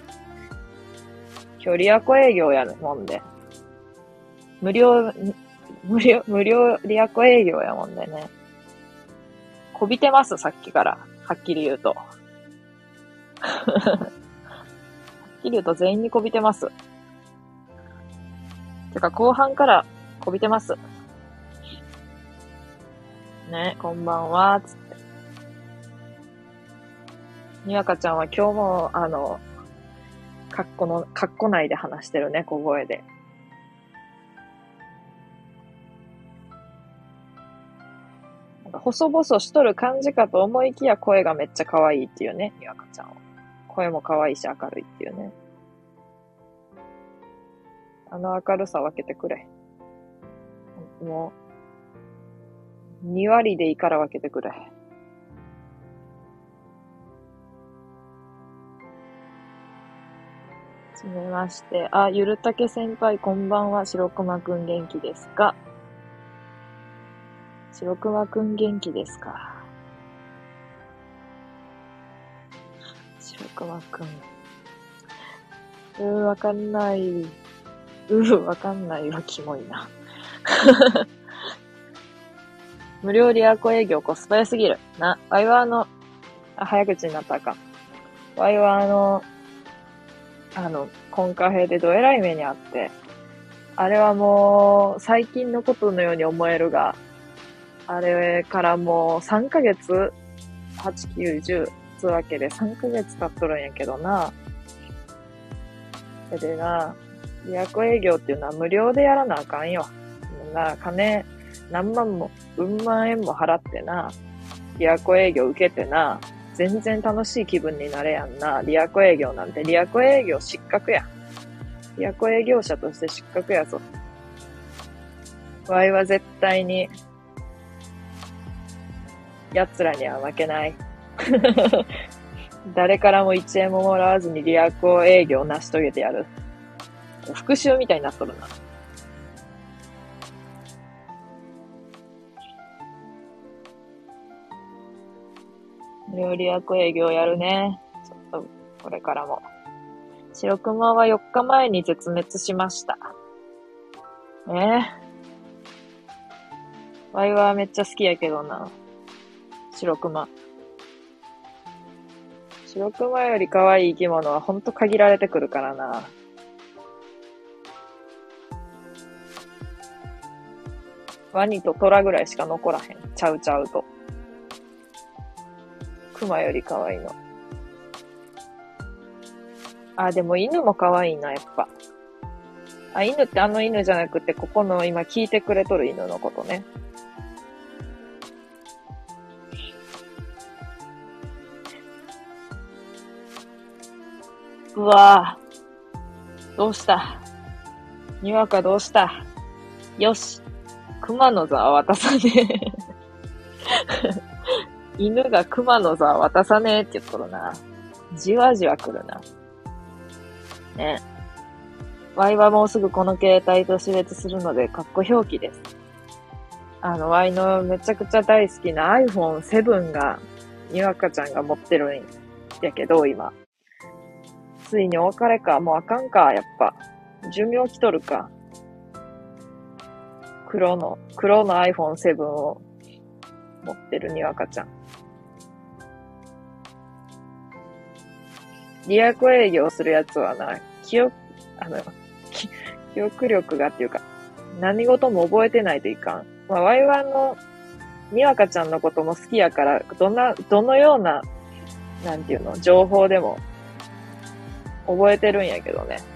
今日リアコ営業やるもんで。無料、無料、無料リアコ営業やもんでね。こびてます、さっきから。はっきり言うと。はっきり言うと全員にこびてます。てか、後半からこびてます。ね、こんばんは、つって。にわかちゃんは今日も、あの、カッコの、カッコ内で話してるね、小声で。なんか細々しとる感じかと思いきや声がめっちゃ可愛いっていうね、にわかちゃんは。声も可愛いし明るいっていうね。あの明るさ分けてくれ。もう、に割でいいから分けてくれ。はじめまして。あ、ゆるたけ先輩こんばんは。白熊くん元気ですか？白熊くん元気ですか？白熊くん。うー、わかんない。うー、わかんないわ、キモいな。無料リアコ営業コスパ良すぎる。な、ワイはあの、あ、早口になったらあかん。ワイはあの、あの、コンカフェでどえらい目にあって、あれはもう、最近のことのように思えるが、あれからもうさんかげつ、はち、きゅう、じゅうつうわけでさんかげつ経っとるんやけどな。それでな、リアコ営業っていうのは無料でやらなあかんよ。な、金、何万も、うん万円も払ってな、リアコ営業受けてな、全然楽しい気分になれやんな。リアコ営業なんて、リアコ営業失格や。リアコ営業者として失格やぞ。ワイは絶対に、奴らには負けない。誰からもいちえんももらわずにリアコ営業を成し遂げてやる。復讐みたいになっとるな。無料リアコ営業やるね。ちょっと、これからも。白熊はよっかまえに絶滅しました。ねえ。ワイはめっちゃ好きやけどな。白熊。白熊より可愛い生き物はほんと限られてくるからな。ワニとトラぐらいしか残らへん。ちゃうちゃうと。熊より可愛いの。あ、でも犬も可愛いな、やっぱ。あ、犬ってあの犬じゃなくて、ここの今聞いてくれとる犬のことね。うわぁ。どうしたにわかどうしたよし。熊の座は渡さねえ。犬が熊の座は渡さねえって言っとるな。じわじわ来るな。ね。ワイはもうすぐこの携帯と死別するので、カッコ表記です。あの、ワイのめちゃくちゃ大好きな アイフォンセブン が、にわかちゃんが持ってるんやけど、今。ついにお別れか。もうあかんか、やっぱ。寿命来とるか。黒の、黒の アイフォンセブン を持ってるにわかちゃん。リアコ営業するやつはな、記憶、あの、記憶力がっていうか、何事も覚えてないといかん。まあ、ワイワンのにわかちゃんのことも好きやから、どんな、どのようななんていうの、情報でも覚えてるんやけどね。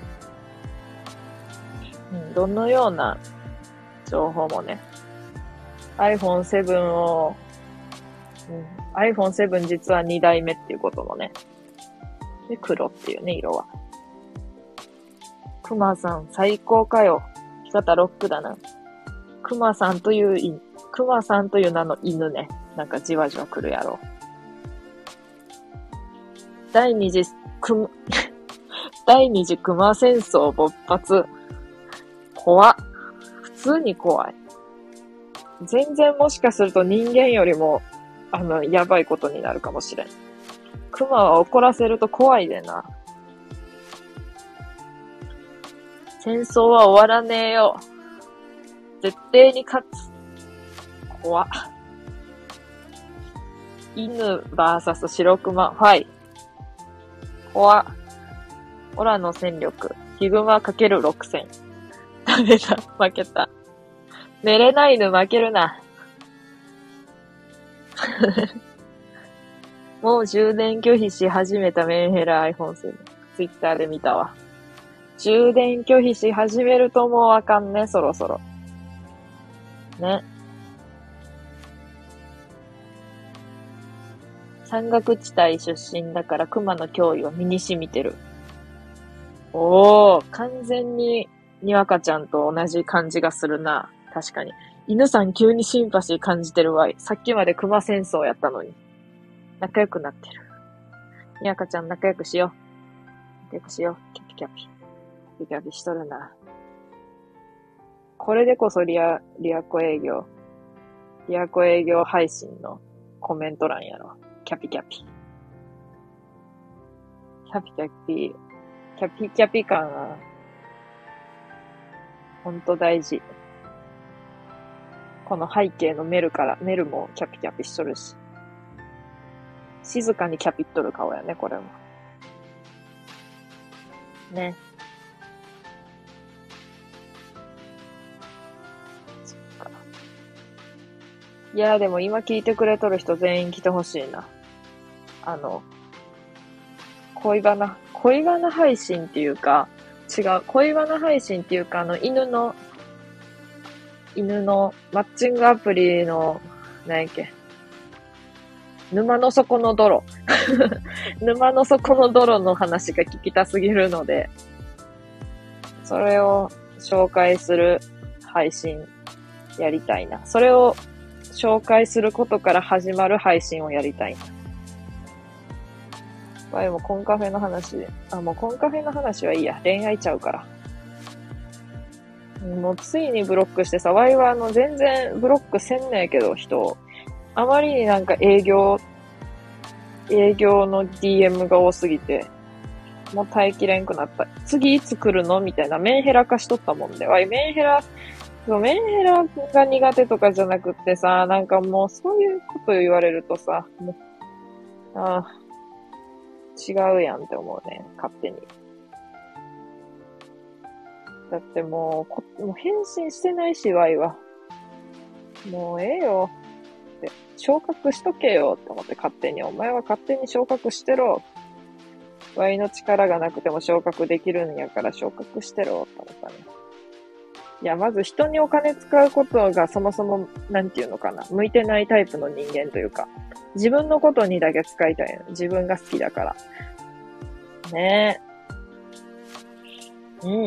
うん、どのような情報もね。アイフォンセブン を、うん、アイフォンセブン 実はにだいめっていうこともね。で、黒っていうね、色は。クマさん、最高かよ。着方ロックだな。クマさんという、クマさんという名の犬ね。なんかじわじわ来るやろ。第二次、ク第二次クマ戦争勃発。怖っ。普通に怖い。全然もしかすると人間よりも、あの、やばいことになるかもしれん。クマは怒らせると怖いでな。戦争は終わらねえよ。絶対に勝つ。怖っ。犬 ブイエス 白熊ファイ。怖っ。オラの戦力。ヒグマ かけるろくせん。ダメだ。負けた。寝れない犬負けるな。もう充電拒否し始めたメンヘラ アイフォンセブン。ツイッターで見たわ。充電拒否し始めるともうあかんね、そろそろ。ね。山岳地帯出身だから熊の脅威は身に染みてる。おー、完全ににわかちゃんと同じ感じがするな。確かに。犬さん急にシンパシー感じてるわい。さっきまで熊戦争やったのに。仲良くなってる。にわかちゃん仲良くしよう。仲良くしよう。キャピキャピ。キャピキャピしとるな。これでこそリア、リアコ営業。リアコ営業配信のコメント欄やろ。キャピキャピ。キャピキャピ。キャピキャピ感は、ほんと大事。この背景のメルから、メルもキャピキャピしとるし。静かにキャピっとる顔やね、これも。ね。そっか。いや、でも今聞いてくれとる人全員来てほしいな。あの、恋バナ、恋バナ配信っていうか、違う、恋バナ配信っていうか、あの、犬の、犬のマッチングアプリの、何やっけ、沼の底の泥。沼の底の泥の話が聞きたすぎるので、それを紹介する配信やりたいな。それを紹介することから始まる配信をやりたいな。わいもコンカフェの話で。あ、もうコンカフェの話はいいや。恋愛ちゃうから。もうついにブロックしてさ、ワイはあの全然ブロックせんねえけど、人を。あまりになんか営業、営業の ディーエム が多すぎて、もう耐えきれんくなった。次いつ来るのみたいなメンヘラ化しとったもんで。わい、メンヘラ、メンヘラが苦手とかじゃなくってさ、なんかもうそういうこと言われるとさ、もう、ああ、違うやんって思うね、勝手に。だってもう、こもう返信してないし、ワイは。もうええよって、昇格しとけよって思って勝手に。お前は勝手に昇格してろ。ワイの力がなくても昇格できるんやから昇格してろって思ったね。いや、まず人にお金使うことがそもそも、なんていうのかな、向いてないタイプの人間というか、自分のことにだけ使いたいの。自分が好きだから。ねえ。うん。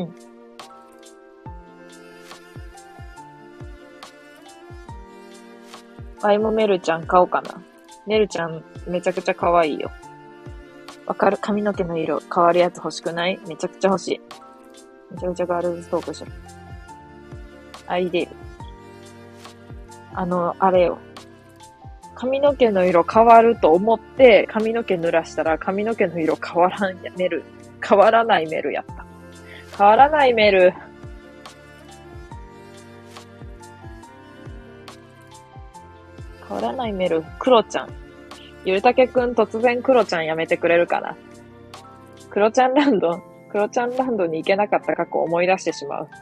ワイもメルちゃん買おうかな。メルちゃんめちゃくちゃ可愛いよ。わかる？髪の毛の色変わるやつ欲しくない？めちゃくちゃ欲しい。めちゃくちゃガールズトークしてる。アイデル。あの、あれよ。髪の毛の色変わると思って髪の毛濡らしたら髪の毛の色変わらんや、メル。変わらないメルやった。変わらないメル。変わらないメル。クロちゃん。ゆるたけくん突然クロちゃんやめてくれるかな。クロちゃんランド、クロちゃんランドに行けなかった過去を思い出してしまう。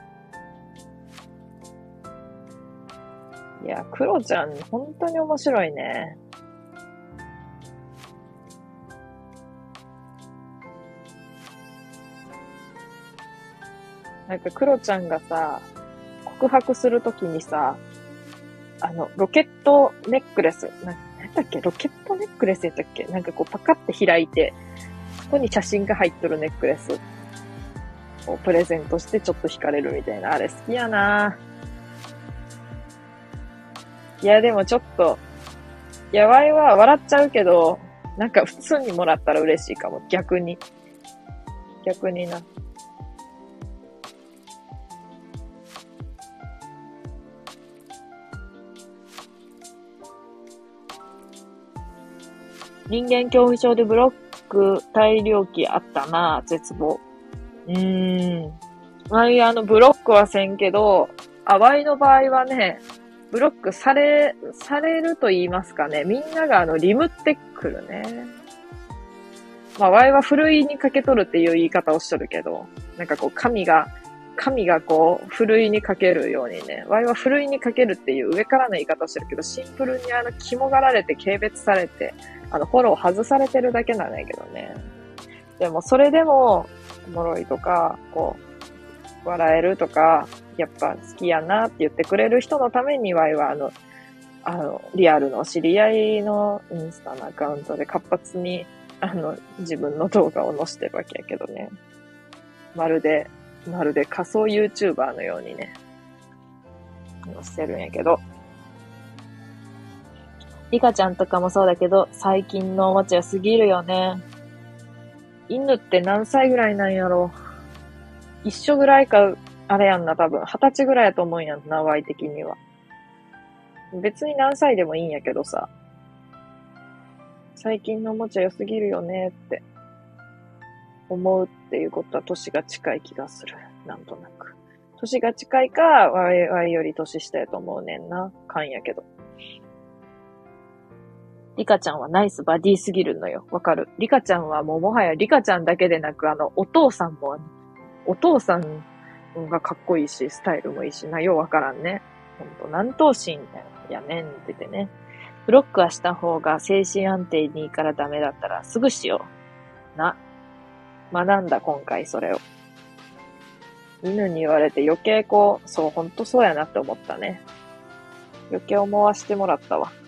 いや、クロちゃん本当に面白いね。 なんかクロちゃんがさ、告白するときにさ、あの、ロケットネックレス、な、なんだっけ、ロケットネックレスやったっけ、なんかこうパカって開いて、そこに写真が入っとるネックレスをプレゼントしてちょっと惹かれるみたいな、あれ好きやな。いや、でもちょっと、やばいは笑っちゃうけど、なんか普通にもらったら嬉しいかも、逆に。逆にな。人間恐怖症でブロック大量期あったな、絶望。うーん。まあ、いや、あの、ブロックはせんけど、あわいの場合はね、ブロックされ、されると言いますかね、みんながあの、リムってくるね。まあ、わいはふるいにかけとるっていう言い方をしとるけど、なんかこう、神が、神がこう、ふるいにかけるようにね、わいはふるいにかけるっていう上からの言い方をしてるけど、シンプルにあの、肝がられて軽蔑されて、あの、フォロー外されてるだけなんだけどね。でも、それでも、おもろいとか、こう、笑えるとか、やっぱ好きやなって言ってくれる人のために、わいはあの、あの、リアルの知り合いのインスタのアカウントで活発に、あの、自分の動画を載せてるわけやけどね。まるで、まるで仮想 YouTuber のようにね、載せてるんやけど。リカちゃんとかもそうだけど、最近のおもちゃすぎるよね。犬って何歳ぐらいなんやろ。一緒ぐらいか、あれやんな、多分。二十歳ぐらいやと思うんやんな、ワイ的には。別に何歳でもいいんやけどさ。最近のおもちゃ良すぎるよねって思うっていうことは年が近い気がする。なんとなく。年が近いか、ワイ、ワイより年下やと思うねんな。勘やけど。リカちゃんはナイスバディすぎるのよ。わかる。リカちゃんはもうもはやリカちゃんだけでなく、あの、お父さんも、お父さんがかっこいいし、スタイルもいいしな、ようわからんね。ほんと、南東心やねんっててね。ブロックはした方が精神安定にいいからダメだったらすぐしよう。な。学んだ今回それを。犬に言われて余計こう、そう、ほんとそうやなって思ったね。余計思わせてもらったわ。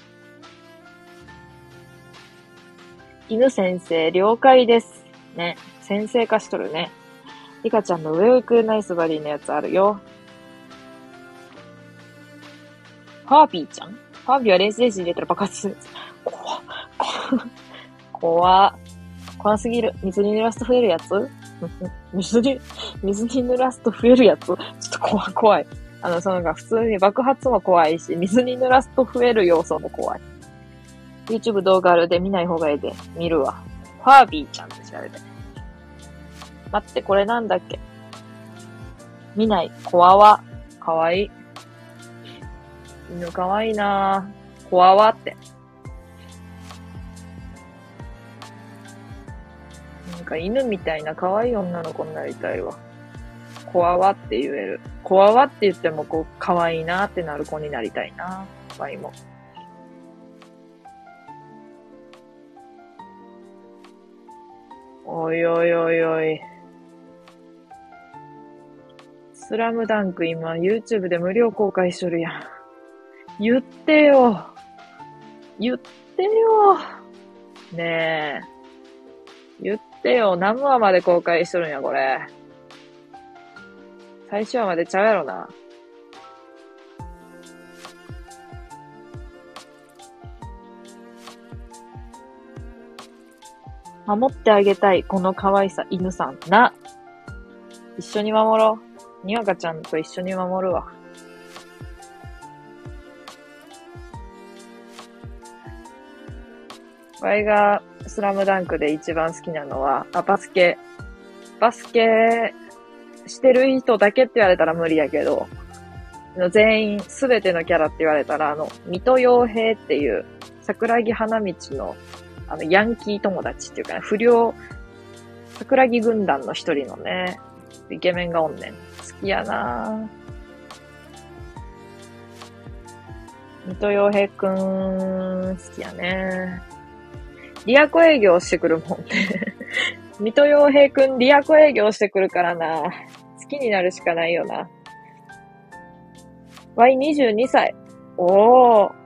犬先生、了解です。ね。先生化しとるね。リカちゃんの上を行くナイスバディのやつあるよ。ハービーちゃんハービーはレースレース入れたら爆発する。怖っ。怖っ。怖すぎる。水に濡らすと増えるやつ水に、水に濡らすと増えるやつちょっと怖い、怖い。あの、そのが普通に爆発も怖いし、水に濡らすと増える要素も怖い。YouTube 動画あるで見ない方がいいで。見るわ。ファービーちゃんって調べて。待って、これなんだっけ見ない。コアワ。かわいい。犬かわいいなぁ。コアワって。なんか犬みたいな可愛い女の子になりたいわ。コアワって言える。コアワって言ってもこう、可愛いなってなる子になりたいな。ワイも。おいおいおいおい。スラムダンク今 YouTube で無料公開しとるやん。言ってよ。言ってよ。ねえ。言ってよ。何話まで公開しとるんや、これ。最終話までちゃうやろな。守ってあげたい、この可愛さ、犬さん。な。一緒に守ろう。にわかちゃんと一緒に守るわ。わいがスラムダンクで一番好きなのは、あ、バスケ。バスケしてる人だけって言われたら無理やけど、全員、すべてのキャラって言われたら、あの、水戸洋平っていう、桜木花道の、あの、ヤンキー友達っていうかね、不良、桜木軍団の一人のね、イケメンがおんねん。好きやなぁ。水戸洋平くん、好きやね。リアコ営業してくるもんね。水戸洋平くんリアコ営業してくるからな。好好きになるしかないよな。ワイにじゅうにさい。おー。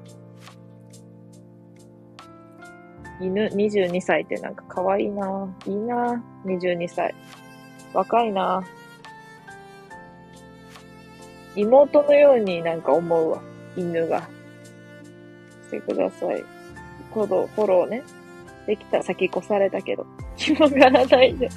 犬にじゅうにさいってなんか可愛いな。いいな。にじゅうにさい。若いな。妹のようになんか思うわ。犬が。してください。フォロー、フォローね。できた。先越されたけど。広がらないで。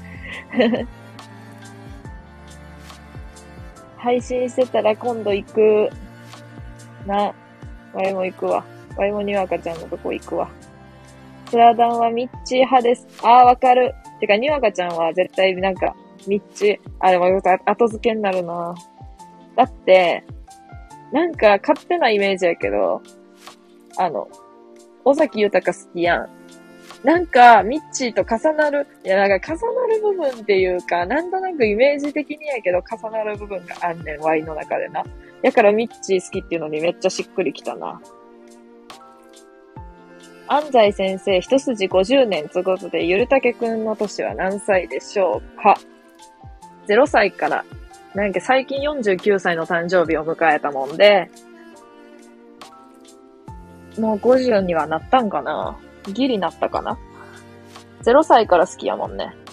配信してたら今度行く。な。ワイも行くわ。ワイもにわかちゃんのとこ行くわ。スラダンはミッチー派です。あー、わかる。てか、にわかちゃんは絶対なんか、ミッチー、あ、でも後付けになるな。だって、なんか勝手なイメージやけど、あの、尾崎豊好きやん。なんか、ミッチーと重なる、いや、なんか重なる部分っていうか、なんとなくイメージ的にやけど重なる部分があんねん、ワイの中でな。だからミッチー好きっていうのにめっちゃしっくりきたな。安西先生、一筋ごじゅうねんということで、ゆるたけくんの年は何歳でしょうか？ ゼロ 歳から、なんか最近よんじゅうきゅうさいの誕生日を迎えたもんで、もうごじゅうにはなったんかな？ギリなったかな？ ゼロ 歳から好きやもんね。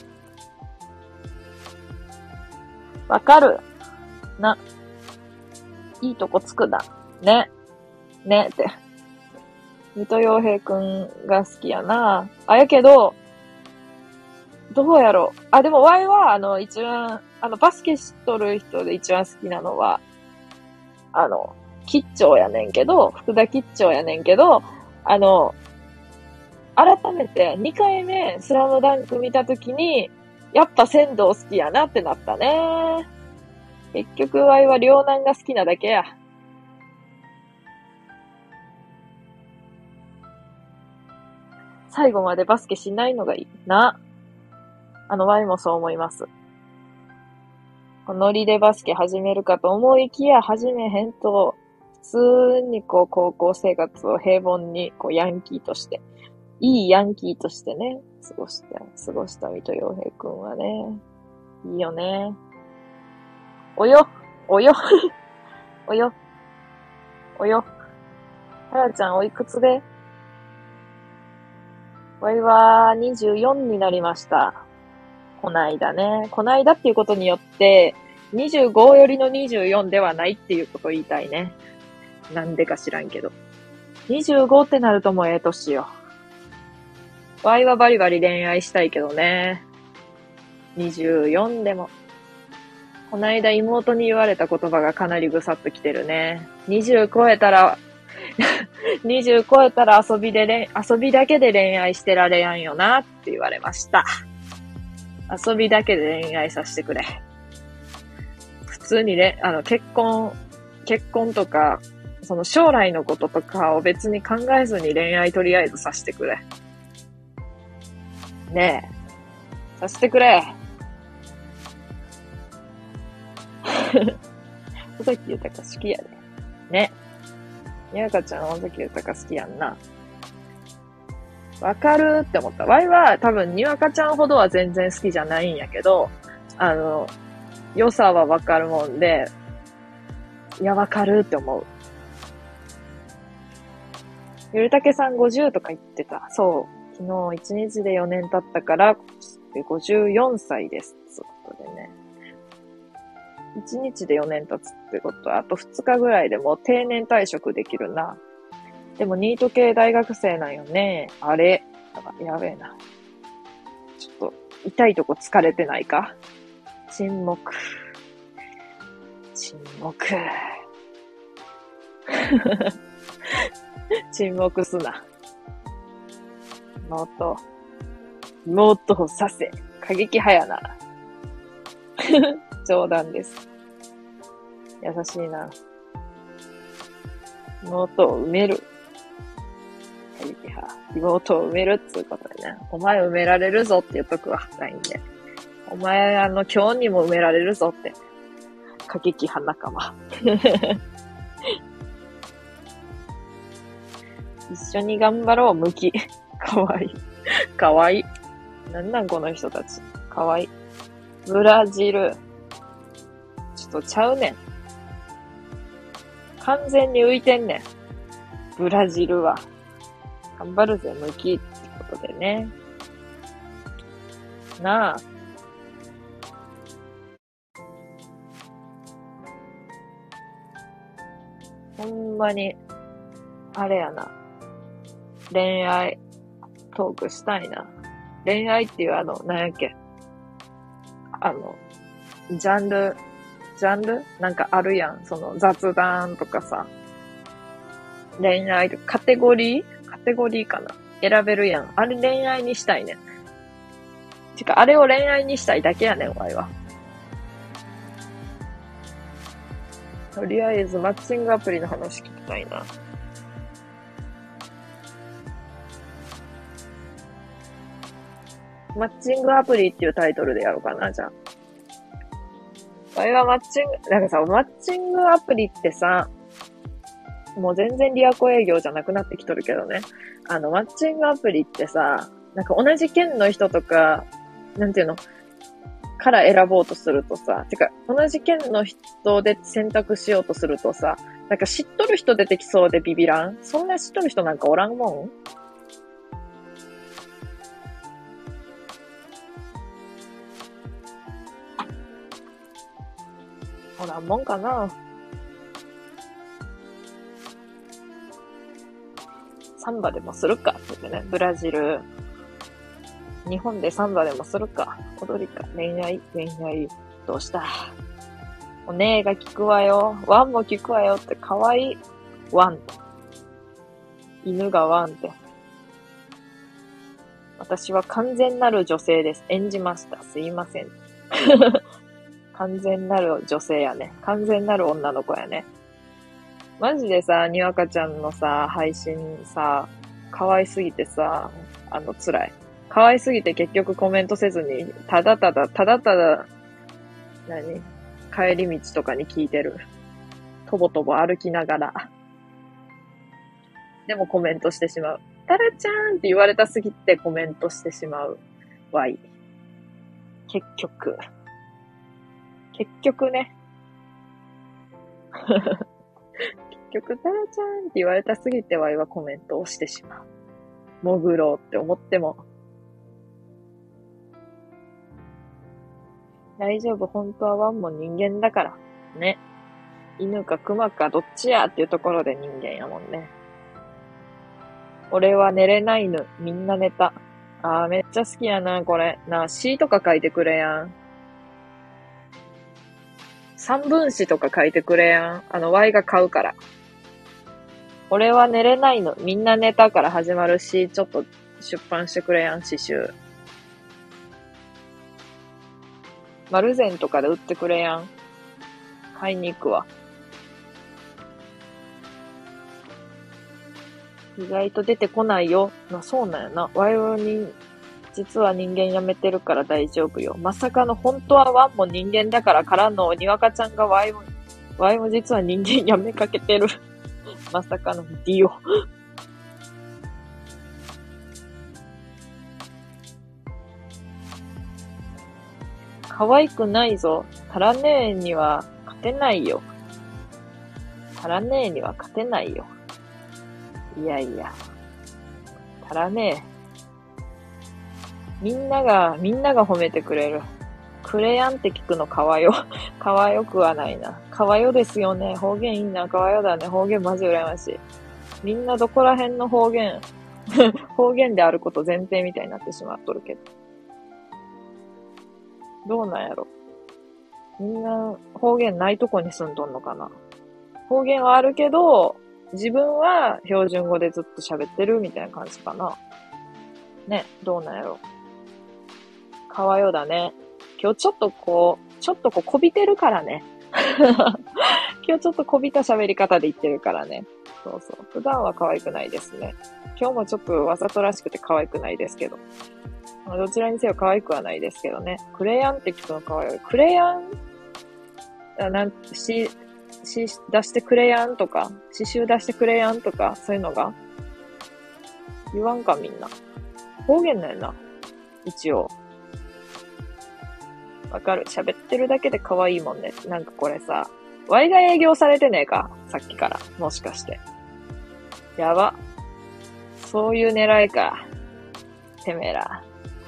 わかる。な。いいとこつくな。ね。ねって。水戸洋平くんが好きやな。あ、やけど、どうやろう。あ、でも、ワイは、あの、一番、あの、バスケしとる人で一番好きなのは、あの、吉兆やねんけど、福田吉兆やねんけど、あの、改めてにかいめスラムダンク見たときに、やっぱ仙道好きやなってなったね。結局、ワイは両南が好きなだけや。最後までバスケしないのがいいな。あの、ワイもそう思います。ノリでバスケ始めるかと思いきや始めへんと、普通にこう高校生活を平凡にこうヤンキーとして、いいヤンキーとしてね、過ごした、過ごした水戸洋平くんはね、いいよね。およ、およ、およ、およ、はやちゃんおいくつで？わいはにじゅうよんになりました。こないだね。こないだっていうことによって、にじゅうごよりのにじゅうよんではないっていうことを言いたいね。なんでか知らんけど。にじゅうごってなるともうええ年よ。わいはバリバリ恋愛したいけどね。にじゅうよんでも。こないだ妹に言われた言葉がかなりぐさっときてるね。にじゅう超えたら、にじゅう超えたら遊びで遊びだけで恋愛してられやんよなって言われました。遊びだけで恋愛させてくれ。普通にね、あの、結婚、結婚とか、その将来のこととかを別に考えずに恋愛とりあえずさせてくれ。ねえ。させてくれ。尾崎豊好きやで。ね。にわかちゃん尾崎豊好きやんな。わかるって思った。ワイは多分にわかちゃんほどは全然好きじゃないんやけど、あの、良さはわかるもんで、いや、わかるって思う。ゆるたけさんごじゅうとか言ってた。そう。昨日いちにちでよねん経ったから、ごじゅうよんさいです。ということでね。いちにちでよねん経つってことは、あとふつかぐらいでもう定年退職できるな。でもニート系大学生なんよね。あれやべえな。ちょっと痛いとこ疲れてないか？沈黙。沈黙。沈黙すな。妹。妹を刺せ。過激派やな。冗談です。優しいな。妹を埋める。過激派。妹を埋めるっつうことでね。お前埋められるぞって言っとくわ。ラインで。お前、あの、今日にも埋められるぞって。過激派仲間。一緒に頑張ろう、向き。かわいい。かわいい。なんなんこの人たち。かわいい。ブラジル。 とちゃうねん。完全に浮いてんねん。ブラジルは。頑張るぜ、向きってことでね。なあ。ほんまに、あれやな。恋愛、トークしたいな。恋愛っていうあの、なんやっけ。あの、ジャンル、ジャンルなんかあるやん。その雑談とかさ。恋愛とか、カテゴリーカテゴリーかな選べるやん。あれ恋愛にしたいねん。てか、あれを恋愛にしたいだけやねん、お前は。とりあえず、マッチングアプリの話聞きたいな。マッチングアプリっていうタイトルでやろうかな、じゃあ。あれはマッチング、なんかさ、マッチングアプリってさ、もう全然リアコ営業じゃなくなってきとるけどね。あの、マッチングアプリってさ、なんか同じ県の人とか、なんていうのから選ぼうとするとさ、てか、同じ県の人で選択しようとするとさ、なんか知っとる人出てきそうでビビらん？そんな知っとる人なんかおらんもん？おらんもんかな？サンバでもするかって言ってね、ブラジル。日本でサンバでもするか。踊りか。恋愛、恋愛。どうした？お姉が聞くわよ。ワンも聞くわよってかわいい。ワン。犬がワンって。私は完全なる女性です。演じました。すいません。完全なる女性やね。完全なる女の子やね。マジでさ、にわかちゃんのさ、配信さ、可愛すぎてさ、あの、辛い。可愛すぎて結局コメントせずに、ただただ、ただただ、何？帰り道とかに聞いてる。とぼとぼ歩きながら。でもコメントしてしまう。タラちゃんって言われたすぎてコメントしてしまう。わい。結局。結局ね。結局、タラちゃんって言われたすぎてわいはコメントをしてしまう。潜ろうって思っても。大丈夫、本当はワンも人間だから。ね。犬か熊かどっちやっていうところで人間やもんね。俺は寝れないぬ。みんな寝た。あー、めっちゃ好きやな、これ。なあ、詩とか書いてくれやん。三分詩とか書いてくれやん。あの、Y が買うから。俺は寝れないの。みんな寝たから始まる詩、ちょっと出版してくれやん、詩集。マルゼンとかで売ってくれやん。買いに行くわ。意外と出てこないよ。まあ、そうなんやな。ワイはに、実は人間やめてるから大丈夫よ。まさかの本当はワンも人間だからからのにわかちゃんがワイも、ワイも実は人間やめかけてる。まさかのディオ。可愛くないぞ。タラネーには勝てないよ。タラネーには勝てないよ。いやいや。タラネー。みんなが、みんなが褒めてくれる。クレヤンって聞くのかわよ。かわよくはないな。かわよですよね。方言いいな。かわよだね。方言マジ羨ましい。みんなどこら辺の方言、方言であること前提みたいになってしまっとるけど。どうなんやろ。みんな方言ないとこに住んどんのかな。方言はあるけど、自分は標準語でずっと喋ってるみたいな感じかな。ね、どうなんやろ。かわよだね。今日ちょっとこう、ちょっとこうこびてるからね。今日ちょっとこびた喋り方で言ってるからね。そうそう。普段は可愛くないですね。今日もちょっとわざとらしくて可愛くないですけど。どちらにせよ可愛くはないですけどね。クレヤンって聞くの可愛い。クレヤンあなん、し、し、出してくれやんとか、刺繍出してくれやんとか、そういうのが言わんかみんな。方言だよな。一応。 わかる。喋ってるだけで可愛いもんね。なんかこれさ、ワイが営業されてねえかさっきから。もしかして。やば。そういう狙いか。てめえら。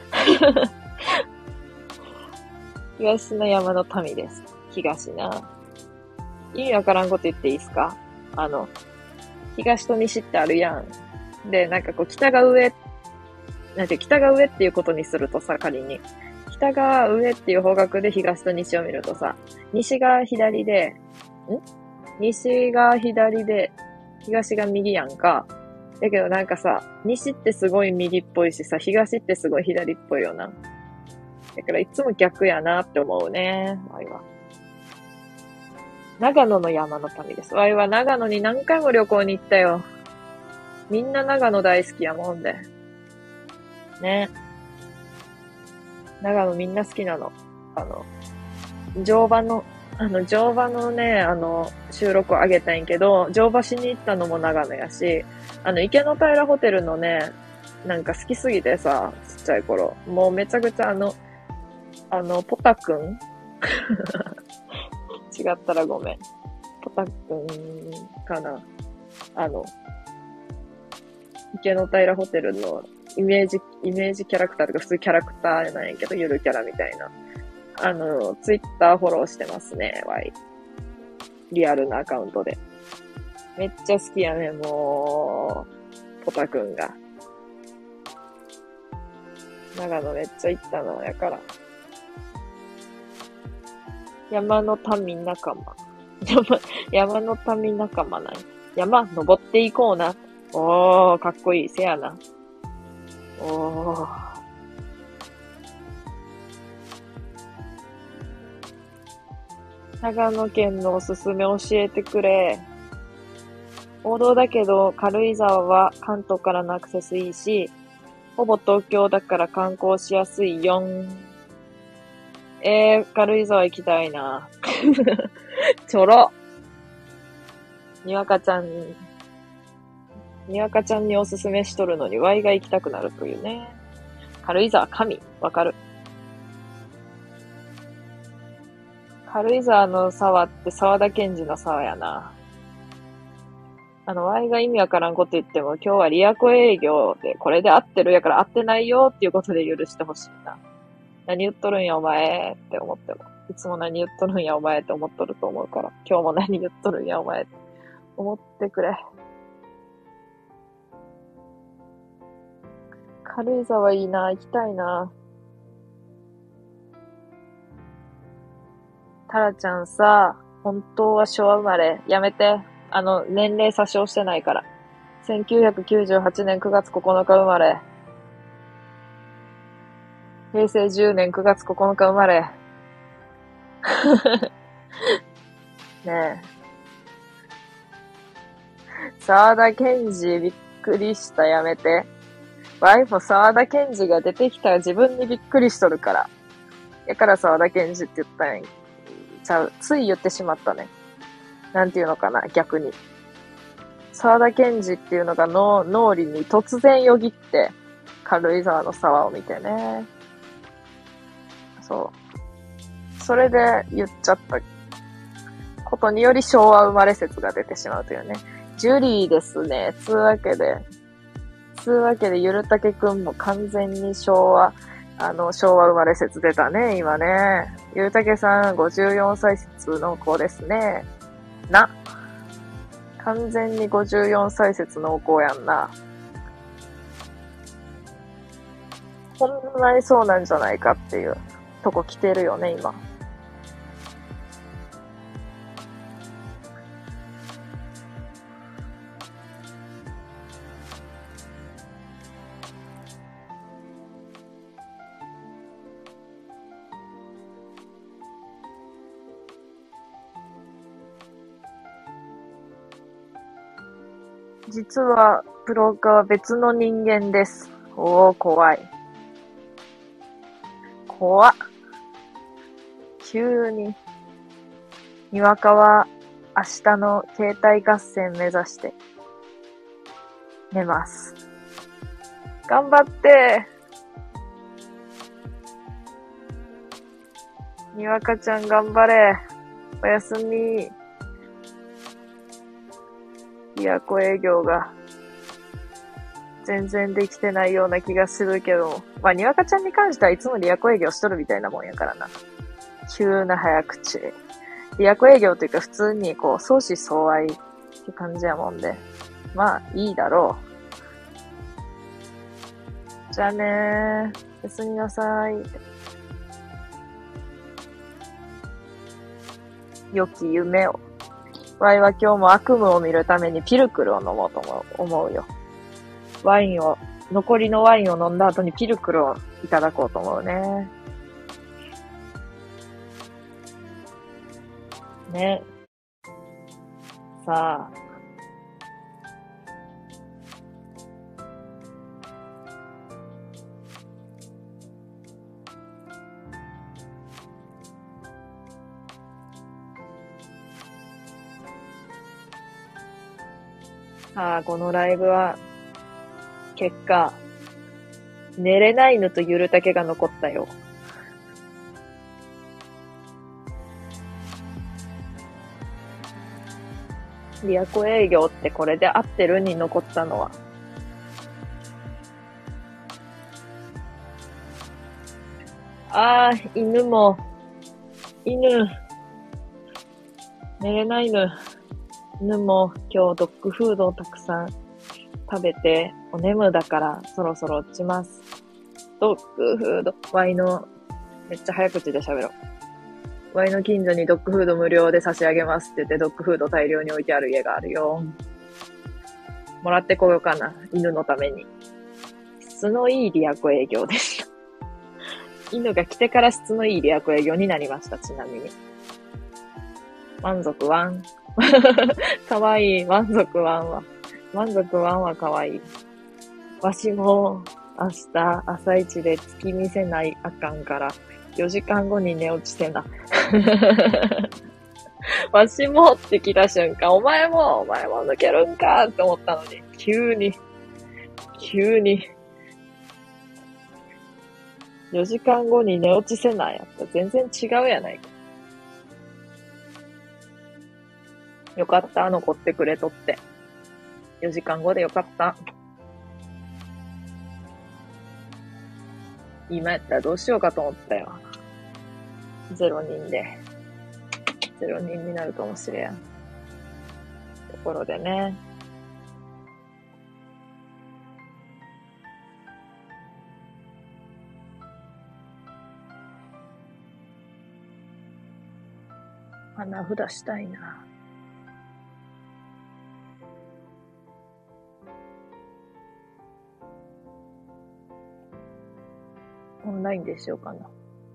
東の山の民です。東な。意味わからんこと言っていいですか？あの、東と西ってあるやん。で、なんかこう北が上、なんて北が上っていうことにするとさ、仮に。北が上っていう方角で東と西を見るとさ、西が左で、ん西が左で、東が右やんか。だけどなんかさ、西ってすごい右っぽいしさ、東ってすごい左っぽいよな。だからいつも逆やなって思うね、ワイは。長野の山の民です。ワイは長野に何回も旅行に行ったよ。みんな長野大好きやもんで。ね。長野みんな好きなの。あの、乗馬の、あの、乗馬のね、あの、収録を上げたいんけど、乗馬しに行ったのも長野やし、あの、池の平ホテルのね、なんか好きすぎてさ、ちっちゃい頃。もうめちゃくちゃあの、あの、ポタくん違ったらごめん。ポタくんかな。あの、池の平ホテルのイメージ、イメージキャラクターとか普通キャラクターなんやけど、ゆるキャラみたいな。あの、ツイッターフォローしてますね、ワイ。リアルなアカウントで。めっちゃ好きやね、もう、ポタくんが。長野めっちゃ行ったのやから。山の民仲間。山、山の民仲間なんや。山登っていこうな。おー、かっこいい。せやな。おー。長野県のおすすめ教えてくれ。王道だけど、軽井沢は関東からのアクセスいいし、ほぼ東京だから観光しやすいよん。えー、軽井沢行きたいな。ちょろ。にわかちゃん、にわかちゃんにおすすめしとるのに、ワイが行きたくなるというね。軽井沢神。わかる。軽井沢の沢って沢田研二の沢やな。あの、ワイが意味わからんこと言っても、今日はリアコ営業で、これで合ってるやから合ってないよっていうことで許してほしいな。何言っとるんやお前って思っても。いつも何言っとるんやお前って思っとると思うから。今日も何言っとるんやお前って思ってくれ。軽井沢いいな、行きたいな。タラちゃんさ、本当は昭和生まれ。やめて。あの、年齢詐称してないから。せんきゅうひゃくきゅうじゅうはちねんくがつここのか生まれ。へいせいじゅうねんくがつここのか生まれ。ねえ。沢田研二びっくりした。やめて。ワイも沢田研二が出てきたら自分にびっくりしとるから。やから沢田研二って言ったんや。ちゃう。つい言ってしまったね。なんていうのかな、逆に。沢田研二っていうのがの脳裏に突然よぎって、軽井沢の沢を見てね。そう。それで言っちゃったことにより昭和生まれ説が出てしまうというね。ジュリーですね。つうわけで、つうわけでゆるたけくんも完全に昭和、あの、昭和生まれ説出たね、今ね。ゆうたけさんごじゅうよんさい説の子ですね。な。完全にごじゅうよんさい説濃厚やんな。ほんまにそうなんじゃないかっていうとこ来てるよね、今。実は、ブロガーは別の人間です。おー、怖い。怖っ。急に。にわかは明日の携帯合戦目指して寝ます。頑張って。 にわかちゃん頑張れ。おやすみ。リアコ営業が全然できてないような気がするけど、まあ、にわかちゃんに関してはいつもリアコ営業しとるみたいなもんやからな。急な早口。リアコ営業というか普通にこう、相思相愛って感じやもんで。まあ、いいだろう。じゃあねー。おやすみなさい。良き夢を。ワイは今日も悪夢を見るためにピルクルを飲もうと思うよ。ワインを、残りのワインを飲んだ後にピルクルをいただこうと思うね。ね。さあ。さあ、このライブは、結果、寝れないのとゆるたけが残ったよ。リアコ営業ってこれで合ってるに残ったのは。ああ、犬も、犬、寝れないぬ。犬も今日ドッグフードをたくさん食べて、お眠だからそろそろ落ちます。ドッグフード、ワイの、めっちゃ早口で喋ろう。ワイの近所にドッグフード無料で差し上げますって言ってドッグフード大量に置いてある家があるよ。もらってこようかな、犬のために。質のいいリアコ営業でした。犬が来てから質のいいリアコ営業になりました、ちなみに。満足ワン。かわいい、満足ワンは。満足ワンはかわいい。わしも明日朝一で月見せないあかんからよじかんごに寝落ちせな。わしもって来た瞬間、お前も、お前も抜けるんかって思ったのに、急に、急に、よじかんごに寝落ちせなやったら全然違うやないか。よかった、残ってくれとって。よじかんごでよかった。今やったらどうしようかと思ったよ。ゼロにんで。ゼロにんになるかもしれん。ところでね。花札したいな。オンラインでしようかな。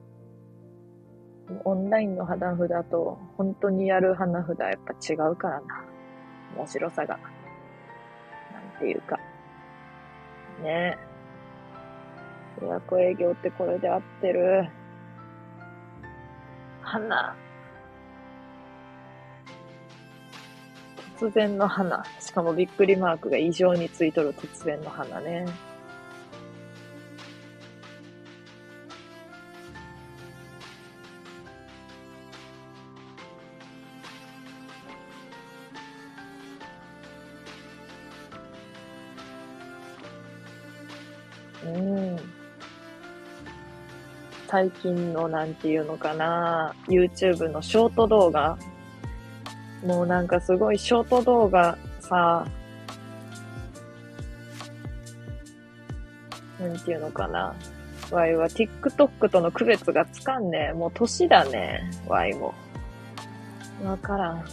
オンラインの花札と本当にやる花札やっぱ違うからな。面白さが。なんていうか。ねえ。予約営業ってこれで合ってる。花。突然の花。しかもびっくりマークが異常についとる突然の花ね。うん。最近のなんていうのかな、YouTube のショート動画。もうなんかすごいショート動画さ、なんていうのかな。ワイは TikTok との区別がつかんねえ。もう年だね。ワイも。わからん。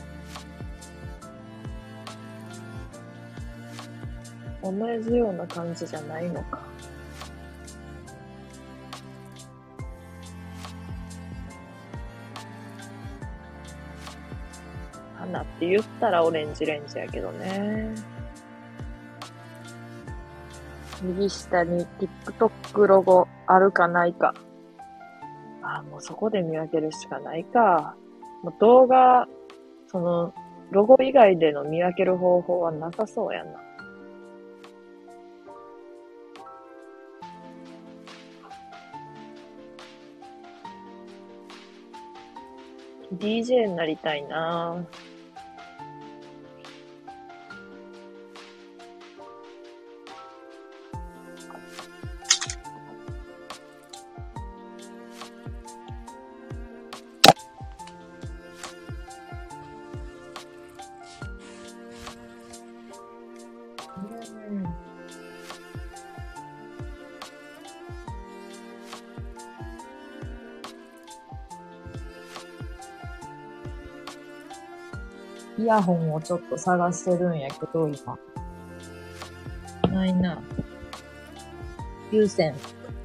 同じような感じじゃないのか。花って言ったらオレンジレンジやけどね。右下に TikTok ロゴあるかないか。あ、もうそこで見分けるしかないか。もう動画、その、ロゴ以外での見分ける方法はなさそうやな。 ディージェー になりたいな。イヤホンをちょっと探してるんやけど、今。ないな。有線。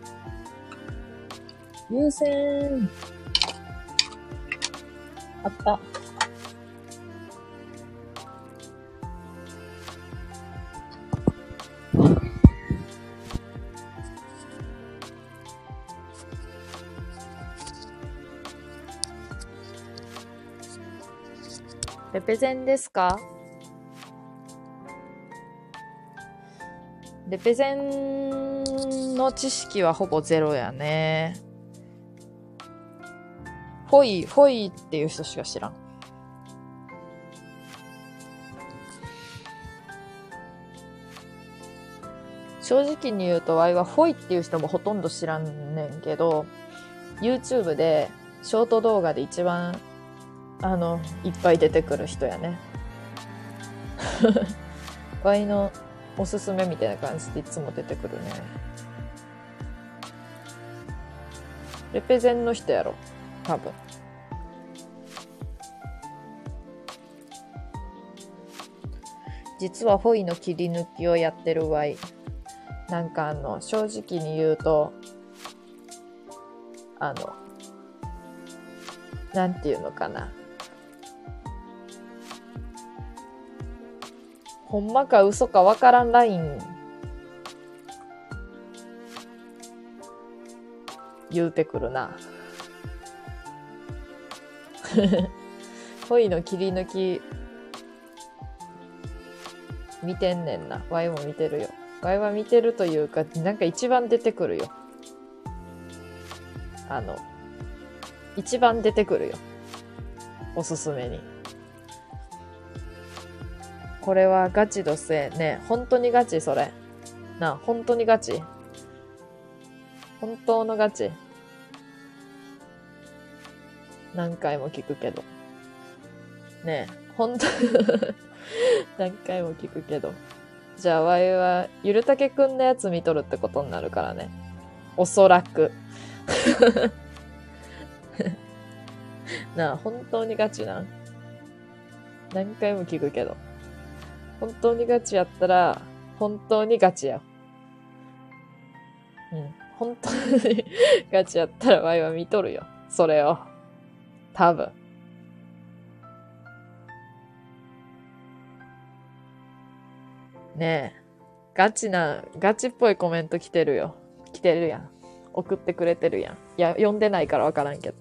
有線。あった。レペゼンですか？レペゼンの知識はほぼゼロやね。フォイ、フォイっていう人しか知らん。正直に言うと、ワイはフォイっていう人もほとんど知らんねんけど、YouTube でショート動画で一番あのいっぱい出てくる人やね。ワイのおすすめみたいな感じでいつも出てくるね。レペゼンの人やろ、多分。実はフォイの切り抜きをやってるワイ。なんかあの、正直に言うと、あの、なんていうのかな。ほんまか嘘かわからんライン言うてくるな。フォイの切り抜き見てんねんな。ワイも見てるよ。ワイは見てるというか、なんか一番出てくるよ。あの、一番出てくるよ。おすすめに。これはガチどせ。ね、本当にガチそれ。な、本当にガチ。本当のガチ。何回も聞くけど。ねえ、本当何回も聞くけど。じゃあ、ワイは、ゆるたけくんのやつ見とるってことになるからね。おそらく。なあ、本当にガチなん。何回も聞くけど。本当にガチやったら、本当にガチや。うん。本当にガチやったらワイは見とるよ。それを。多分。ねえ。ガチな、ガチっぽいコメント来てるよ。来てるやん。送ってくれてるやん。いや、読んでないからわからんけど。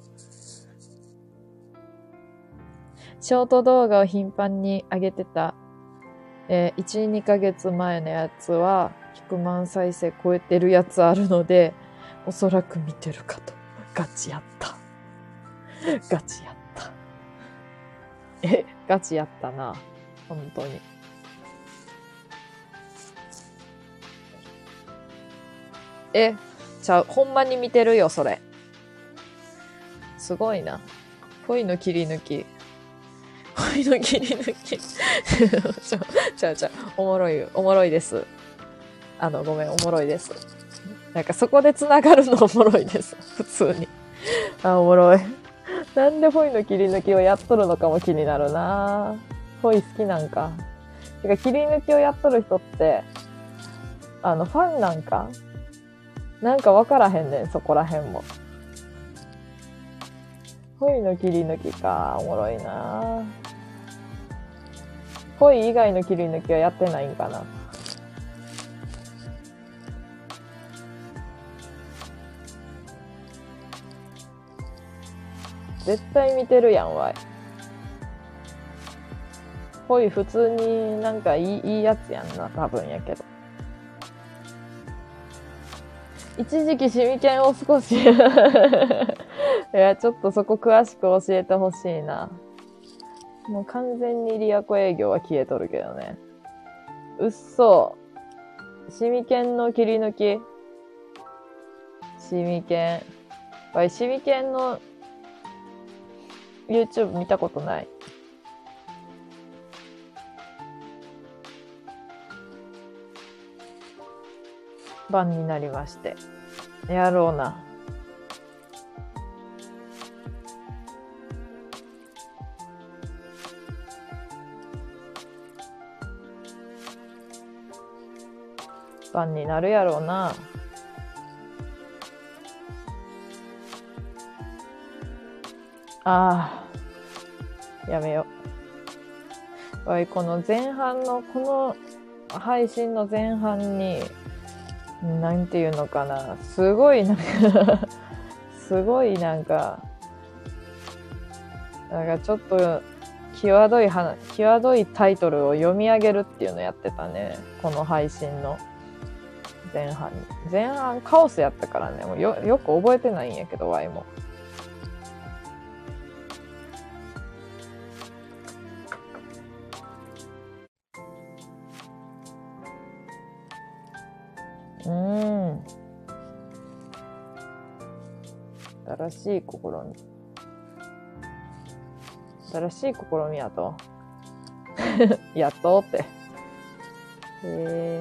ショート動画を頻繁に上げてた、えー、いち、にかげつまえのやつは、ひゃくまん再生超えてるやつあるので、おそらく見てるかと。ガチやった。ガチやった。え、ガチやったな。本当に。え、ちゃう、ほんまに見てるよ、それ。すごいな。恋の切り抜き。恋の切り抜き。ちゃう、ちゃうちゃう。おもろい、おもろいです。あの、ごめん、おもろいです。なんかそこで繋がるのおもろいです。普通に。あ、おもろい。なんで恋の切り抜きをやっとるのかも気になるな。恋好きなんか。てか、切り抜きをやっとる人って、あの、ファンなんかなんかわからへんねん、そこらへんも。恋の切り抜きか、おもろいな。恋以外の切り抜きはやってないんかな。絶対見てるやん、わい。恋普通になんかいい、いいやつやんな、多分やけど。一時期シミケンを少しいや、ちょっとそこ詳しく教えてほしいな。もう完全にリアコ営業は消えとるけどね。うっそ。シミケンの切り抜き。シミケン。わい、シミケンの YouTube 見たことない。番になりまして。やろうな。番になるやろうな。ああ、やめよう。わい、この前半の、この配信の前半に、なんていうのかな、すごいなんかすごいなんか、なんかちょっと、際どい話、際どいタイトルを読み上げるっていうのやってたね。この配信の前半に。前半カオスやったからね、もう よ, よく覚えてないんやけど、ワイも。うーん。新しい試み。新しい試みやと。やっとって。へえ。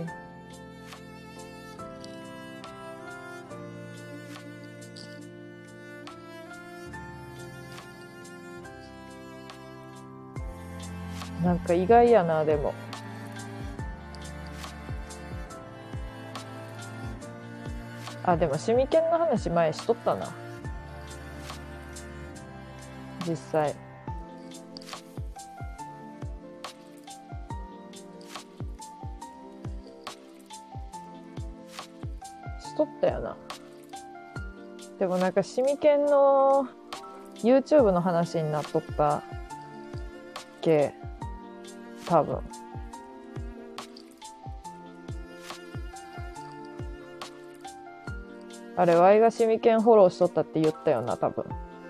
なんか意外やな、でも。あ、でもシミケンの話前しとったな。実際。しとったよな。でもなんかシミケンの YouTube の話になっとったっけ、多分。あれ、ワイがシミケンフォローしとったって言ったよな、多分。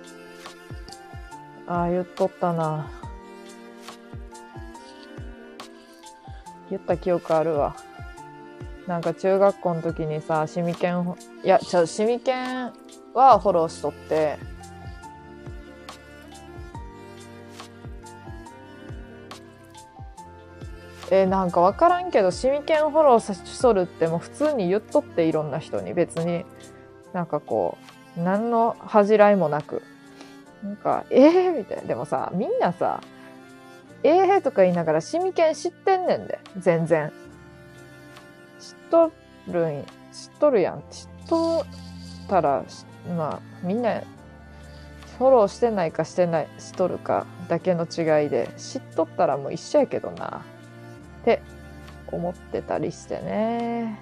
ああ、言っとったな。言った記憶あるわ。なんか中学校の時にさ、シミケン、いや、ちょ、シミケンはフォローしとって、えー、なんかわからんけど、シミケンフォローしとるってもう普通に言っとって、いろんな人に。別に、なんかこう、何の恥じらいもなく。なんか、えーみたいな。でもさ、みんなさ、えーとか言いながらシミケン知ってんねんで。全然。知っとるん、知っとるやん。知っとったら、まあ、みんな、フォローしてないかしてない、しとるかだけの違いで、知っとったらもう一緒やけどな。って思ってたりしてね。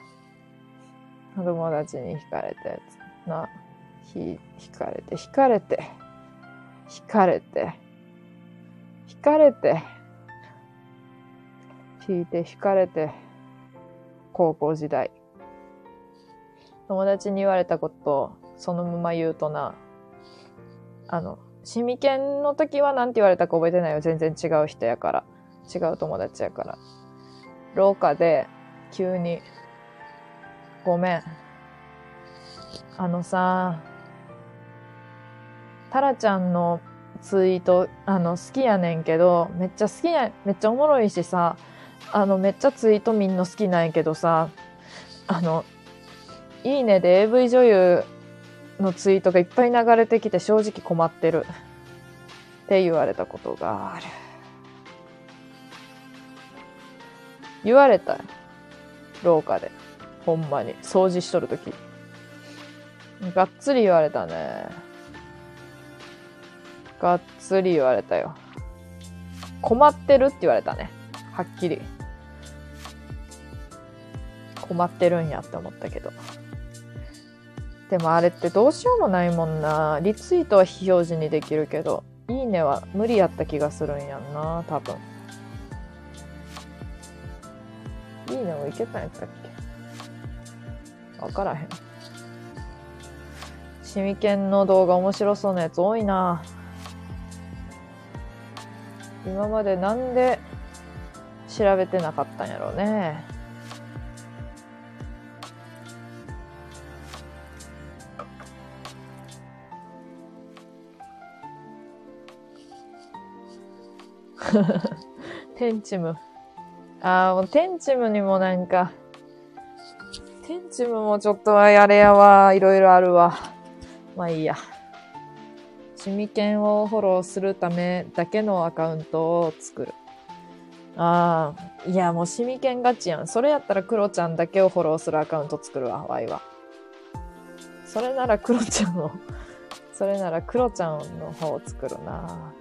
友達に惹かれたやつな。ひ、惹かれて、惹かれて、惹かれて、惹かれて、聞いて惹かれて、高校時代。友達に言われたことをそのまま言うとな、あの、シミケンの時はなんて言われたか覚えてないよ。全然違う人やから。違う友達やから。廊下で急に、ごめん。あのさ、タラちゃんのツイート、あの、好きやねんけど、めっちゃ好きや、めっちゃおもろいしさ、あの、めっちゃツイートみんな好きなんやけどさ、あの、いいねで エーブイ 女優のツイートがいっぱい流れてきて正直困ってる。って言われたことがある。言われたよ。廊下で。ほんまに。掃除しとるとき。がっつり言われたね。がっつり言われたよ。困ってるって言われたね。はっきり。困ってるんやって思ったけど。でもあれってどうしようもないもんな。リツイートは非表示にできるけど、いいねは無理やった気がするんやんな、多分。いいねもいけたんやったっけ？わからへん。 シミケンの動画面白そうなやつ多いな。今までなんで調べてなかったんやろうね。テンチム。ああ、もうテンチムにもなんか、テンチムもちょっとはやれやわ、いろいろあるわ。まあいいや。シミケンをフォローするためだけのアカウントを作る。ああ、いやもうシミケンガチやん。それやったらクロちゃんだけをフォローするアカウント作るわ、ワイは。それならクロちゃんを、それならクロちゃんの方を作るな。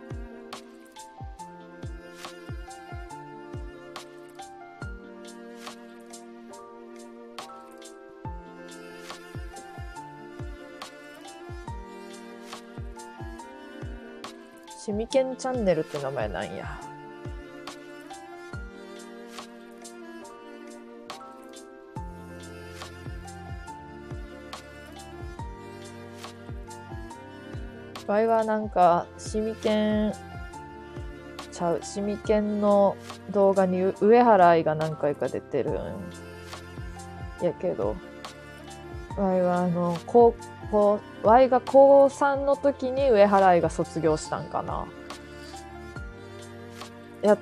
シミケンチャンネルって名前なんや。ワイはなんか、シミケン、ちゃう、シミケンの動画に上原愛が何回か出てるんやけど、ワイはあの、高校、ワイが高さんの時に上原愛が卒業したんかな。やって、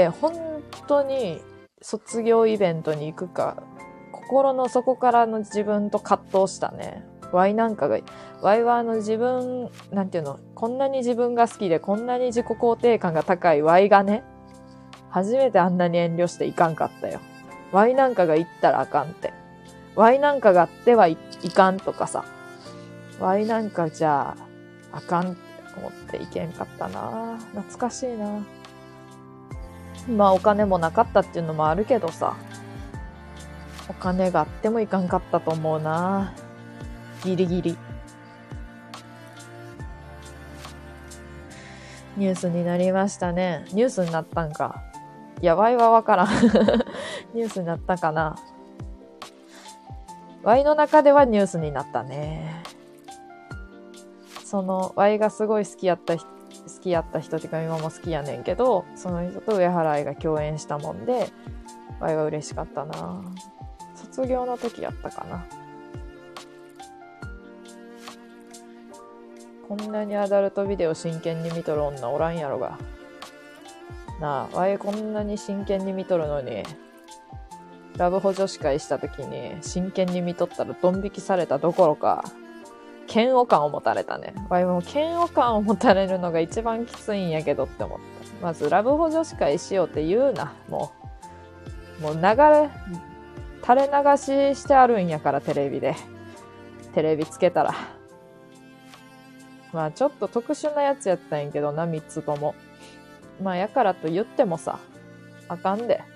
本当に卒業イベントに行くか、心の底からの自分と葛藤したね。ワイなんかが、ワイはあの自分、なんていうの、こんなに自分が好きで、こんなに自己肯定感が高いワイがね、初めてあんなに遠慮していかんかったよ。ワイなんかが行ったらあかんって。ワイなんかがあってはい、いかんとかさ。ワイなんかじゃあ、あかんって思っていけんかったな。懐かしいな。まあお金もなかったっていうのもあるけどさ。お金があってもいかんかったと思うな。ギリギリ。ニュースになりましたね。ニュースになったんか。やばいはわからん。ニュースになったかな。ワイの中ではニュースになったね。その、ワイがすごい好きやった人、好きやった人っていうか今も好きやねんけど、その人と上原愛が共演したもんで、ワイは嬉しかったな。卒業の時やったかな。こんなにアダルトビデオ真剣に見とる女おらんやろが。なあ、わいこんなに真剣に見とるのに、ラブホ女子会した時に真剣に見とったらドン引きされたどころか、嫌悪感を持たれたね。わいも嫌悪感を持たれるのが一番きついんやけどって思った。まずラブホ女子会しようって言うな、もう。もう流れ、垂れ流ししてあるんやからテレビで。テレビつけたら。まあちょっと特殊なやつやったんやけどな、三つとも。まあやからと言ってもさ、あかんで。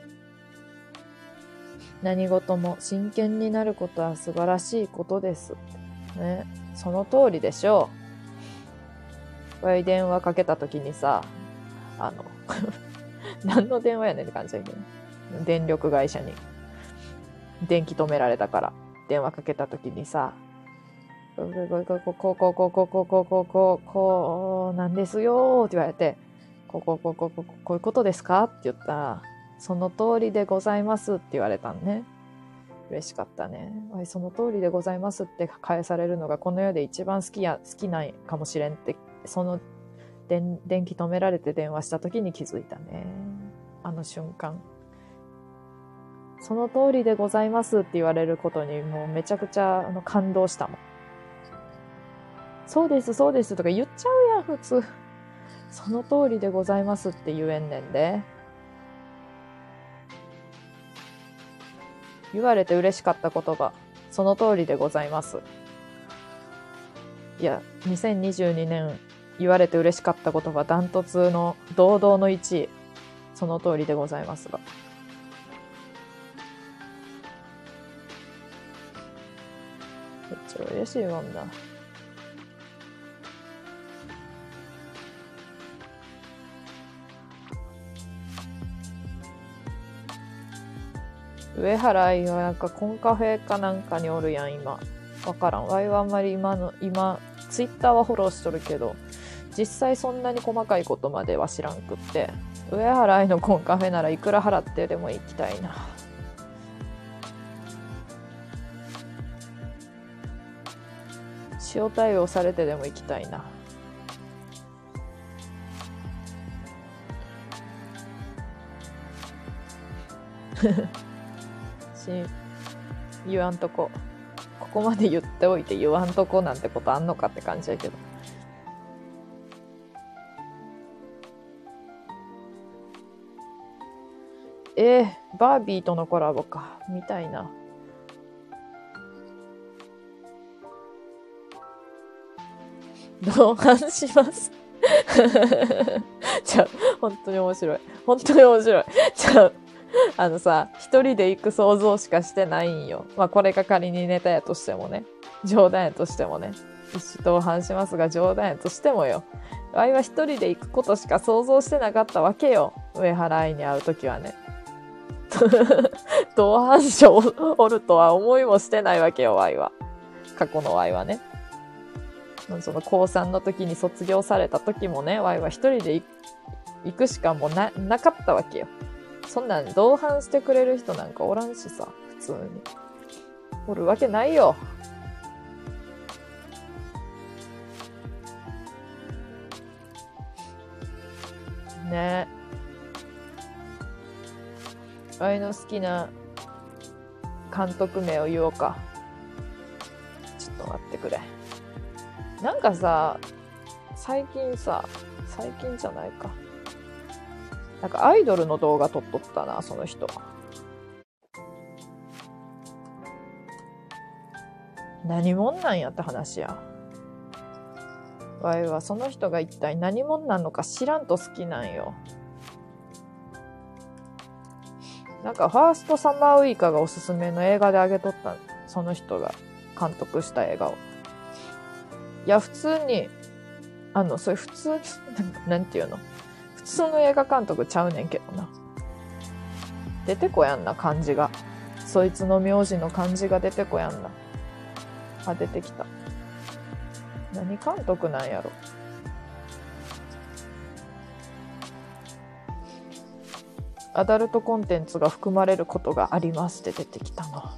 何事も真剣になることは素晴らしいことです。ね。その通りでしょう。わい電話かけたときにさ、あの、何の電話やねんって感じだけど、電力会社に。電気止められたから、電話かけたときにさ、こうこうこうこうこうこうこうこうこうこうこうこうこうなんですよって言われて、こうこうこうこうこうこういうことですかって言ったら、その通りでございますって言われたんね。嬉しかったね。その通りでございますって返されるのがこの世で一番好きや好きなんかもしれんって、その電電気止められて電話した時に気づいたね。あの瞬間。その通りでございますって言われることにもうめちゃくちゃあの感動したもん。そうです、そうですとか言っちゃうやん、普通。その通りでございますって言えんねんで。言われて嬉しかった言葉。その通りでございます。いや、にせんにじゅうにねん言われて嬉しかった言葉、ダントツの堂々のいちい。その通りでございますが。めっちゃ嬉しいもんな。上原愛はなんかコンカフェかなんかにおるやん、今。 わからん。ワイはあんまり今の、今、ツイッターはフォローしとるけど、実際そんなに細かいことまでは知らんくって、上原愛のコンカフェならいくら払ってでも行きたいな。塩対応されてでも行きたいな。し言わんとこ。ここまで言っておいて言わんとこなんてことあんのかって感じやけど。えー、バービーとのコラボか。みたいな。同伴します。じゃあ、本当に面白い。本当に面白い。じゃあ、あのさ、一人で行く想像しかしてないんよ。まあこれが仮にネタやとしてもね。冗談やとしてもね。一種同伴しますが冗談やとしてもよ。わいは一人で行くことしか想像してなかったわけよ。上原愛に会うときはね。同伴者おるとは思いもしてないわけよ、わいは。過去のわいはね。その高さんの時に卒業された時もね、わいは一人で行くしかもうな、なかったわけよ。そんなん同伴してくれる人なんかおらんしさ、普通に。おるわけないよ。ねえ。わいの好きな監督名を言おうか。ちょっと待ってくれ。なんかさ、最近さ、最近じゃないか。なんかアイドルの動画撮っとったな、その人。何者なんやって話や。わいはその人が一体何者なのか知らんと好きなんよ。なんかファーストサマーウイカがおすすめの映画であげとった、その人が監督した映画を。いや、普通に、あの、それ普通、なんていうの？普通の映画監督ちゃうねんけどな。出てこやんな、漢字が。そいつの名字の漢字が出てこやんな。あ、出てきた。何監督なんやろ。アダルトコンテンツが含まれることがありますって出てきたな。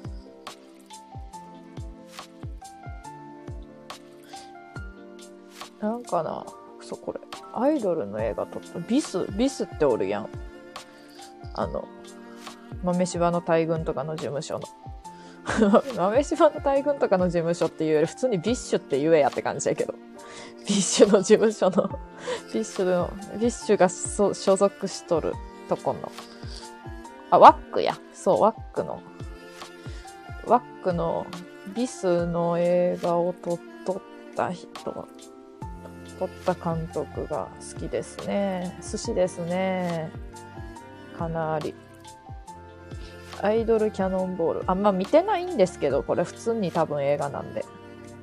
なんかな、そう、これアイドルの映画撮った。ビスビスっておるやん。あの豆柴の大群とかの事務所の豆柴の大群とかの事務所っていうより普通にビッシュって言えやって感じやけど、ビッシュの事務所のビッシュのビッシュが所属しとるとこの、あ、ワックや。そう、ワックのワックのビスの映画を撮っとった人、撮った監督が好きですね。寿司ですね。かなり。アイドルキャノンボール。あんま見てないんですけど、これ普通に多分映画なんで。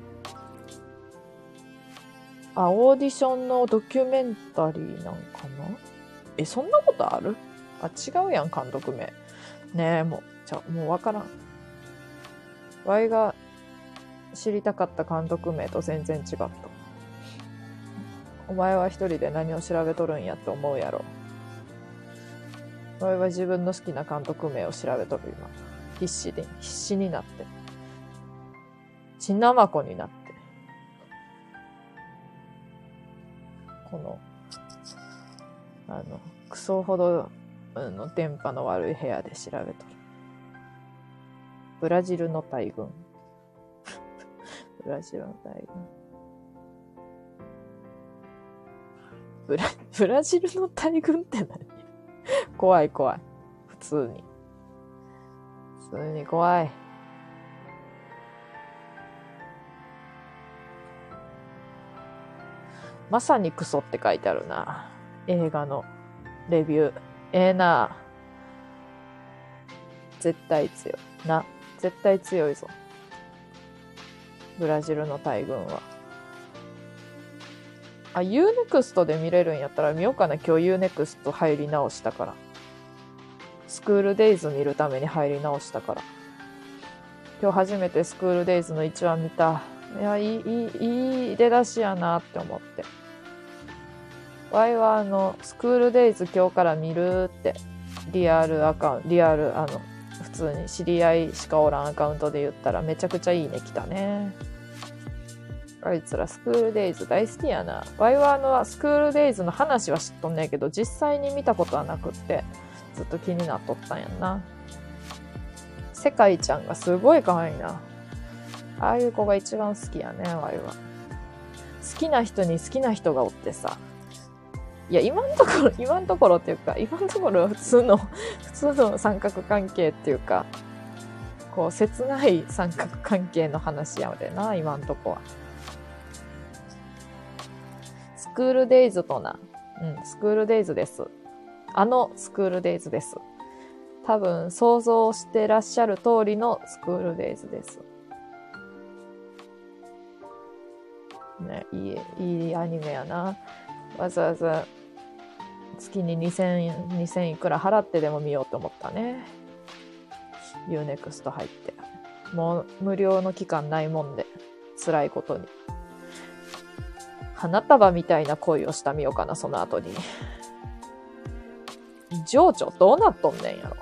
あ、オーディションのドキュメンタリーなんかな？え、そんなことある？あ、違うやん、監督名。ねえ、もう、じゃ、もうわからん。わいが知りたかった監督名と全然違った。お前は一人で何を調べとるんやって思うやろ。わいは自分の好きな監督名を調べとる今。必死で、必死になって。血なまこになって。この、あの、クソほどの電波の悪い部屋で調べとる。ブラジルの大群。ブラジルの大群。ブラ、ブラジルの大群って何？怖い怖い。普通に。普通に怖い。まさにクソって書いてあるな。映画のレビュー。ええー、な。絶対強い。な。絶対強いぞ。ブラジルの大群は。あ、ユーネクスト で見れるんやったら見ようかな。今日 ユーネクスト 入り直したから。スクールデイズ見るために入り直したから。 今日初めてスクールデイズのいちわ見た。いや、いい、いい、いい出だしやなって思って。わいはあの、スクールデイズ今日から見るって、リアルアカウント、リアル、あの、普通に知り合いしかおらんアカウントで言ったらめちゃくちゃいいね来たね。あいつらスクールデイズ大好きやな。わいはあの、スクールデイズの話は知っとんねんけど、実際に見たことはなくって、ずっと気になっとったんやんな。世界ちゃんがすごい可愛いな。ああいう子が一番好きやね、わいは。好きな人に好きな人がおってさ。いや、今のところ、今のところっていうか、今のところは普通の、普通の三角関係っていうか、こう、切ない三角関係の話やでな、今のとこは。スクールデイズとな。うん、スクールデイズです。あのスクールデイズです。多分、想像してらっしゃる通りのスクールデイズです。ね、いい、いいアニメやな。わざわざ月ににせんえん、にせんいくら払ってでも見ようと思ったね。ユーネクスト 入って。もう無料の期間ないもんで、辛いことに。花束みたいな恋をしたみようかな、その後に。情緒どうなっとんねんやろ。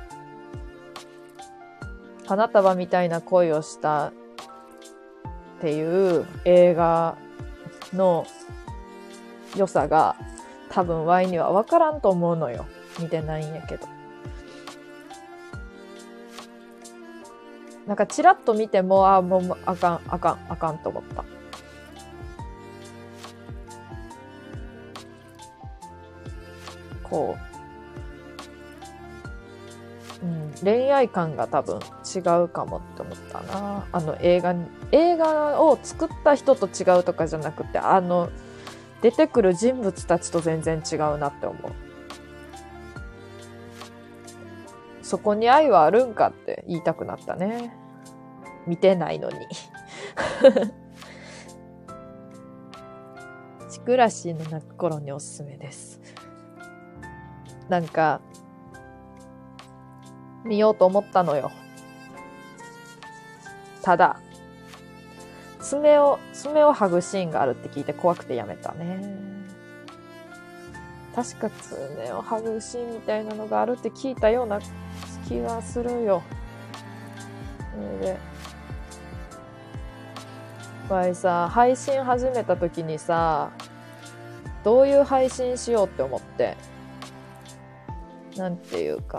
花束みたいな恋をしたっていう映画の良さが多分ワイには分からんと思うのよ。見てないんやけど。なんかチラッと見ても、あ、もうあかん、あかん、あかんと思った。こう、うん、恋愛観が多分違うかもって思ったな。あの映画に、映画を作った人と違うとかじゃなくて、あの、出てくる人物たちと全然違うなって思う。そこに愛はあるんかって言いたくなったね。見てないのに。ちくらしの泣く頃におすすめです。なんか、見ようと思ったのよ。ただ、爪を、爪を剥ぐシーンがあるって聞いて怖くてやめたね。確か爪を剥ぐシーンみたいなのがあるって聞いたような気がするよ。で、わいさ、配信始めた時にさ、どういう配信しようって思って、なんていうか、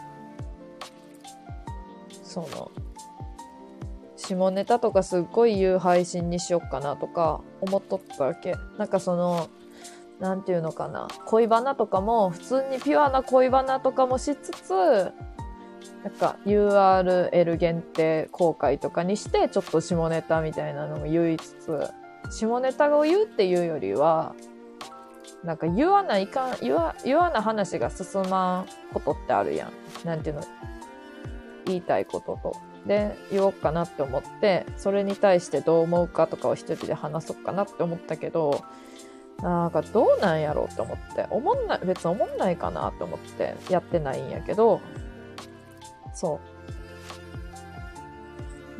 その、下ネタとかすっごい言う配信にしよっかなとか思っとったわけ。なんかその、なんていうのかな、恋バナとかも普通にピュアな恋バナとかもしつつ、なんか ユーアールエル 限定公開とかにしてちょっと下ネタみたいなのも言いつつ、下ネタを言うっていうよりは、なんか言わないかん、言わ、言わな話が進まんことってあるやん。なんていうの、言いたいことと。で、言おうかなって思って、それに対してどう思うかとかを一人で話そうかなって思ったけど、なんかどうなんやろうって思って、思んない、別に思んないかなって思ってやってないんやけど、そう。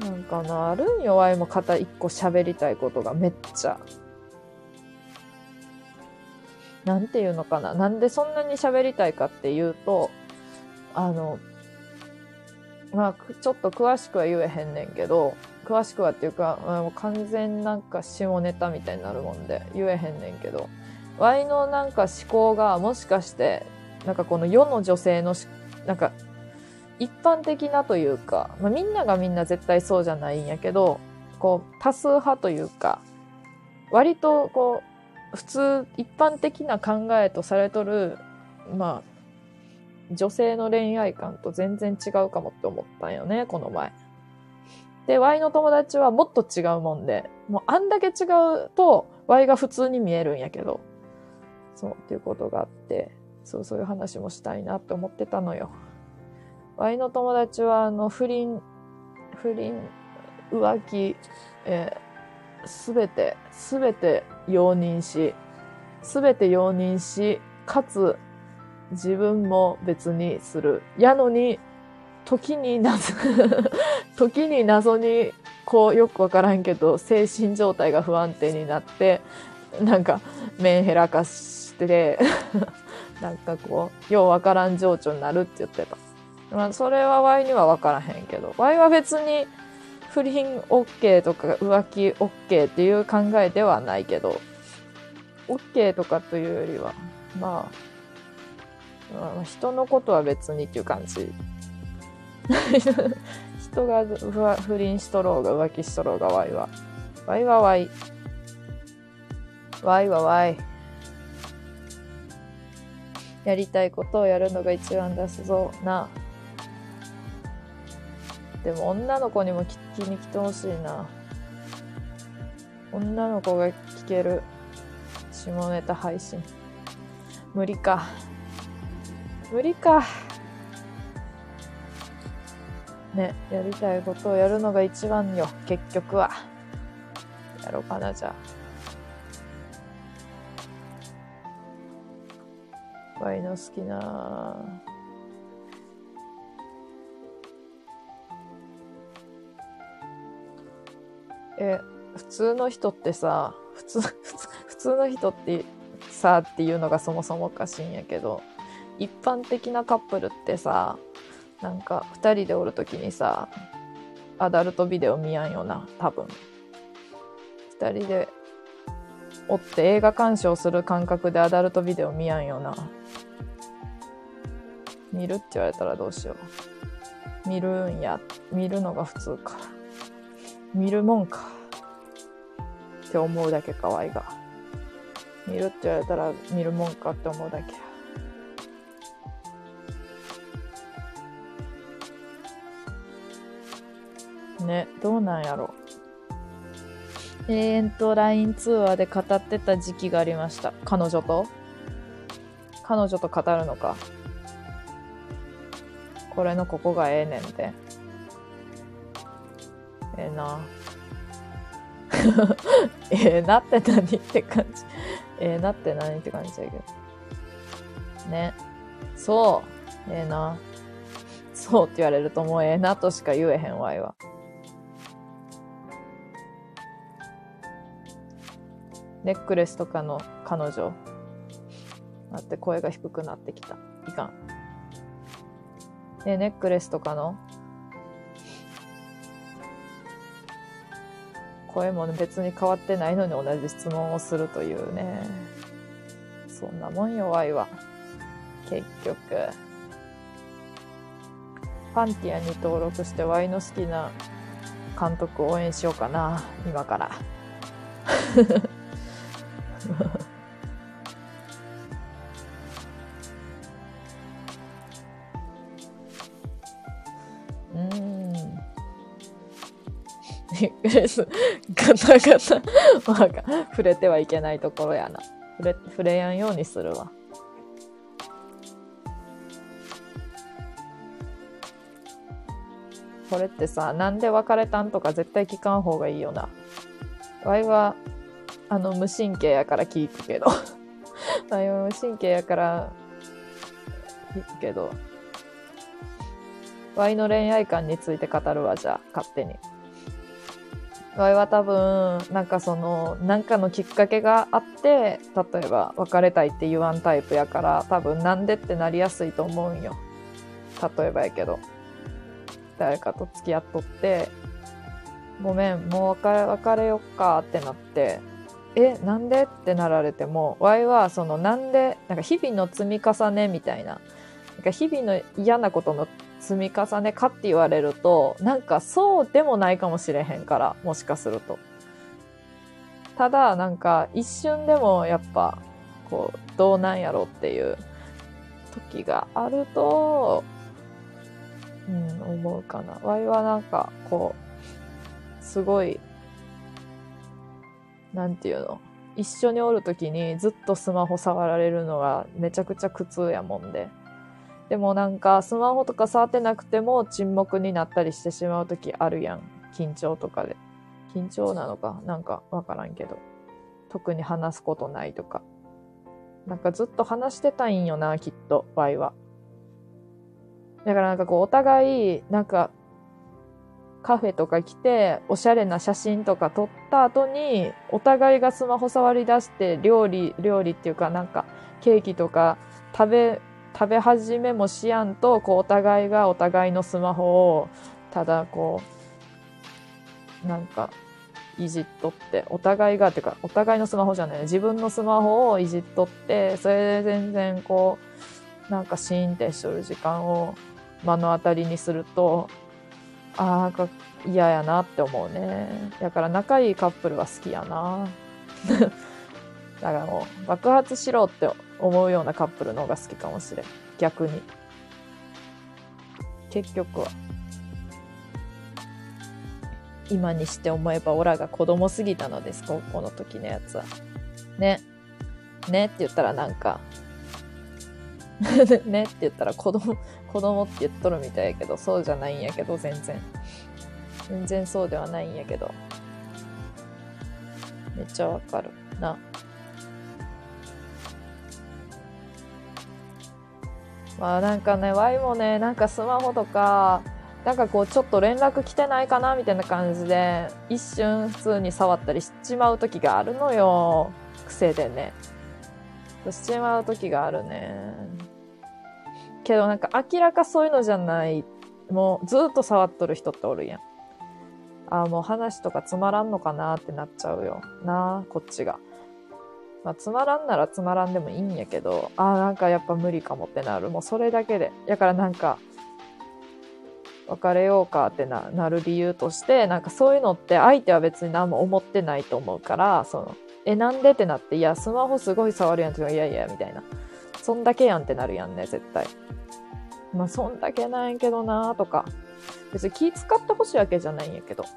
なんかな、あるんよ、わいも肩一個喋りたいことがめっちゃ。なんていうのかな。なんでそんなに喋りたいかっていうと、あの、まあ、ちょっと詳しくは言えへんねんけど、詳しくはっていうか、もう完全なんか下ネタみたいになるもんで言えへんねんけど、ワイのなんか思考がもしかして、なんかこの世の女性のし、なんか一般的なというか、まあ、みんながみんな絶対そうじゃないんやけど、こう多数派というか、割とこう普通一般的な考えとされとる、まあ女性の恋愛観と全然違うかもって思ったんよね、この前。で、Y の友達はもっと違うもんで、もうあんだけ違うと Y が普通に見えるんやけど、そう、っていうことがあって、そう、そういう話もしたいなって思ってたのよ。Y の友達は、あの、不倫、不倫、浮気、えすべて、すべて容認し、すべて容認し、かつ、自分も別にする。やのに、 時に謎、時に謎に、こう、よくわからんけど、精神状態が不安定になって、なんか、メンヘラ化して、なんかこう、ようわからん情緒になるって言ってた。まあ、それはワイにはわからへんけど、ワイは別に、不倫 OK とか浮気 OK っていう考えではないけど、OK とかというよりは、まあ、まあ、人のことは別にっていう感じ。人が不倫しとろうが浮気しとろうがワイは。ワイはワイ。ワイはワイ。やりたいことをやるのが一番だぞな。でも女の子にも聞きに来てほしいな。女の子が聞ける下ネタ配信。無理か。無理か。ね、やりたいことをやるのが一番よ、結局は。やろうかな、じゃあ。ワイの好きなえ、普通の人ってさ、普通、普通、普通の人ってさ、っていうのがそもそもおかしいんやけど、一般的なカップルってさ、なんか二人でおるときにさ、アダルトビデオ見やんよな、多分。二人でおって映画鑑賞する感覚でアダルトビデオ見やんよな。見るって言われたらどうしよう。見るんや、見るのが普通か。見るもんか。って思うだけかわいが。見るって言われたら見るもんかって思うだけや。ね、どうなんやろ。永遠と ライン 通話で語ってた時期がありました。彼女と彼女と語るのか。これのここがええねんて。ええな。ええなって何って感じ。ええなって何って感じだけど。ね。そう。ええな。そうって言われるともうええなとしか言えへんわいは。ネックレスとかの彼女。待って声が低くなってきた。いかん。え、ネックレスとかの声も別に変わってないのに同じ質問をするというね。そんなもんよ、ワイは。結局。パンティアに登録してワイの好きな監督を応援しようかな、今から。うーん。ネックレス、ガタガタ。まあ、触れてはいけないところやな。触れ、触れやんようにするわ。これってさ、なんで別れたんとか絶対聞かん方がいいよな。ワイは、あの、無神経やから聞くけど。ワイは無神経やから聞くけど。ワイの恋愛観について語るわ、じゃあ、勝手に。ワイは多分、なんかその、なんかのきっかけがあって、例えば、別れたいって言わんタイプやから、多分、なんでってなりやすいと思うんよ。例えばやけど。誰かと付き合っとって、ごめん、もう別れ、別れよっかってなって、え、なんでってなられても、ワイはそのなんで、なんか日々の積み重ねみたいな、なんか日々の嫌なことの積み重ねかって言われると、なんかそうでもないかもしれへんから、もしかすると。ただ、なんか一瞬でもやっぱ、こう、どうなんやろっていう時があると、うん、思うかな。ワイはなんか、こう、すごい、なんていうの、一緒におるときにずっとスマホ触られるのがめちゃくちゃ苦痛やもんで。でもなんか、スマホとか触ってなくても沈黙になったりしてしまうときあるやん。緊張とかで。緊張なのかなんかわからんけど。特に話すことないとか。なんかずっと話してたいんよな、きっと、ワイは。 だからなんかこう、お互い、なんか、カフェとか来て、おしゃれな写真とか撮った後に、お互いがスマホ触り出して、料理、料理っていうかなんか、ケーキとか食べ、食べ始めもしやんと、こう、お互いがお互いのスマホを、ただこう、なんか、いじっとって、お互いが、ってか、お互いのスマホじゃない、自分のスマホをいじっとって、それで全然こう、なんかシーンってしとる時間を目の当たりにすると、あーなんか嫌やなって思うね。だから仲いいカップルは好きやな。だからもう爆発しろって思うようなカップルの方が好きかもしれん。逆に。結局は。今にして思えばオラが子供すぎたのです、高校の時のやつは。ね。ねって言ったらなんか、ねって言ったら子供、子供って言っとるみたいやけど、そうじゃないんやけど、全然。全然そうではないんやけど。めっちゃわかるな。まあなんかね、ワイもね、なんかスマホとか、なんかこうちょっと連絡来てないかなみたいな感じで、一瞬普通に触ったりしちまう時があるのよ。癖でね。しちまう時があるね。けどなんか明らかそういうのじゃない、もうずっと触っとる人っておるやん。ああ、もう話とかつまらんのかなってなっちゃうよ。なあ、こっちが。まあ、つまらんならつまらんでもいいんやけど、ああ、なんかやっぱ無理かもってなる。もうそれだけで。だからなんか、別れようかってな、なる理由として、なんかそういうのって相手は別に何も思ってないと思うから、その、え、なんでってなって、いや、スマホすごい触るやんとか、いやいや、みたいな。そんだけやんってなるやんね、絶対。まあ、そんだけなんやけどなとか。別に気使ってほしいわけじゃないんやけど。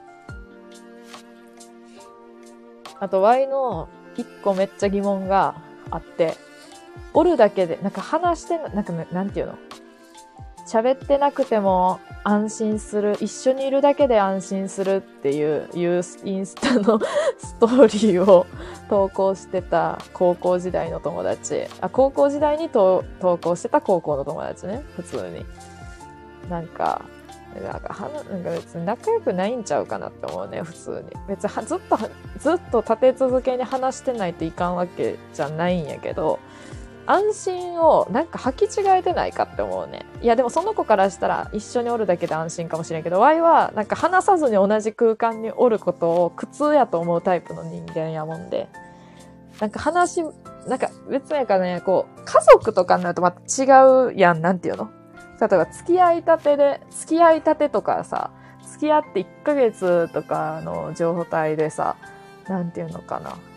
あと、Y の一個めっちゃ疑問があって、おるだけで、なんか話してな、なんかね、なんていうの喋ってなくても安心する、一緒にいるだけで安心するっていう、いうインスタのストーリーを投稿してた高校時代の友達。あ、高校時代に投稿してた高校の友達ね、普通に。なんか、なんか、はなんか別に仲良くないんちゃうかなって思うね、普通に。別にはずっと、ずっと立て続けに話してないといかんわけじゃないんやけど、安心をなんか履き違えてないかって思うね。いやでもその子からしたら一緒におるだけで安心かもしれんけど、ワイはなんか話さずに同じ空間におることを苦痛やと思うタイプの人間やもんで。なんか話、なんか別にかね、こう、家族とかになるとまた違うやん、なんていうの？例えば付き合いたてで、付き合いたてとかさ、付き合っていっかげつとかの状態でさ、なんていうのかな。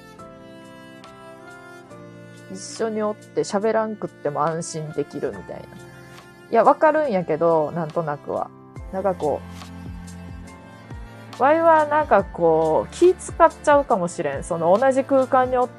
一緒におって喋らんくっても安心できるみたいな。いや、わかるんやけど、なんとなくは。なんかこう、ワイはなんかこう、気使っちゃうかもしれん。その同じ空間におって、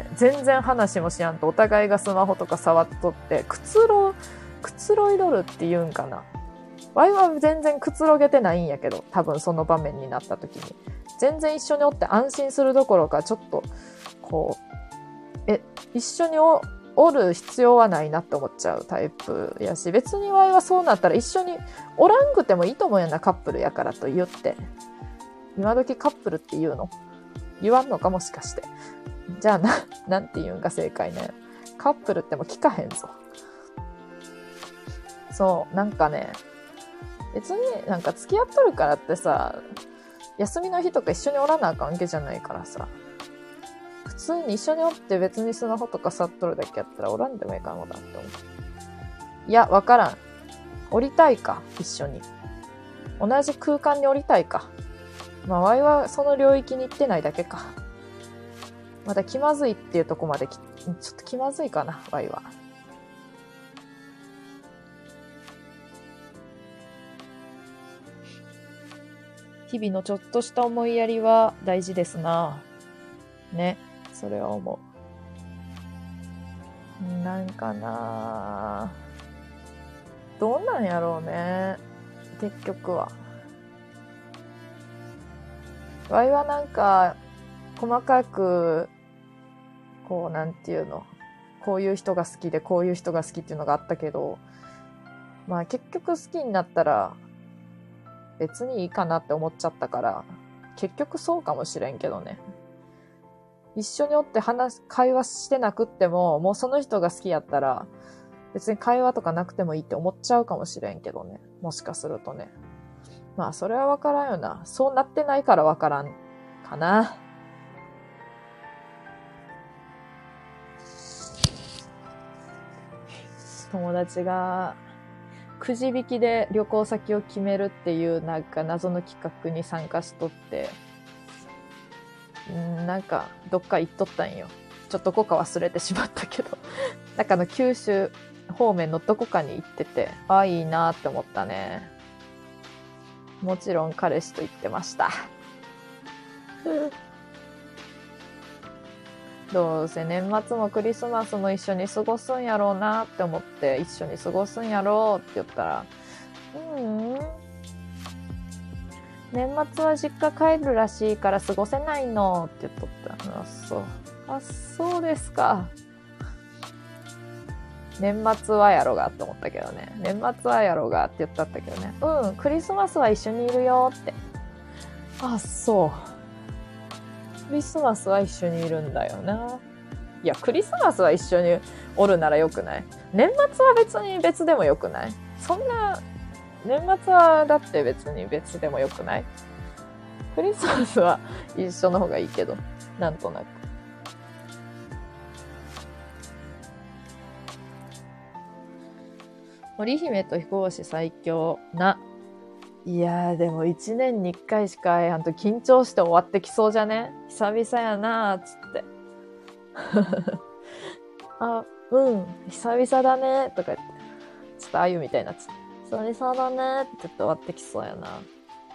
全然話もしやんと、お互いがスマホとか触っとって、くつろ、くつろいどるって言うんかな。ワイは全然くつろげてないんやけど、多分その場面になった時に。全然一緒におって安心するどころか、ちょっと、こう、え、一緒に お, おる必要はないなって思っちゃうタイプやし、別にワイはそうなったら一緒におらんくてもいいと思うよな、カップルやからと言って。今時カップルって言うの？言わんのかもしかして。じゃあな、なんて言うんか正解ね。カップルっても聞かへんぞ。そう、なんかね、別になんか付き合っとるからってさ、休みの日とか一緒におらなあかんわけじゃないからさ。普通に一緒におって別にスマホとか触っとるだけやったらおらんでもいいかもだって思う。いや、わからん。降りたいか、一緒に。同じ空間に降りたいか。まあ、ワイはその領域に行ってないだけか。まだ気まずいっていうとこまでき、ちょっと気まずいかな、ワイは。日々のちょっとした思いやりは大事ですな。ね。それは思う。なんかなどうなんやろうね。結局は。ワイはなんか、細かく、こう、なんていうの。こういう人が好きで、こういう人が好きっていうのがあったけど、 まあ結局好きになったら別にいいかなって思っちゃったから、結局そうかもしれんけどね。一緒におって話、会話してなくっても、もうその人が好きやったら、別に会話とかなくてもいいって思っちゃうかもしれんけどね。もしかするとね。まあそれはわからんよな。そうなってないからわからんかな。友達がくじ引きで旅行先を決めるっていうなんか謎の企画に参加しとって、んなんかどっか行っとったんよ。ちょっとどこか忘れてしまったけど。なんかの九州方面のどこかに行ってて、ああいいなって思ったね。もちろん彼氏と行ってました。どうせ年末もクリスマスも一緒に過ごすんやろうなって思って一緒に過ごすんやろうって言ったら、うーん、年末は実家帰るらしいから過ごせないのって言っとった。あ、そう。あ、そうですか。年末はやろがって思ったけどね。年末はやろがって言ったったけどね。うん、クリスマスは一緒にいるよって。あ、そう。クリスマスは一緒にいるんだよな。いや、クリスマスは一緒におるならよくない？年末は別に別でもよくない？そんな、年末はだって別に別でもよくない？クリスマスは一緒の方がいいけど、なんとなく。織姫と飛行士最強な。いやーでも一年に一回しか会えやんと緊張して終わってきそうじゃね？久々やなーつって。あ、うん、久々だねとか言って。ちょっとあゆみたいになっちゃって。久々だねって言って終わってきそうやな。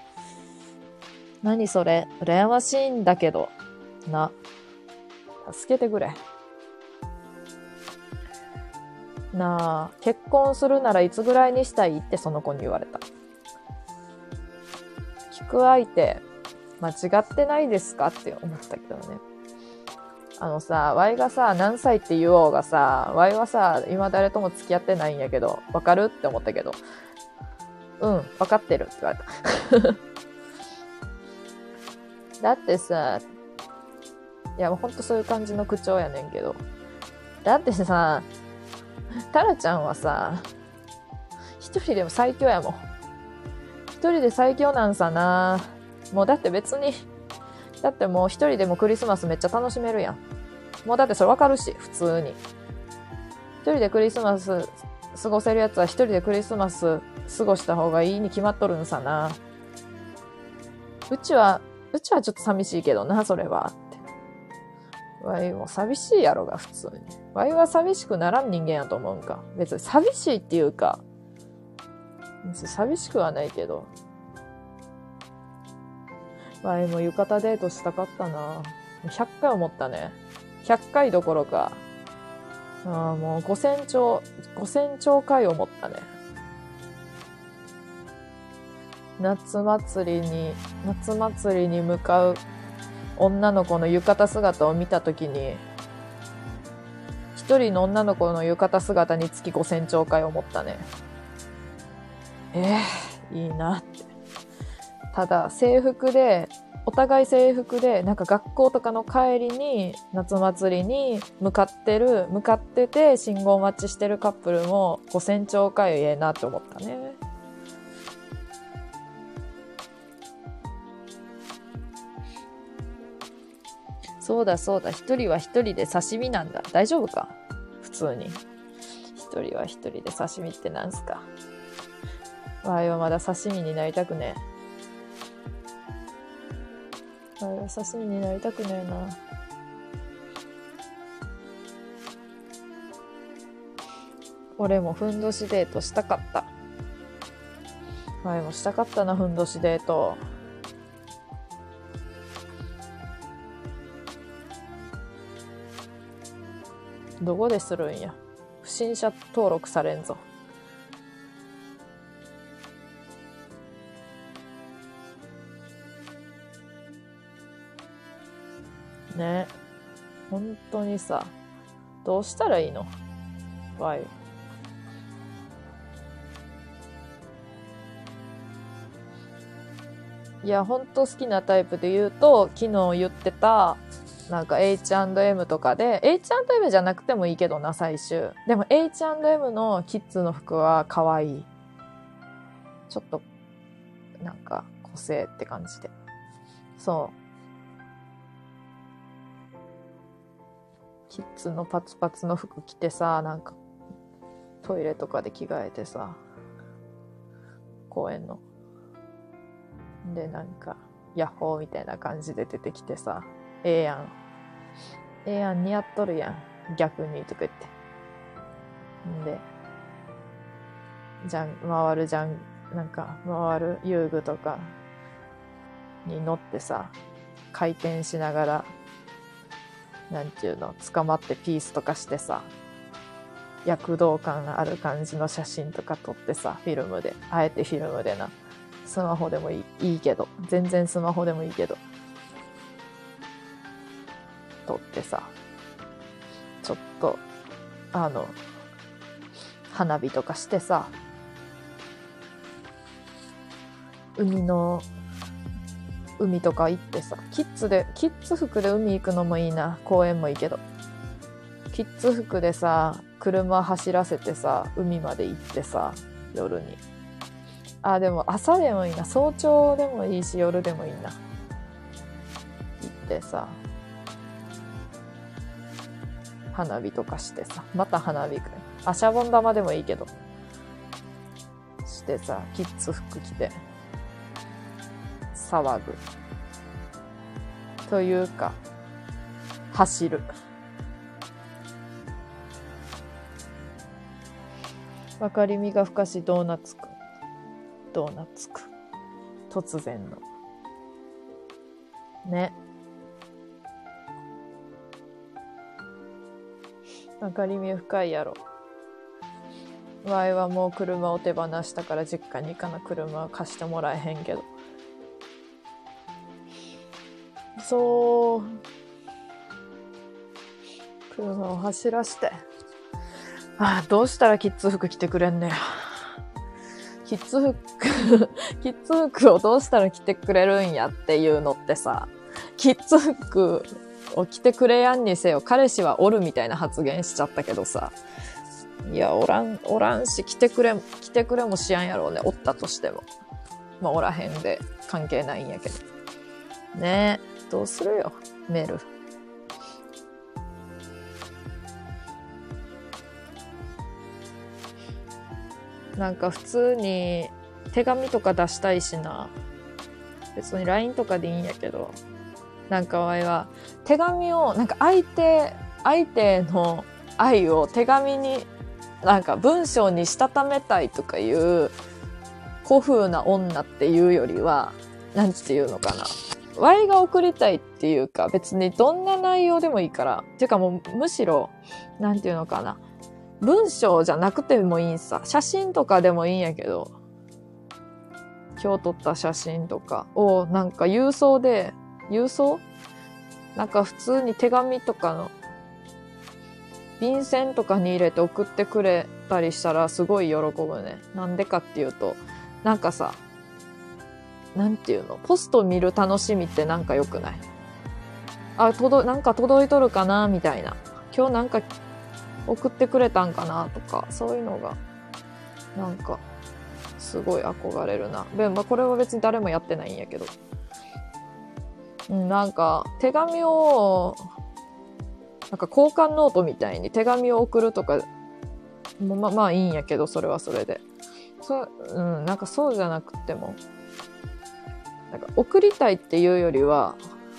何それ？羨ましいんだけど。な。助けてくれ。なあ、結婚するならいつぐらいにしたいってその子に言われた。聞く相手、間違ってないですかって思ったけどね。あのさ、ワイがさ、何歳って言おうがさ、ワイはさ、今誰とも付き合ってないんやけど、わかるって思ったけど、うん、わかってるって言われた。だってさ、いやもうほんとそういう感じの口調やねんけど、だってさ、タラちゃんはさ、一人でも最強やもん。一人で最強なんさな。もうだって別に、だってもう一人でもクリスマスめっちゃ楽しめるやん。もうだってそれわかるし、普通に。一人でクリスマス過ごせるやつは一人でクリスマス過ごした方がいいに決まっとるんさな。うちは、うちはちょっと寂しいけどな、それは。って。わいも寂しいやろが、普通に。わいは寂しくならん人間やと思うんか。別に寂しいっていうか、別に寂しくはないけど。わいも浴衣デートしたかったな。ひゃっかい思ったね。ひゃっかいどころか。ああ、もうごせん兆、ごせん兆回思ったね。夏祭りに、夏祭りに向かう女の子の浴衣姿を見たときに、一人の女の子の浴衣姿につきごせん兆回思ったね。ええー、いいなって。ただ、制服で、お互い制服で、なんか学校とかの帰りに、夏祭りに向かってる、向かってて信号待ちしてるカップルもごせん兆回ええなって思ったね。そうだそうだ、一人は一人で刺身なんだ。大丈夫か？普通に。一人は一人で刺身ってなんすか？わいはまだ刺身になりたくねえ。わいは刺身になりたくねえな。俺もふんどしデートしたかった。わいもしたかったな、ふんどしデート。どこでするんや。不審者登録されんぞ。ね。本当にさ、どうしたらいいの？わい。 いや、ほんと好きなタイプで言うと、昨日言ってた、なんか エイチアンドエム とかで、エイチアンドエム じゃなくてもいいけどな、最終。でも エイチアンドエム のキッズの服は可愛い。ちょっと、なんか個性って感じで。そう。キッズのパツパツの服着てさ、なんかトイレとかで着替えてさ、公園の。で、なんか、ヤッホーみたいな感じで出てきてさ、ええやん。ええやん、似合っとるやん。逆にとか言って。んで、じゃん、回るじゃん、なんか、回る遊具とかに乗ってさ、回転しながら、なんていうの、捕まってピースとかしてさ、躍動感ある感じの写真とか撮ってさ、フィルムで、あえてフィルムでな。スマホでもいい、いいけど、全然スマホでもいいけど、撮ってさ、ちょっと、あの、花火とかしてさ、海の、海とか行ってさ、キッズで、キッズ服で海行くのもいいな、公園もいいけど。キッズ服でさ、車走らせてさ、海まで行ってさ、夜に。あ、でも朝でもいいな。早朝でもいいし、夜でもいいな。行ってさ、花火とかしてさ、また花火くらい。あ、シャボン玉でもいいけど。してさ、キッズ服着て、騒ぐ。というか、走る。わかりみが深しドーナツくん。ドーナツくん。突然の。ね。わかりみ深いやろ。わいはもう車を手放したから実家に行かな車は貸してもらえへんけど。そう。車を走らして。ああ、どうしたらキッズ服着てくれんねや。キッズ服、キッズ服をどうしたら着てくれるんやっていうのってさ、キッズ服を着てくれやんにせよ、彼氏はおるみたいな発言しちゃったけどさ、いや、おらん、おらんし、来てくれ、来てくれもしやんやろうね。おったとしても。まあ、おらへんで関係ないんやけど。ねえ、どうするよ、メール。なんか普通に手紙とか出したいしな。別に ライン とかでいいんやけど。なんかわいは、手紙を、なんか相手、相手の愛を手紙に、なんか文章にしたためたいとかいう古風な女っていうよりは、なんていうのかな。わいが送りたいっていうか、別にどんな内容でもいいから。っていうかもうむしろ、なんていうのかな。文章じゃなくてもいいんさ。写真とかでもいいんやけど、今日撮った写真とかをなんか郵送で、郵送なんか普通に手紙とかの便箋とかに入れて送ってくれたりしたらすごい喜ぶね。なんでかっていうと、なんかさ、なんていうの、ポスト見る楽しみってなんか良くない？あ、届、なんか届いとるかなみたいな。今日なんか送ってくれたんかなとか、そういうのが、なんか、すごい憧れるな。で、まあこれは別に誰もやってないんやけど。うん、なんか、手紙を、なんか交換ノートみたいに手紙を送るとか、もまあまあいいんやけど、それはそれで。そう、うん、なんかそうじゃなくても、なんか送りたいっていうよりは、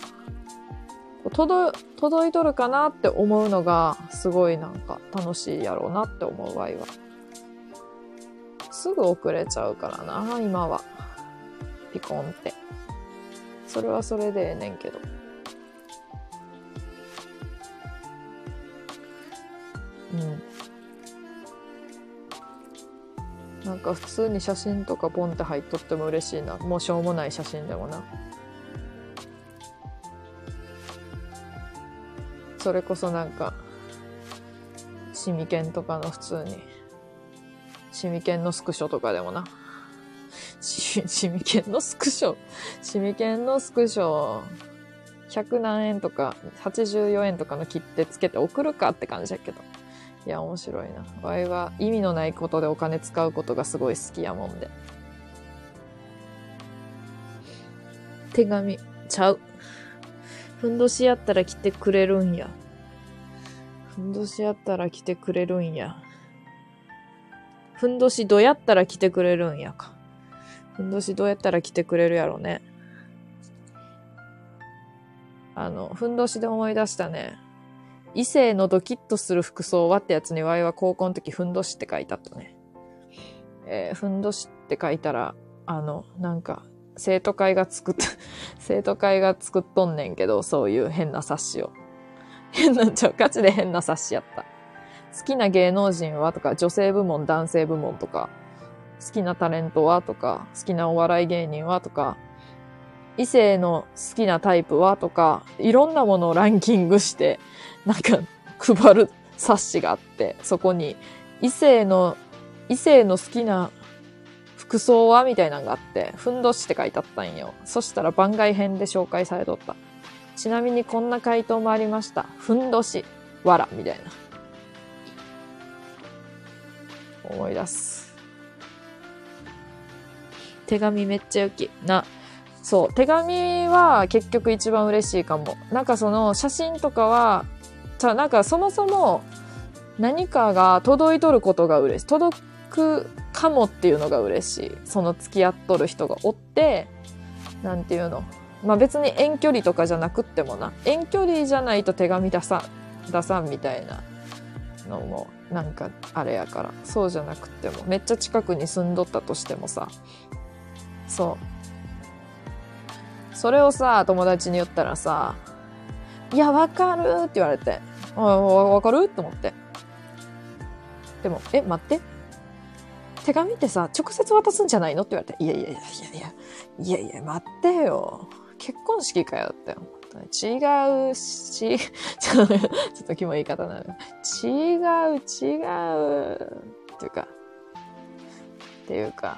届、届いとるかなって思うのが、すごいなんか楽しいやろうなって思う場合は。すぐ送れちゃうからな、今は。ピコンって。それはそれでええねんけど。うん。なんか普通に写真とかポンって入っとっても嬉しいな。もうしょうもない写真でもな。それこそなんか、シミケンとかの普通に、シミケンのスクショとかでもな。 し、シミケンのスクショ。シミケンのスクショ。ひゃく何円とか、はちじゅうよえんとかの切手つけて送るかって感じだけど。いや、面白いな。わいは意味のないことでお金使うことがすごい好きやもんで。手紙、ちゃう。ふんどしやったら来てくれるんや。ふんどしやったら来てくれるんや。ふんどしどうやったら来てくれるんやか。ふんどしどうやったら来てくれるやろね。あの、ふんどしで思い出したね。異性のドキッとする服装はってやつにわいは高校の時ふんどしって書いてあったね。えー、ふんどしって書いたら、あの、なんか、生徒会が作った、生徒会が作っとんねんけど、そういう変な冊子を。変な、ちょ、ガチで変な冊子やった。好きな芸能人はとか、女性部門、男性部門とか、好きなタレントはとか、好きなお笑い芸人はとか、異性の好きなタイプはとか、いろんなものをランキングして、なんか配る冊子があって、そこに異性の、異性の好きな服装はみたいなのがあって、ふんどしって書いてあったんよ。そしたら番外編で紹介されとった。ちなみにこんな回答もありました。ふんどし、わら、みたいな。思い出す。手紙めっちゃ良き。な。そう。手紙は結局一番嬉しいかも。なんかその写真とかは、じゃあなんかそもそも何かが届いとることが嬉しい。届くかもっていうのが嬉しい。その付き合っとる人がおって、なんていうの。まあ別に遠距離とかじゃなくってもな。遠距離じゃないと手紙出さん、出さんみたいなのもなんかあれやから。そうじゃなくっても。めっちゃ近くに住んどったとしてもさ。そう。それをさ、友達に言ったらさ、いや、わかるって言われて。あ、わかるって思って。でも、え、待って。手紙ってさ、直接渡すんじゃないのって言われて。いやいやいやいやいや、いやいや、待ってよ。結婚式かよって思った。違うし、ちょっとキモい言い方なの。違う、違う。っていうか、っていうか、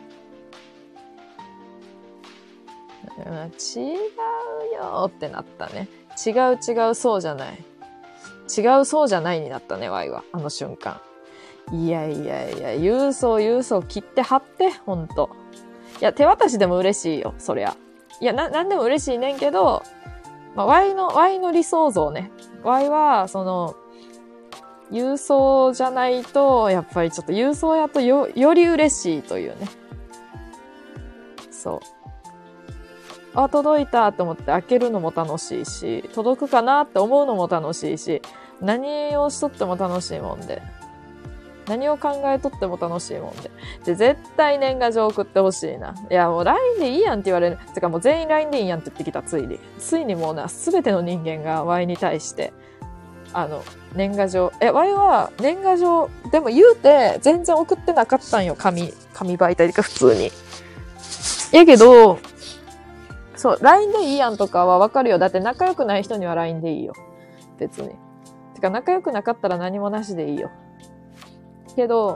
違うよってなったね。違う違うそうじゃない。違うそうじゃないになったね、ワイは。あの瞬間。いやいやいや、郵送郵送切って貼って、ほんと。いや、手渡しでも嬉しいよ、そりゃ。いや、な、なんでも嬉しいねんけど、まあ、Y の、Y の理想像ね。Y は、その、郵送じゃないと、やっぱりちょっと郵送やとよ、より嬉しいというね。そう。あ、届いたと思って開けるのも楽しいし、届くかなって思うのも楽しいし、何をしとっても楽しいもんで。何を考えとっても楽しいもんで。で、絶対年賀状送ってほしいな。いや、もう ライン でいいやんって言われる。てかもう全員 ライン でいいやんって言ってきた、ついに。ついにもうな、すべての人間が Y に対して、あの、年賀状。え、Y は年賀状、でも言うて全然送ってなかったんよ、紙、紙媒体か普通に。やけど、そう、ライン でいいやんとかはわかるよ。だって仲良くない人には ライン でいいよ。別に。てか仲良くなかったら何もなしでいいよ。けど、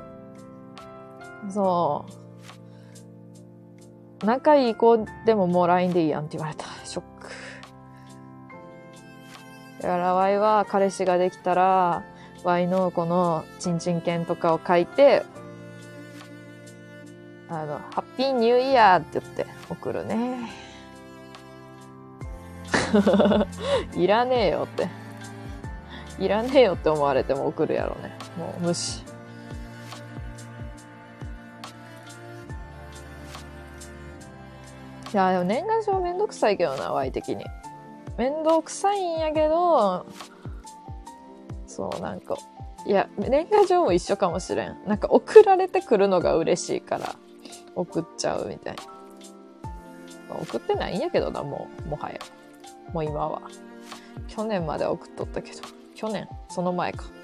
そう。仲いい子でももう ライン でいいやんって言われた。ショック。だから、ワイは彼氏ができたら、ワイのこのチンチン犬とかを書いて、あの、ハッピーニューイヤーって言って送るね。いらねえよって。いらねえよって思われても送るやろね。もう無視。いや、でも年賀状めんどくさいけどな、ワイ的に。めんどくさいんやけど、そう、なんか、いや、年賀状も一緒かもしれん。なんか送られてくるのが嬉しいから、送っちゃうみたいな。送ってないんやけどな、もう、もはや。もう今は。去年までは送っとったけど。去年その前か。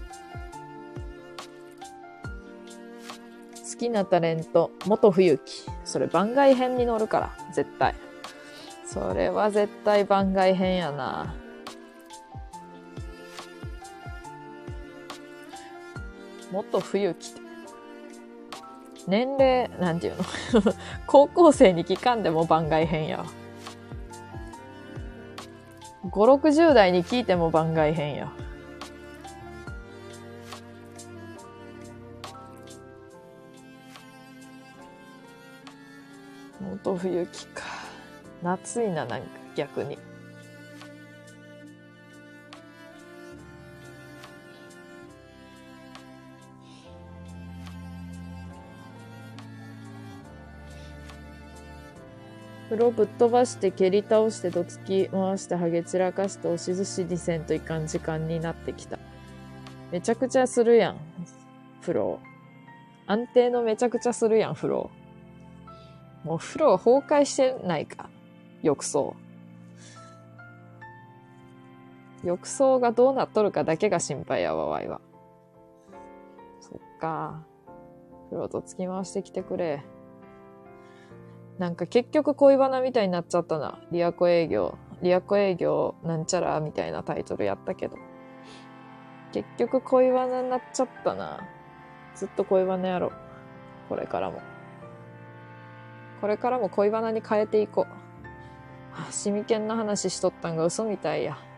好きなタレント、元冬樹。それ番外編に載るから、絶対。それは絶対番外編やな。元冬樹って。 年齢、なんていうの高校生に聞かんでも番外編やわ。ご、ろくじゅう代に聞いても番外編や。元冬期か。夏いな、なんか逆に。風呂ぶっ飛ばして蹴り倒してどつき回してハゲ散らかして押し寿司にせんといかん時間になってきた。めちゃくちゃするやん、風呂。安定のめちゃくちゃするやん、風呂。もう風呂崩壊してないか、浴槽。浴槽がどうなっとるかだけが心配やわ、わいは。そっか。風呂とつき回してきてくれ。なんか結局恋バナみたいになっちゃったな。リアコ営業。リアコ営業なんちゃらみたいなタイトルやったけど。結局恋バナになっちゃったな。ずっと恋バナやろ。これからも。これからも恋バナに変えていこう。はあ、シミケンの話しとったんが嘘みたいや。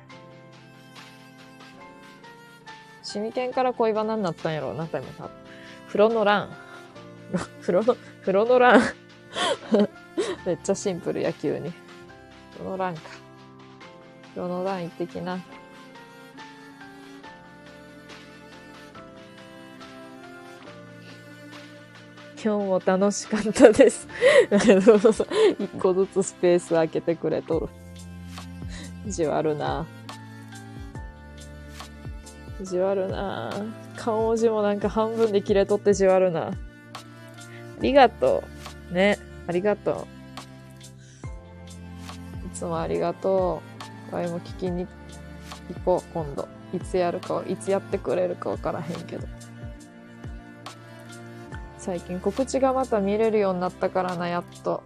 シミケンから恋バナになったんやろな、多分。風呂の欄。風呂の、風呂の欄。めっちゃシンプルや、急に。風呂の欄か。風呂の欄行ってきな。今日も楽しかったです。一個ずつスペース空けてくれとる。意地悪な。意地悪な。顔文字もなんか半分で切れとって意地悪な。ありがとう。ね。ありがとう。いつもありがとう。わいも聞きに行こう、今度。いつやるか、いつやってくれるかわからへんけど。最近告知がまた見れるようになったからな、やっと。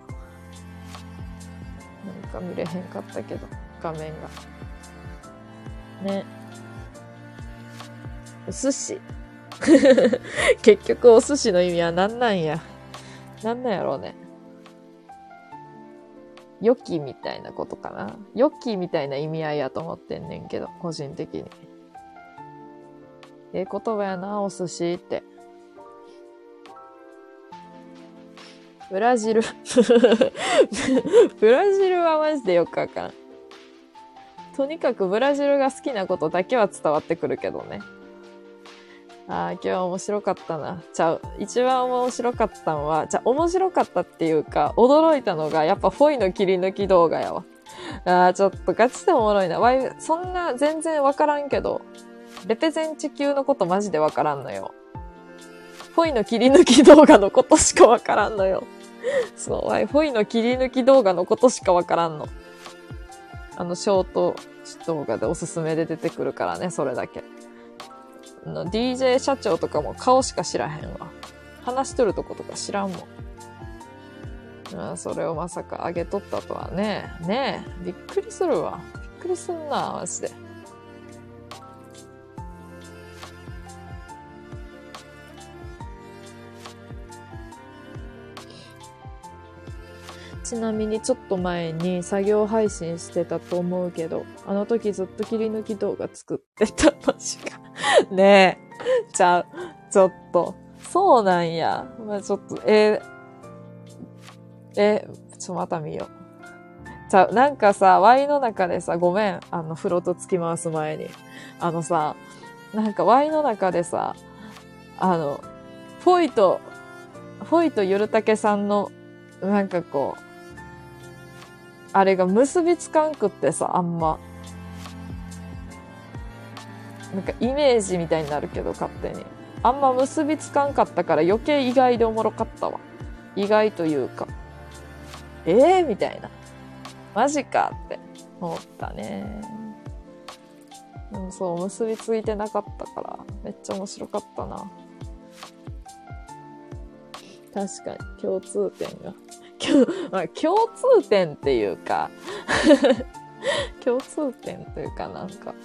なんか見れへんかったけど、画面が。ね。お寿司。結局お寿司の意味は何なんや。何なんやろうね。良きみたいなことかな。良きみたいな意味合いやと思ってんねんけど、個人的に。ええ言葉やな、お寿司って。ブラジル。ブラジルはマジでよくわかん。とにかくブラジルが好きなことだけは伝わってくるけどね。ああ、今日は面白かったな。ちゃう。一番面白かったのは、じゃあ面白かったっていうか、驚いたのが、やっぱフォイの切り抜き動画やわ。ああ、ちょっとガチでおもろいな。わい、そんな全然わからんけど、レペゼン地球のことマジでわからんのよ。フォイの切り抜き動画のことしかわからんのよ。そう、わい、フォイの切り抜き動画のことしかわからんの。あの、ショート動画でおすすめで出てくるからね、それだけ。ディージェー 社長とかも顔しか知らへんわ。話しとるとことか知らんもん。あ、それをまさか上げとったとはね。ねえ。びっくりするわ。びっくりすんな、マジで。ちなみにちょっと前に作業配信してたと思うけど、あの時ずっと切り抜き動画作ってた。マジか。ねえ。ちゃう。ちょっと。そうなんや。まあ、ちょっと、えー、えー、ちょ、また見よう。ちゃう。なんかさ、ワイの中でさ、ごめん。あの、風呂とつき回す前に。あのさ、なんかワイの中でさ、あの、フォイと、フォイとゆるたけさんの、なんかこう、あれが結びつかんくってさ、あんま。なんかイメージみたいになるけど、勝手に。あんま結びつかんかったから余計意外でおもろかったわ。意外というか。ええー、みたいな。マジかって思ったね。でもそう、結びついてなかったから、めっちゃ面白かったな。確かに、共通点が。まあ、共通点っていうか、共通点というかなんか、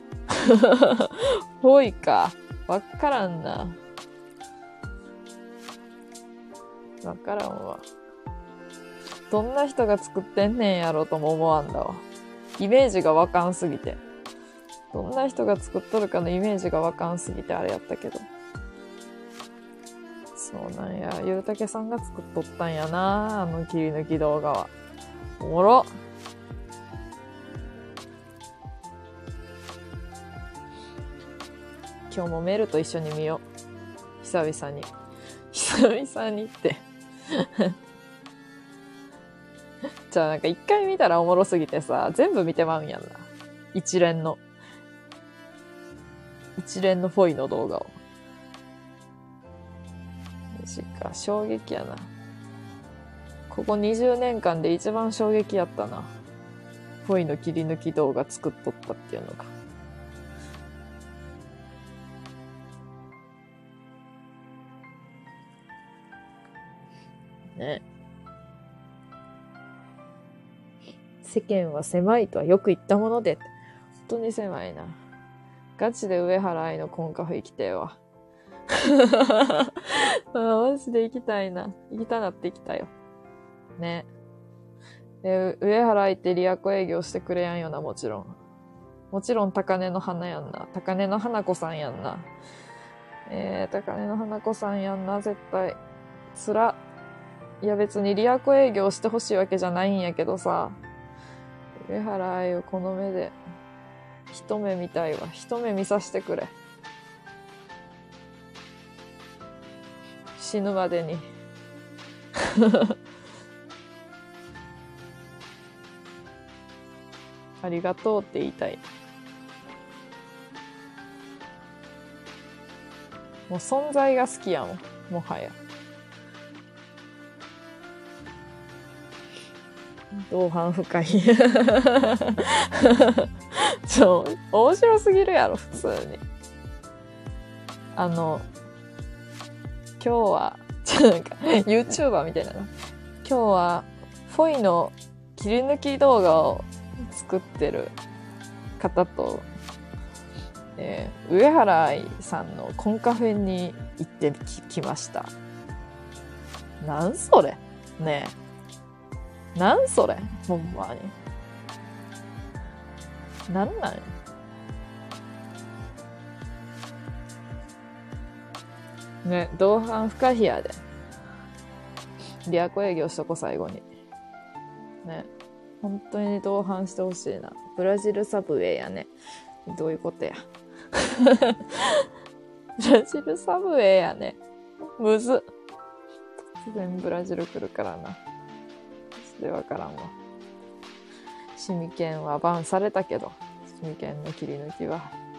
ぽいか。わからんな。 わからんわ。どんな人が作ってんねんやろとも思わんだわ。イメージがわかんすぎて。どんな人が作っとるかのイメージがわかんすぎてあれやったけど。そうなんや。ゆうたけさんが作っとったんやな。あの切り抜き動画は。おもろ。今日もメルと一緒に見よう。久々に。久々にって。じゃあなんか一回見たらおもろすぎてさ、全部見てまうんやんな。一連の。一連のフォイの動画を。マジか、衝撃やな。ここにじゅうねんかんで一番衝撃やったな。フォイの切り抜き動画作っとったっていうのが。ね。世間は狭いとはよく言ったもので、本当に狭いな。ガチで上原愛のコンカフェ行きてえわ。あ、マジで行きたいな。行きたなってきたよ。ね。で、上原愛ってリアコ営業してくれやんよな、もちろん。もちろん高根の花やんな。高根の花子さんやんな。えー、高根の花子さんやんな、絶対。つら。いや別にリアコ営業してほしいわけじゃないんやけどさ。上原愛をこの目で、一目見たいわ。一目見させてくれ。死ぬまでに。ありがとうって言いたい。もう存在が好きやもん。もはや。同伴深い。ちょ、面白すぎるやろ、普通に。あの、今日は、ちょ、なんか、YouTuber みたいなの。今日は、フォイの切り抜き動画を作ってる方と、えー、上原愛さんのコンカフェに行ってき、きました。なんそれねえ。なんそれほんまに。なんなんね、同伴不可避やで。リアコ営業しとこ、最後に。ね。本当に同伴してほしいな。ブラジルサブウェイやね。どういうことや。ブラジルサブウェイやね。むずっ。突然ブラジル来るからな。それわからんわ。シミケンはバンされたけど、シミケンの切り抜きは。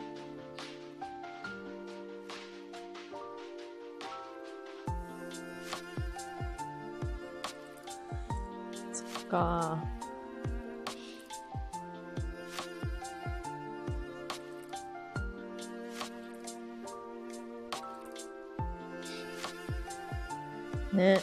そっか。ね。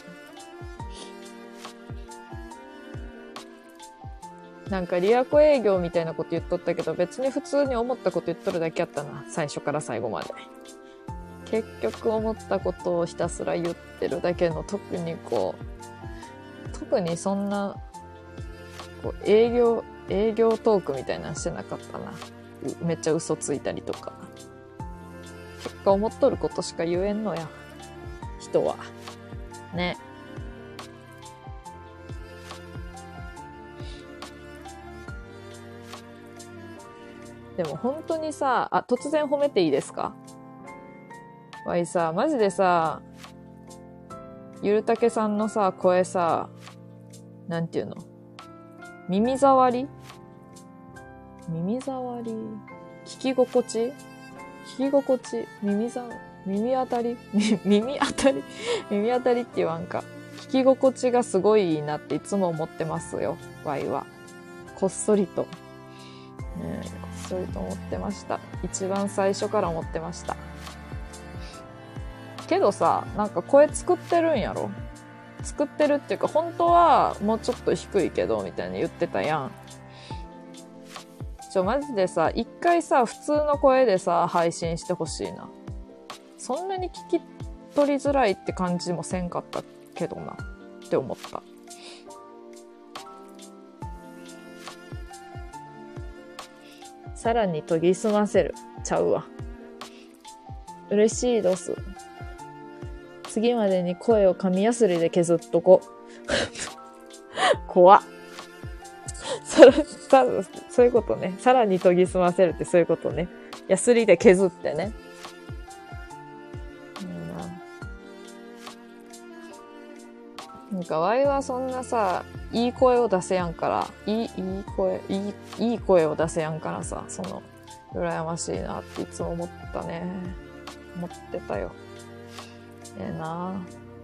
なんかリアコ営業みたいなこと言っとったけど、別に普通に思ったこと言っとるだけやったな。最初から最後まで。結局思ったことをひたすら言ってるだけの、特にこう、特にそんな、こう営業、営業トークみたいなのしてなかったな。めっちゃ嘘ついたりとか。結果思っとることしか言えんのや。人は。ね。でも本当にさ、あ、突然褒めていいですか？わいさ、マジでさ、ゆるたけさんのさ、声さ、なんていうの？耳障り？耳障り？聞き心地？聞き心地？耳ざ、耳当たり？耳当たり？耳当たりって言わんか。聞き心地がすごいいいなっていつも思ってますよ、わいは。こっそりと。ねえ、こっそりと思ってました。一番最初から思ってました。けどさ、なんか声作ってるんやろ？作ってるっていうか、本当はもうちょっと低いけど、みたいに言ってたやん。ちょ、マジでさ、一回さ、普通の声でさ、配信してほしいな。そんなに聞き取りづらいって感じもせんかったけどなって思った。さらに研ぎ澄ませるちゃうわ。嬉しいどす。次までに声を紙やすりで削っとこ。怖っ。それ、さ、そういうことね。さらに研ぎ澄ませるってそういうことね。やすりで削ってね。いいな。なんか、ワイはそんなさ、いい声を出せやんから、いい、いい声、いい、いい声を出せやんからさ、その、羨ましいなっていつも思ったね。思ってたよ。ええな。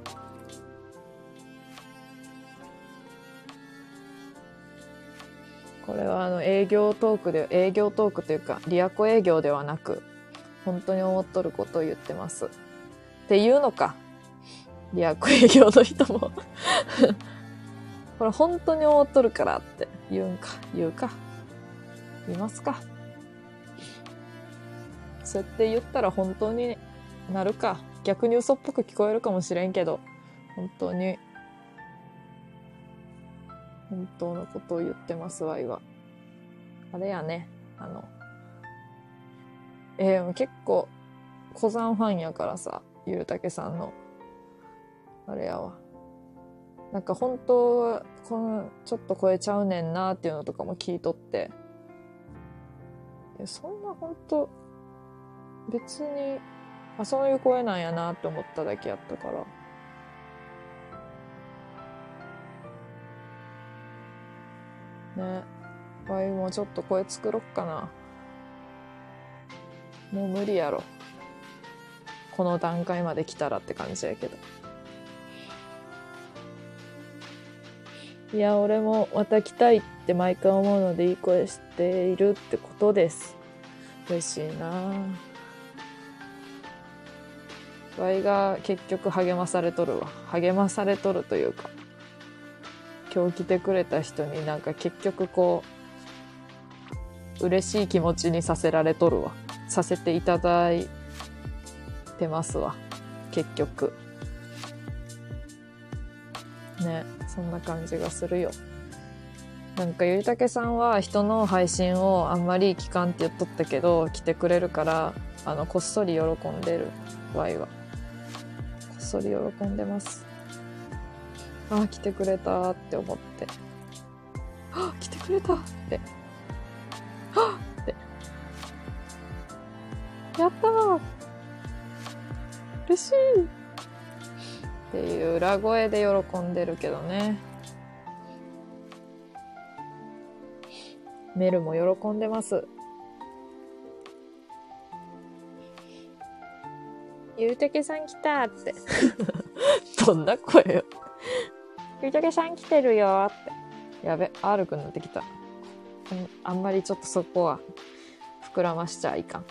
これはあの営業トークで、営業トークというか、リアコ営業ではなく、本当に思っとることを言ってます。っていうのか。リアコ営業の人も。これ本当に思っとるからって言うんか、言うか。言いますか。そうやって言ったら本当になるか。逆に嘘っぽく聞こえるかもしれんけど、本当に、本当のことを言ってますわいは。あれやね、あの、えー、結構、小山ファンやからさ、ゆうたけさんの、あれやわ。なんか本当は、この、ちょっと超えちゃうねんなっていうのとかも聞いとって、いやそんな本当別に、あ、そういう声なんやなって思っただけやったから。ね。わいもちょっと声作ろっかな。もう無理やろ。この段階まで来たらって感じやけど。いや、俺もまた来たいって毎回思うのでいい声しているってことです。嬉しいなぁ。わいが結局励まされとるわ。励まされとるというか、今日来てくれた人になんか結局こう、嬉しい気持ちにさせられとるわ。させていただいてますわ。結局。ね、そんな感じがするよ。なんかゆりたけさんは人の配信をあんまり聞かんって言っとったけど、来てくれるから、あの、こっそり喜んでるわいは。こっそり喜んでます。ああ、来てくれたって思って。あ、来てくれたって。あって。やったー嬉しいっていう裏声で喜んでるけどね。メルも喜んでます。ゆうたけさん来たって。どんな声よ。ゆうたけさん来てるよって。やべ、R くんになってきた。あんまりちょっとそこは膨らましちゃいかん。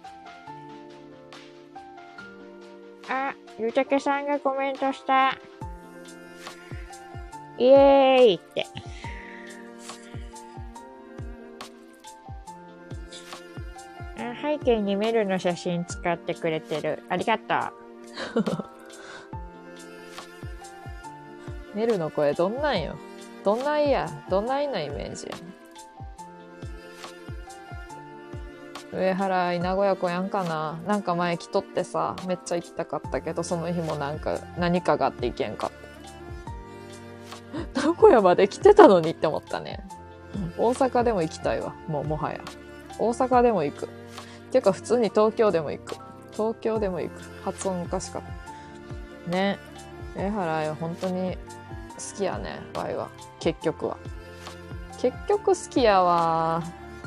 あ、ゆうたけさんがコメントした。イエーイって。あ、背景にメルの写真使ってくれてる。ありがとう。メルの声どんなんよ。どんなんや。どんなんのイメージや。上原名古屋子やんかな。なんか前来とってさ、めっちゃ行きたかったけど、その日もなんか何かがあって行けんかった。名古屋まで来てたのにって思ったね。大阪でも行きたいわ。もうもはや。大阪でも行く。っていうか普通に東京でも行く。東京でも行く。発音おかしかった。ね。上原は本当に好きやね。ワイは。結局は。結局好きやわ。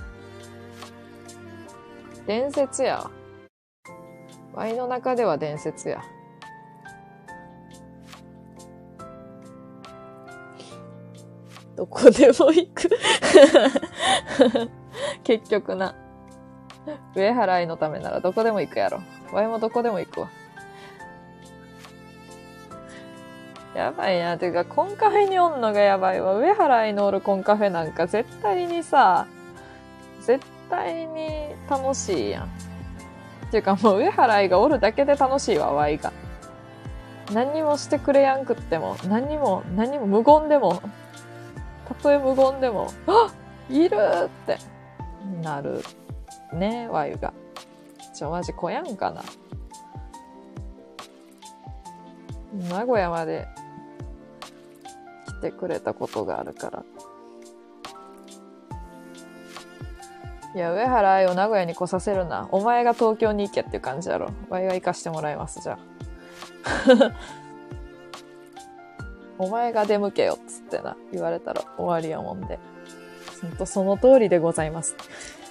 伝説や。ワイの中では伝説や。どこでも行く。結局な。上原愛のためならどこでも行くやろ。ワイもどこでも行くわ。やばいな。てか、コンカフェにおんのがやばいわ。上原愛のおるコンカフェなんか絶対にさ、絶対に楽しいやん。っていうかもう上原愛がおるだけで楽しいわ、ワイが。 何にもしてくれやんくっても、何にも、何にも無言でも、たとえ無言でも、あいるってなるね、ワイが。ちょ、マジこやんかな。名古屋まで来てくれたことがあるから。いや、上原愛を名古屋に来させるな。お前が東京に行けっていう感じやろ。ワイが行かしてもらいます、じゃあ。お前が出向けよっつってな、言われたら終わりやもんで。ほんとその通りでございます。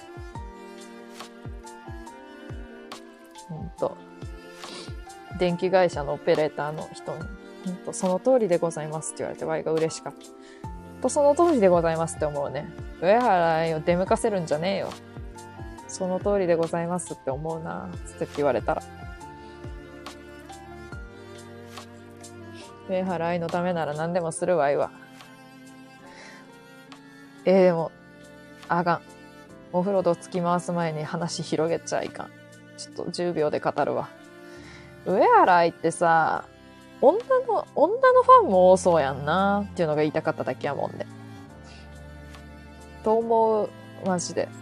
ほんと。電気会社のオペレーターの人に、ほんとその通りでございますって言われて、ワイが嬉しかった。ほんとその通りでございますって思うね。上原愛を出向かせるんじゃねえよ。その通りでございますって思うな、つって言われたら。上原愛のためなら何でもするわいわ。えー、でも、あかん。お風呂とつき回す前に話広げちゃいかん。ちょっとじゅうびょうで語るわ。上原愛ってさ、女の、女のファンも多そうやんなっていうのが言いたかっただけやもんで。と思う、マジで。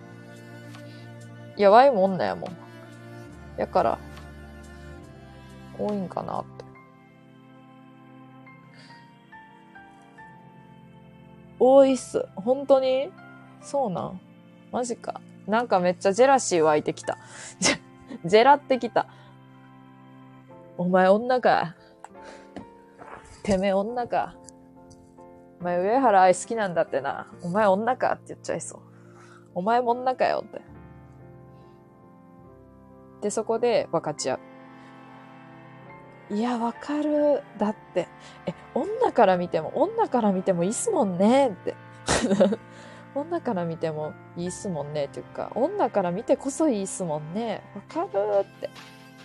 いや、ワイも女やもん。やから、多いんかなって。多いっす。本当に？そうなん？マジか。なんかめっちゃジェラシー湧いてきた。ジェラってきた。お前女か。てめえ女か。お前上原愛好きなんだってな。お前女かって言っちゃいそう。お前も女かよって。で、そこで分かち合う。いや、わかる。だって、え、女から見ても、女から見てもいいっすもんねって。女から見てもいいっすもんねっていうか、女から見てこそいいっすもんね。わかるって。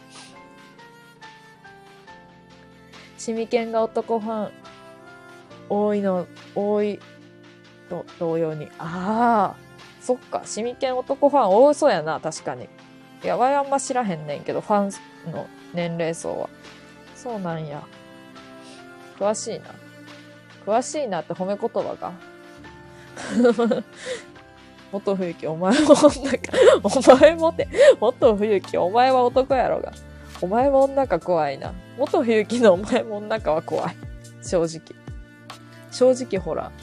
シミケンが男ファン多いの、多いと同様に。ああ、そっか。シミケン男ファン多そうやな、確かに。いや、わいあんま知らへんねんけど、ファンの年齢層は。そうなんや。詳しいな。詳しいなって褒め言葉が。元冬木、お前も女か。お前もって。元冬木、お前は男やろが。お前も女か怖いな。元冬木のお前も女かは怖い。正直。正直ほら。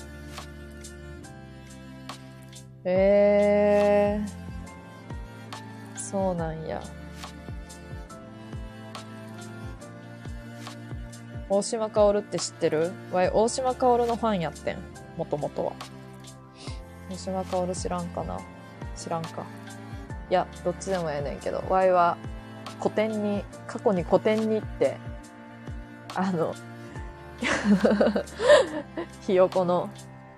えー。そうなんや。大島薫って知ってる？わい、大島薫のファンやってん。もともとは。大島薫知らんかな？知らんか。いや、どっちでもええねんけど。わいは、個展に、過去に個展に行って、あの、ひよこの、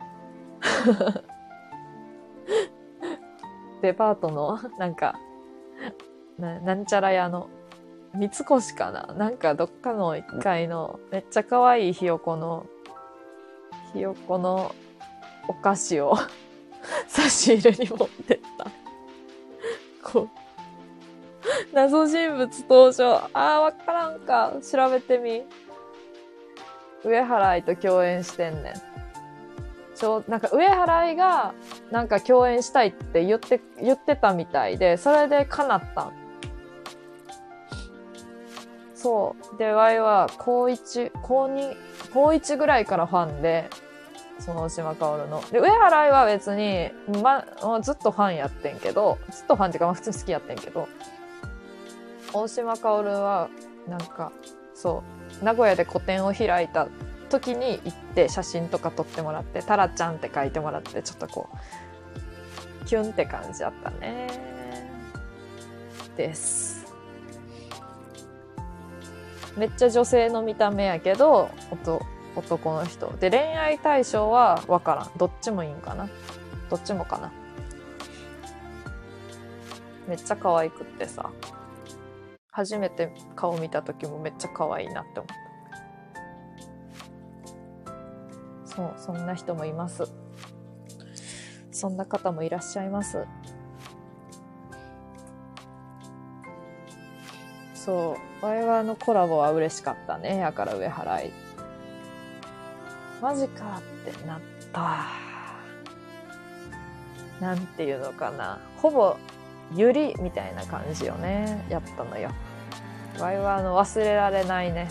デパートの、なんか、な、なんちゃら屋の、三越かな？なんかどっかの一階のめっちゃ可愛いひよこの、ひよこのお菓子を差し入れに持ってった。こう。謎人物登場。あー、わからんか。調べてみ。上原愛と共演してんねん。ちょ、なんか上原愛がなんか共演したいって言って、言ってたみたいで、それで叶ったん。そう。で、ワイは、高一、高二、高一ぐらいからファンで、その大島薫の。で、上原愛は別に、ま、ずっとファンやってんけど、ずっとファンっていうか、まあ、普通に好きやってんけど、大島薫は、なんか、そう、名古屋で個展を開いた時に行って写真とか撮ってもらって、タラちゃんって書いてもらって、ちょっとこう、キュンって感じだったね。です。めっちゃ女性の見た目やけど、男の人。で、恋愛対象はわからん。どっちもいいんかな？どっちもかな？めっちゃ可愛くってさ。初めて顔見た時もめっちゃ可愛いなって思った。そう、そんな人もいます。そんな方もいらっしゃいます。 そう。ワイワのコラボは嬉しかったね。やから上払い。マジかってなった。なんていうのかな。ほぼ、ゆりみたいな感じよね。やったのよ。ワイはあの忘れられないね。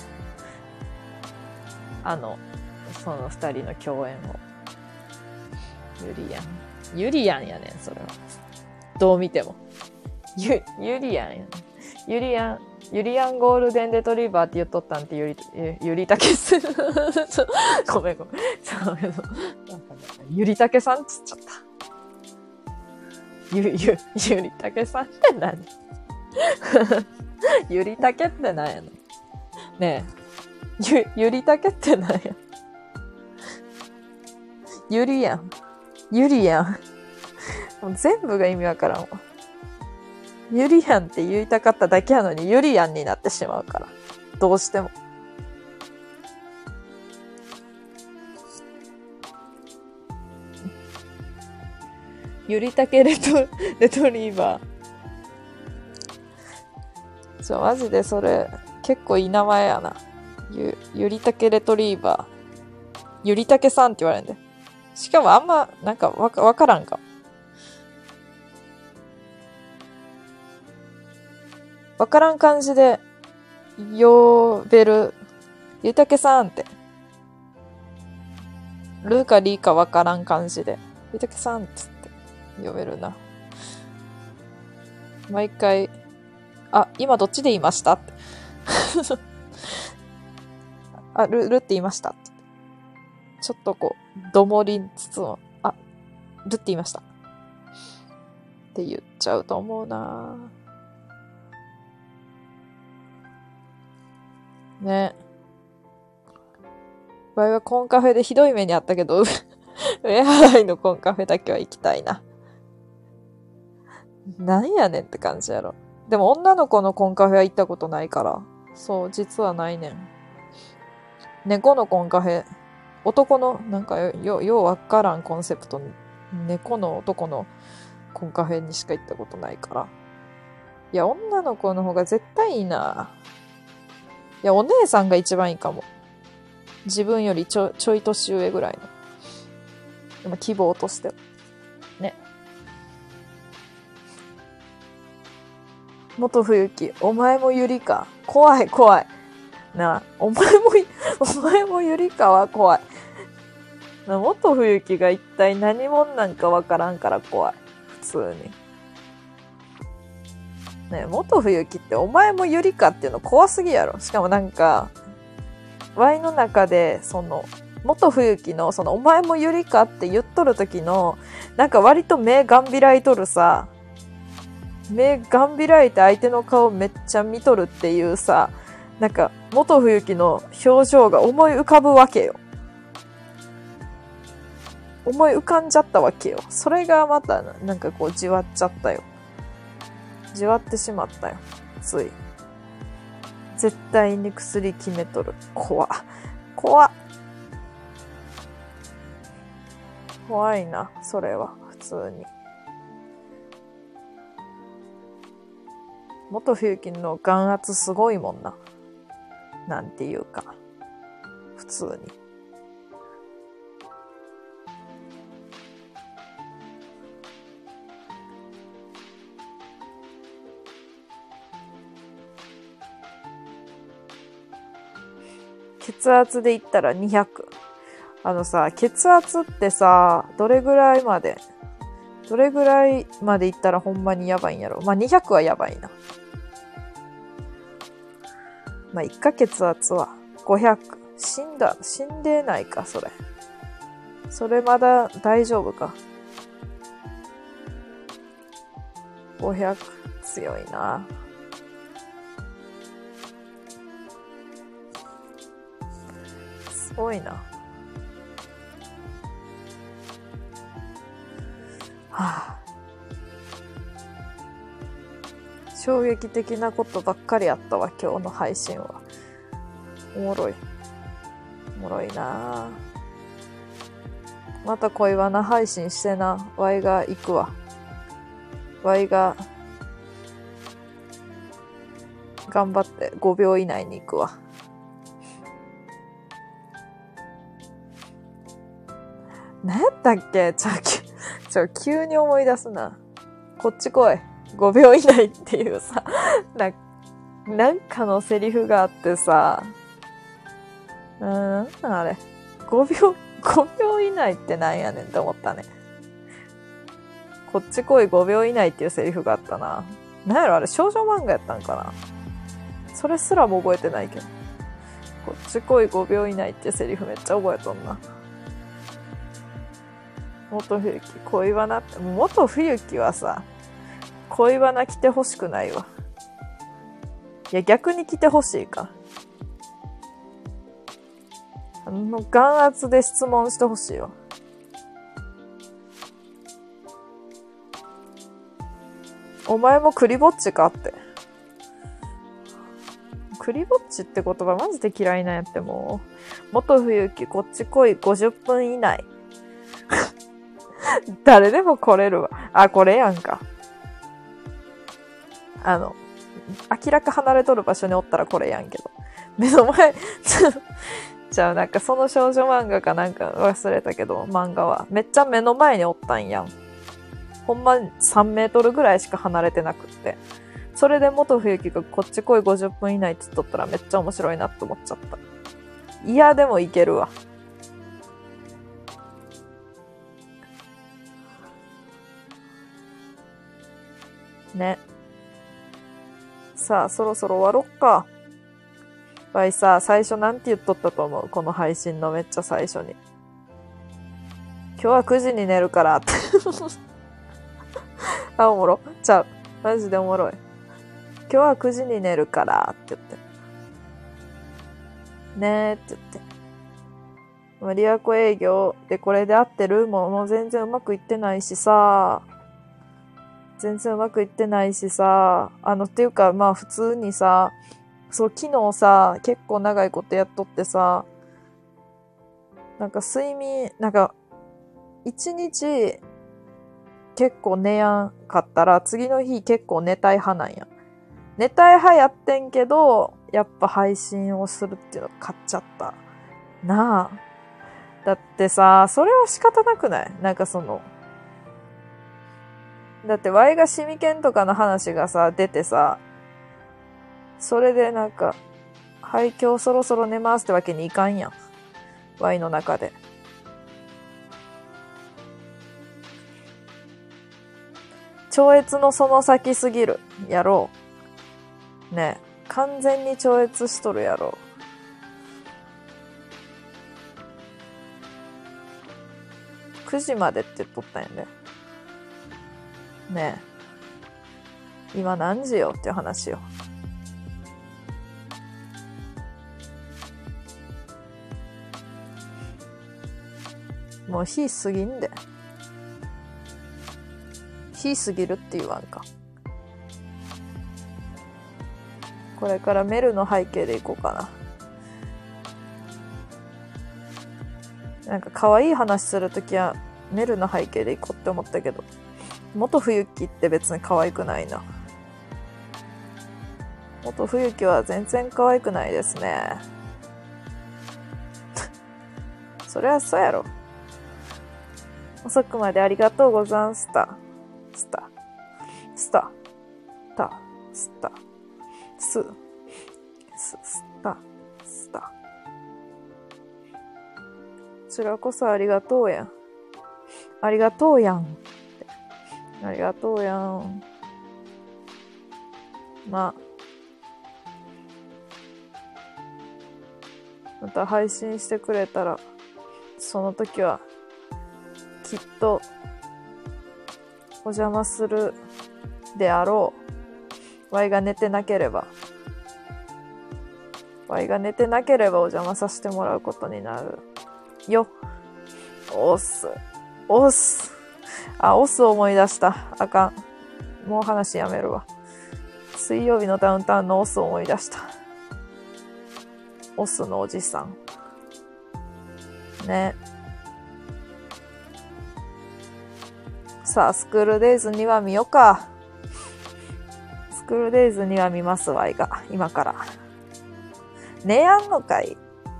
あの、その二人の共演を。ゆりやん。ゆりやんやねん、それは。どう見ても。ゆ、ゆりやんやねん。ゆりやん、ゆりやんゴールデンレトリバーって言っとったんってゆり、ゆりたけす。ごめんごめん。そうゆりたけさんっつっちゃった。ゆ、ゆ、ゆりたけさんって何ゆりたけって何やのねえ。ゆ、ゆりたけって何やゆりやん。ゆりやん。もう全部が意味わからんわ。ゆりやんって言いたかっただけやのにゆりやんになってしまうから。どうしても。ゆりたけレト、レトリーバー。ちょ、マジでそれ、結構いい名前やな。ゆ、ゆりたけレトリーバー。ゆりたけさんって言われるんで。しかもあんま、なんかわか、わからんかも。わからん感じで、呼べる、ゆりたけさんって。ルーかリーかわからん感じで、ゆりたけさんっつって呼べるな。毎回、あ、今どっちで言いましたってあ、ル、ルって言いましたって。ちょっとこう、どもりつつも、あ、ルって言いました。って言っちゃうと思うなね。場合はコンカフェでひどい目にあったけど、上払いのコンカフェだけは行きたいな。なんやねんって感じやろ。でも女の子のコンカフェは行ったことないから。そう、実はないねん。猫のコンカフェ。男の、なんかよ、ようわからんコンセプト。猫の男のコンカフェにしか行ったことないから。いや、女の子の方が絶対いいな。いや、お姉さんが一番いいかも。自分よりちょ、ちょい年上ぐらいの。でも希望としては。ね。元冬樹、お前もゆりか。怖い怖い。なあ、お前も、お前もゆりかは怖い。な、元冬樹が一体何者なんかわからんから怖い。普通に。ね、元冬樹ってお前もゆりかっていうの怖すぎやろ。しかもなんか、Y の中で、その、元冬樹の、その、お前もゆりかって言っとる時の、なんか割と目がんびらいとるさ、目がんびらいて相手の顔めっちゃ見とるっていうさ、なんか、元冬樹の表情が思い浮かぶわけよ。思い浮かんじゃったわけよ。それがまた、なんかこう、じわっちゃったよ。じわってしまったよ。つい。絶対に薬決めとる。怖っ。怖っ。怖いな、それは、普通に。元冬樹の眼圧すごいもんな。なんていうか。普通に。血圧で言ったらにひゃく。あのさ、血圧ってさ、どれぐらいまで、どれぐらいまでいったらほんまにやばいんやろ。まあ、にひゃくはやばいな。まあ、いっか血圧はごひゃく。死んだ、死んでないか、それ。それまだ大丈夫か。ごひゃく。強いな。すごいな。はあ、衝撃的なことばっかりあったわ、今日の配信は。おもろい。おもろいな。また恋バナ配信してな。ワイが行くわ。ワイが頑張ってごびょう以内に行くわ。何やったっけ？ちょ、ちょ、急に思い出すな。こっち来い。ごびょう以内っていうさ、な、なんかのセリフがあってさ、うーん、あれ。ごびょう、ごびょう以内ってなんやねんって思ったね。こっち来いごびょう以内っていうセリフがあったな。なんやろあれ少女漫画やったんかな。それすらも覚えてないけど。こっち来いごびょう以内っていうセリフめっちゃ覚えとんな。元冬樹、恋バナって、元冬樹はさ、恋バナ来てほしくないわ。いや、逆に来てほしいか。あの、眼圧で質問してほしいわ。お前もクリぼっちかって。クリぼっちって言葉マジで嫌いなんやってもう。元冬樹、こっち来いごじゅっぷん以内。誰でも来れるわ。あ、これやんか。あの、明らか離れとる場所におったらこれやんけど。目の前、じゃあなんかその少女漫画かなんか忘れたけど、漫画は。めっちゃ目の前におったんやん。ほんまさんメートルぐらいしか離れてなくって。それで元冬樹がこっち来いごじゅっぷん以内って言っとったらめっちゃ面白いなって思っちゃった。いや、でもいけるわ。ね。さあ、そろそろ終わろっか。わいさ、最初なんて言っとったと思う？この配信のめっちゃ最初に。今日はくじに寝るからって。あ、おもろ。ちゃう。マジでおもろい。今日はくじに寝るからって言って。ねーって言って。まあ、リアコ営業でこれで合ってる？もう、もう全然うまくいってないしさ。全然うまくいってないしさ。あの、っていうか、まあ普通にさ、そう、昨日さ、結構長いことやっとってさ、なんか睡眠、なんか、一日結構寝やんかったら、次の日結構寝たい派なんや。寝たい派やってんけど、やっぱ配信をするっていうの買っちゃった。なあ。だってさ、それは仕方なくない？なんかその、だってワイがシミケンとかの話がさ、出てさ、それでなんか、はい、今日そろそろ寝ますってわけにいかんやん。ワイの中で。超越のその先すぎる。やろう。ねえ。完全に超越しとるやろう。くじまでって言っとったんやね。ねえ。今何時よっていう話よ。もう日過ぎんで。日過ぎるって言わんか。これからメルの背景でいこうかな。なんか可愛い話するときはメルの背景でいこうって思ったけど、元冬樹って別に可愛くないな。元冬樹は全然可愛くないですね。そりゃそうやろ。遅くまでありがとうござんすた。スタ。スタ。タ。スタ。ス。ス。スタ。スタ。こちらこそありがとうやん。ありがとうやん。ありがとうやん。まあ。また配信してくれたら、その時は、きっと、お邪魔するであろう。ワイが寝てなければ。ワイが寝てなければお邪魔させてもらうことになる。よ。オス。オス。あ、オス思い出した。あかん。もう話やめるわ。水曜日のダウンタウンのオス思い出した。オスのおじさん。ね。さあ、スクールデイズには見ようか。ススクールデイズには見ますわいが、今から。寝やんのかい。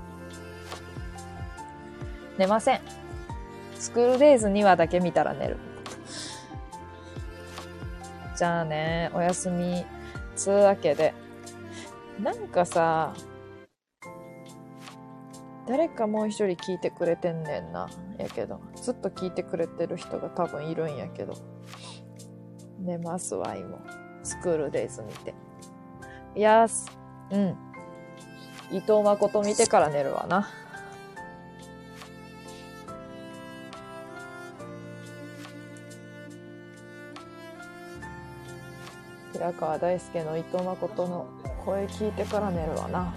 寝ません。スクールデイズにわだけ見たら寝る。じゃあね、おやすみ。つうわけで。なんかさ、誰かもう一人聞いてくれてんねんな。やけど、ずっと聞いてくれてる人が多分いるんやけど。寝ますわいも。スクールデイズ見て。いやーす、うん。伊藤誠見てから寝るわな。平川大輔の伊藤誠の声聞いてから寝るわな。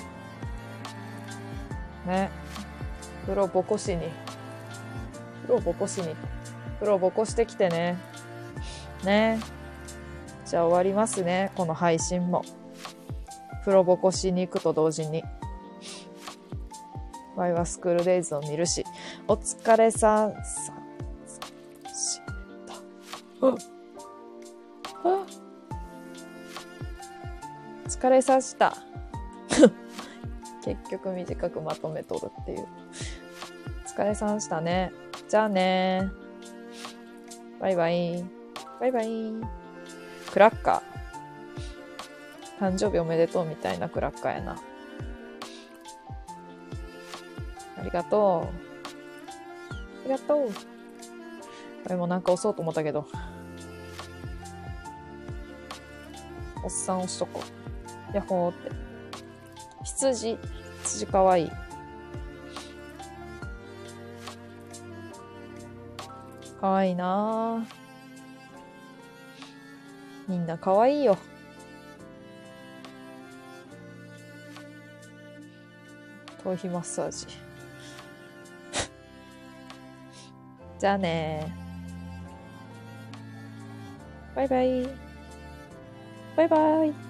ね。風呂ぼこしに。風呂ぼこしに。風呂ぼこしてきてね。ね。じゃあ終わりますね。この配信も。風呂ぼこしに行くと同時に。ワイはスクールデイズを見るし。お疲れさんさんした。あっ。あっ。お疲れさした。結局短くまとめとるっていう。お疲れさんしたね。じゃあね。バイバイ。バイバイ。クラッカー。誕生日おめでとうみたいなクラッカーやな。ありがとう。ありがとう。これもなんか押そうと思ったけど。おっさん押しとこう。ヤッホーって。羊。羊かわいい。かわいいなぁ。みんなかわいいよ。頭皮マッサージ。じゃあねー。バイバイ。バイバイ。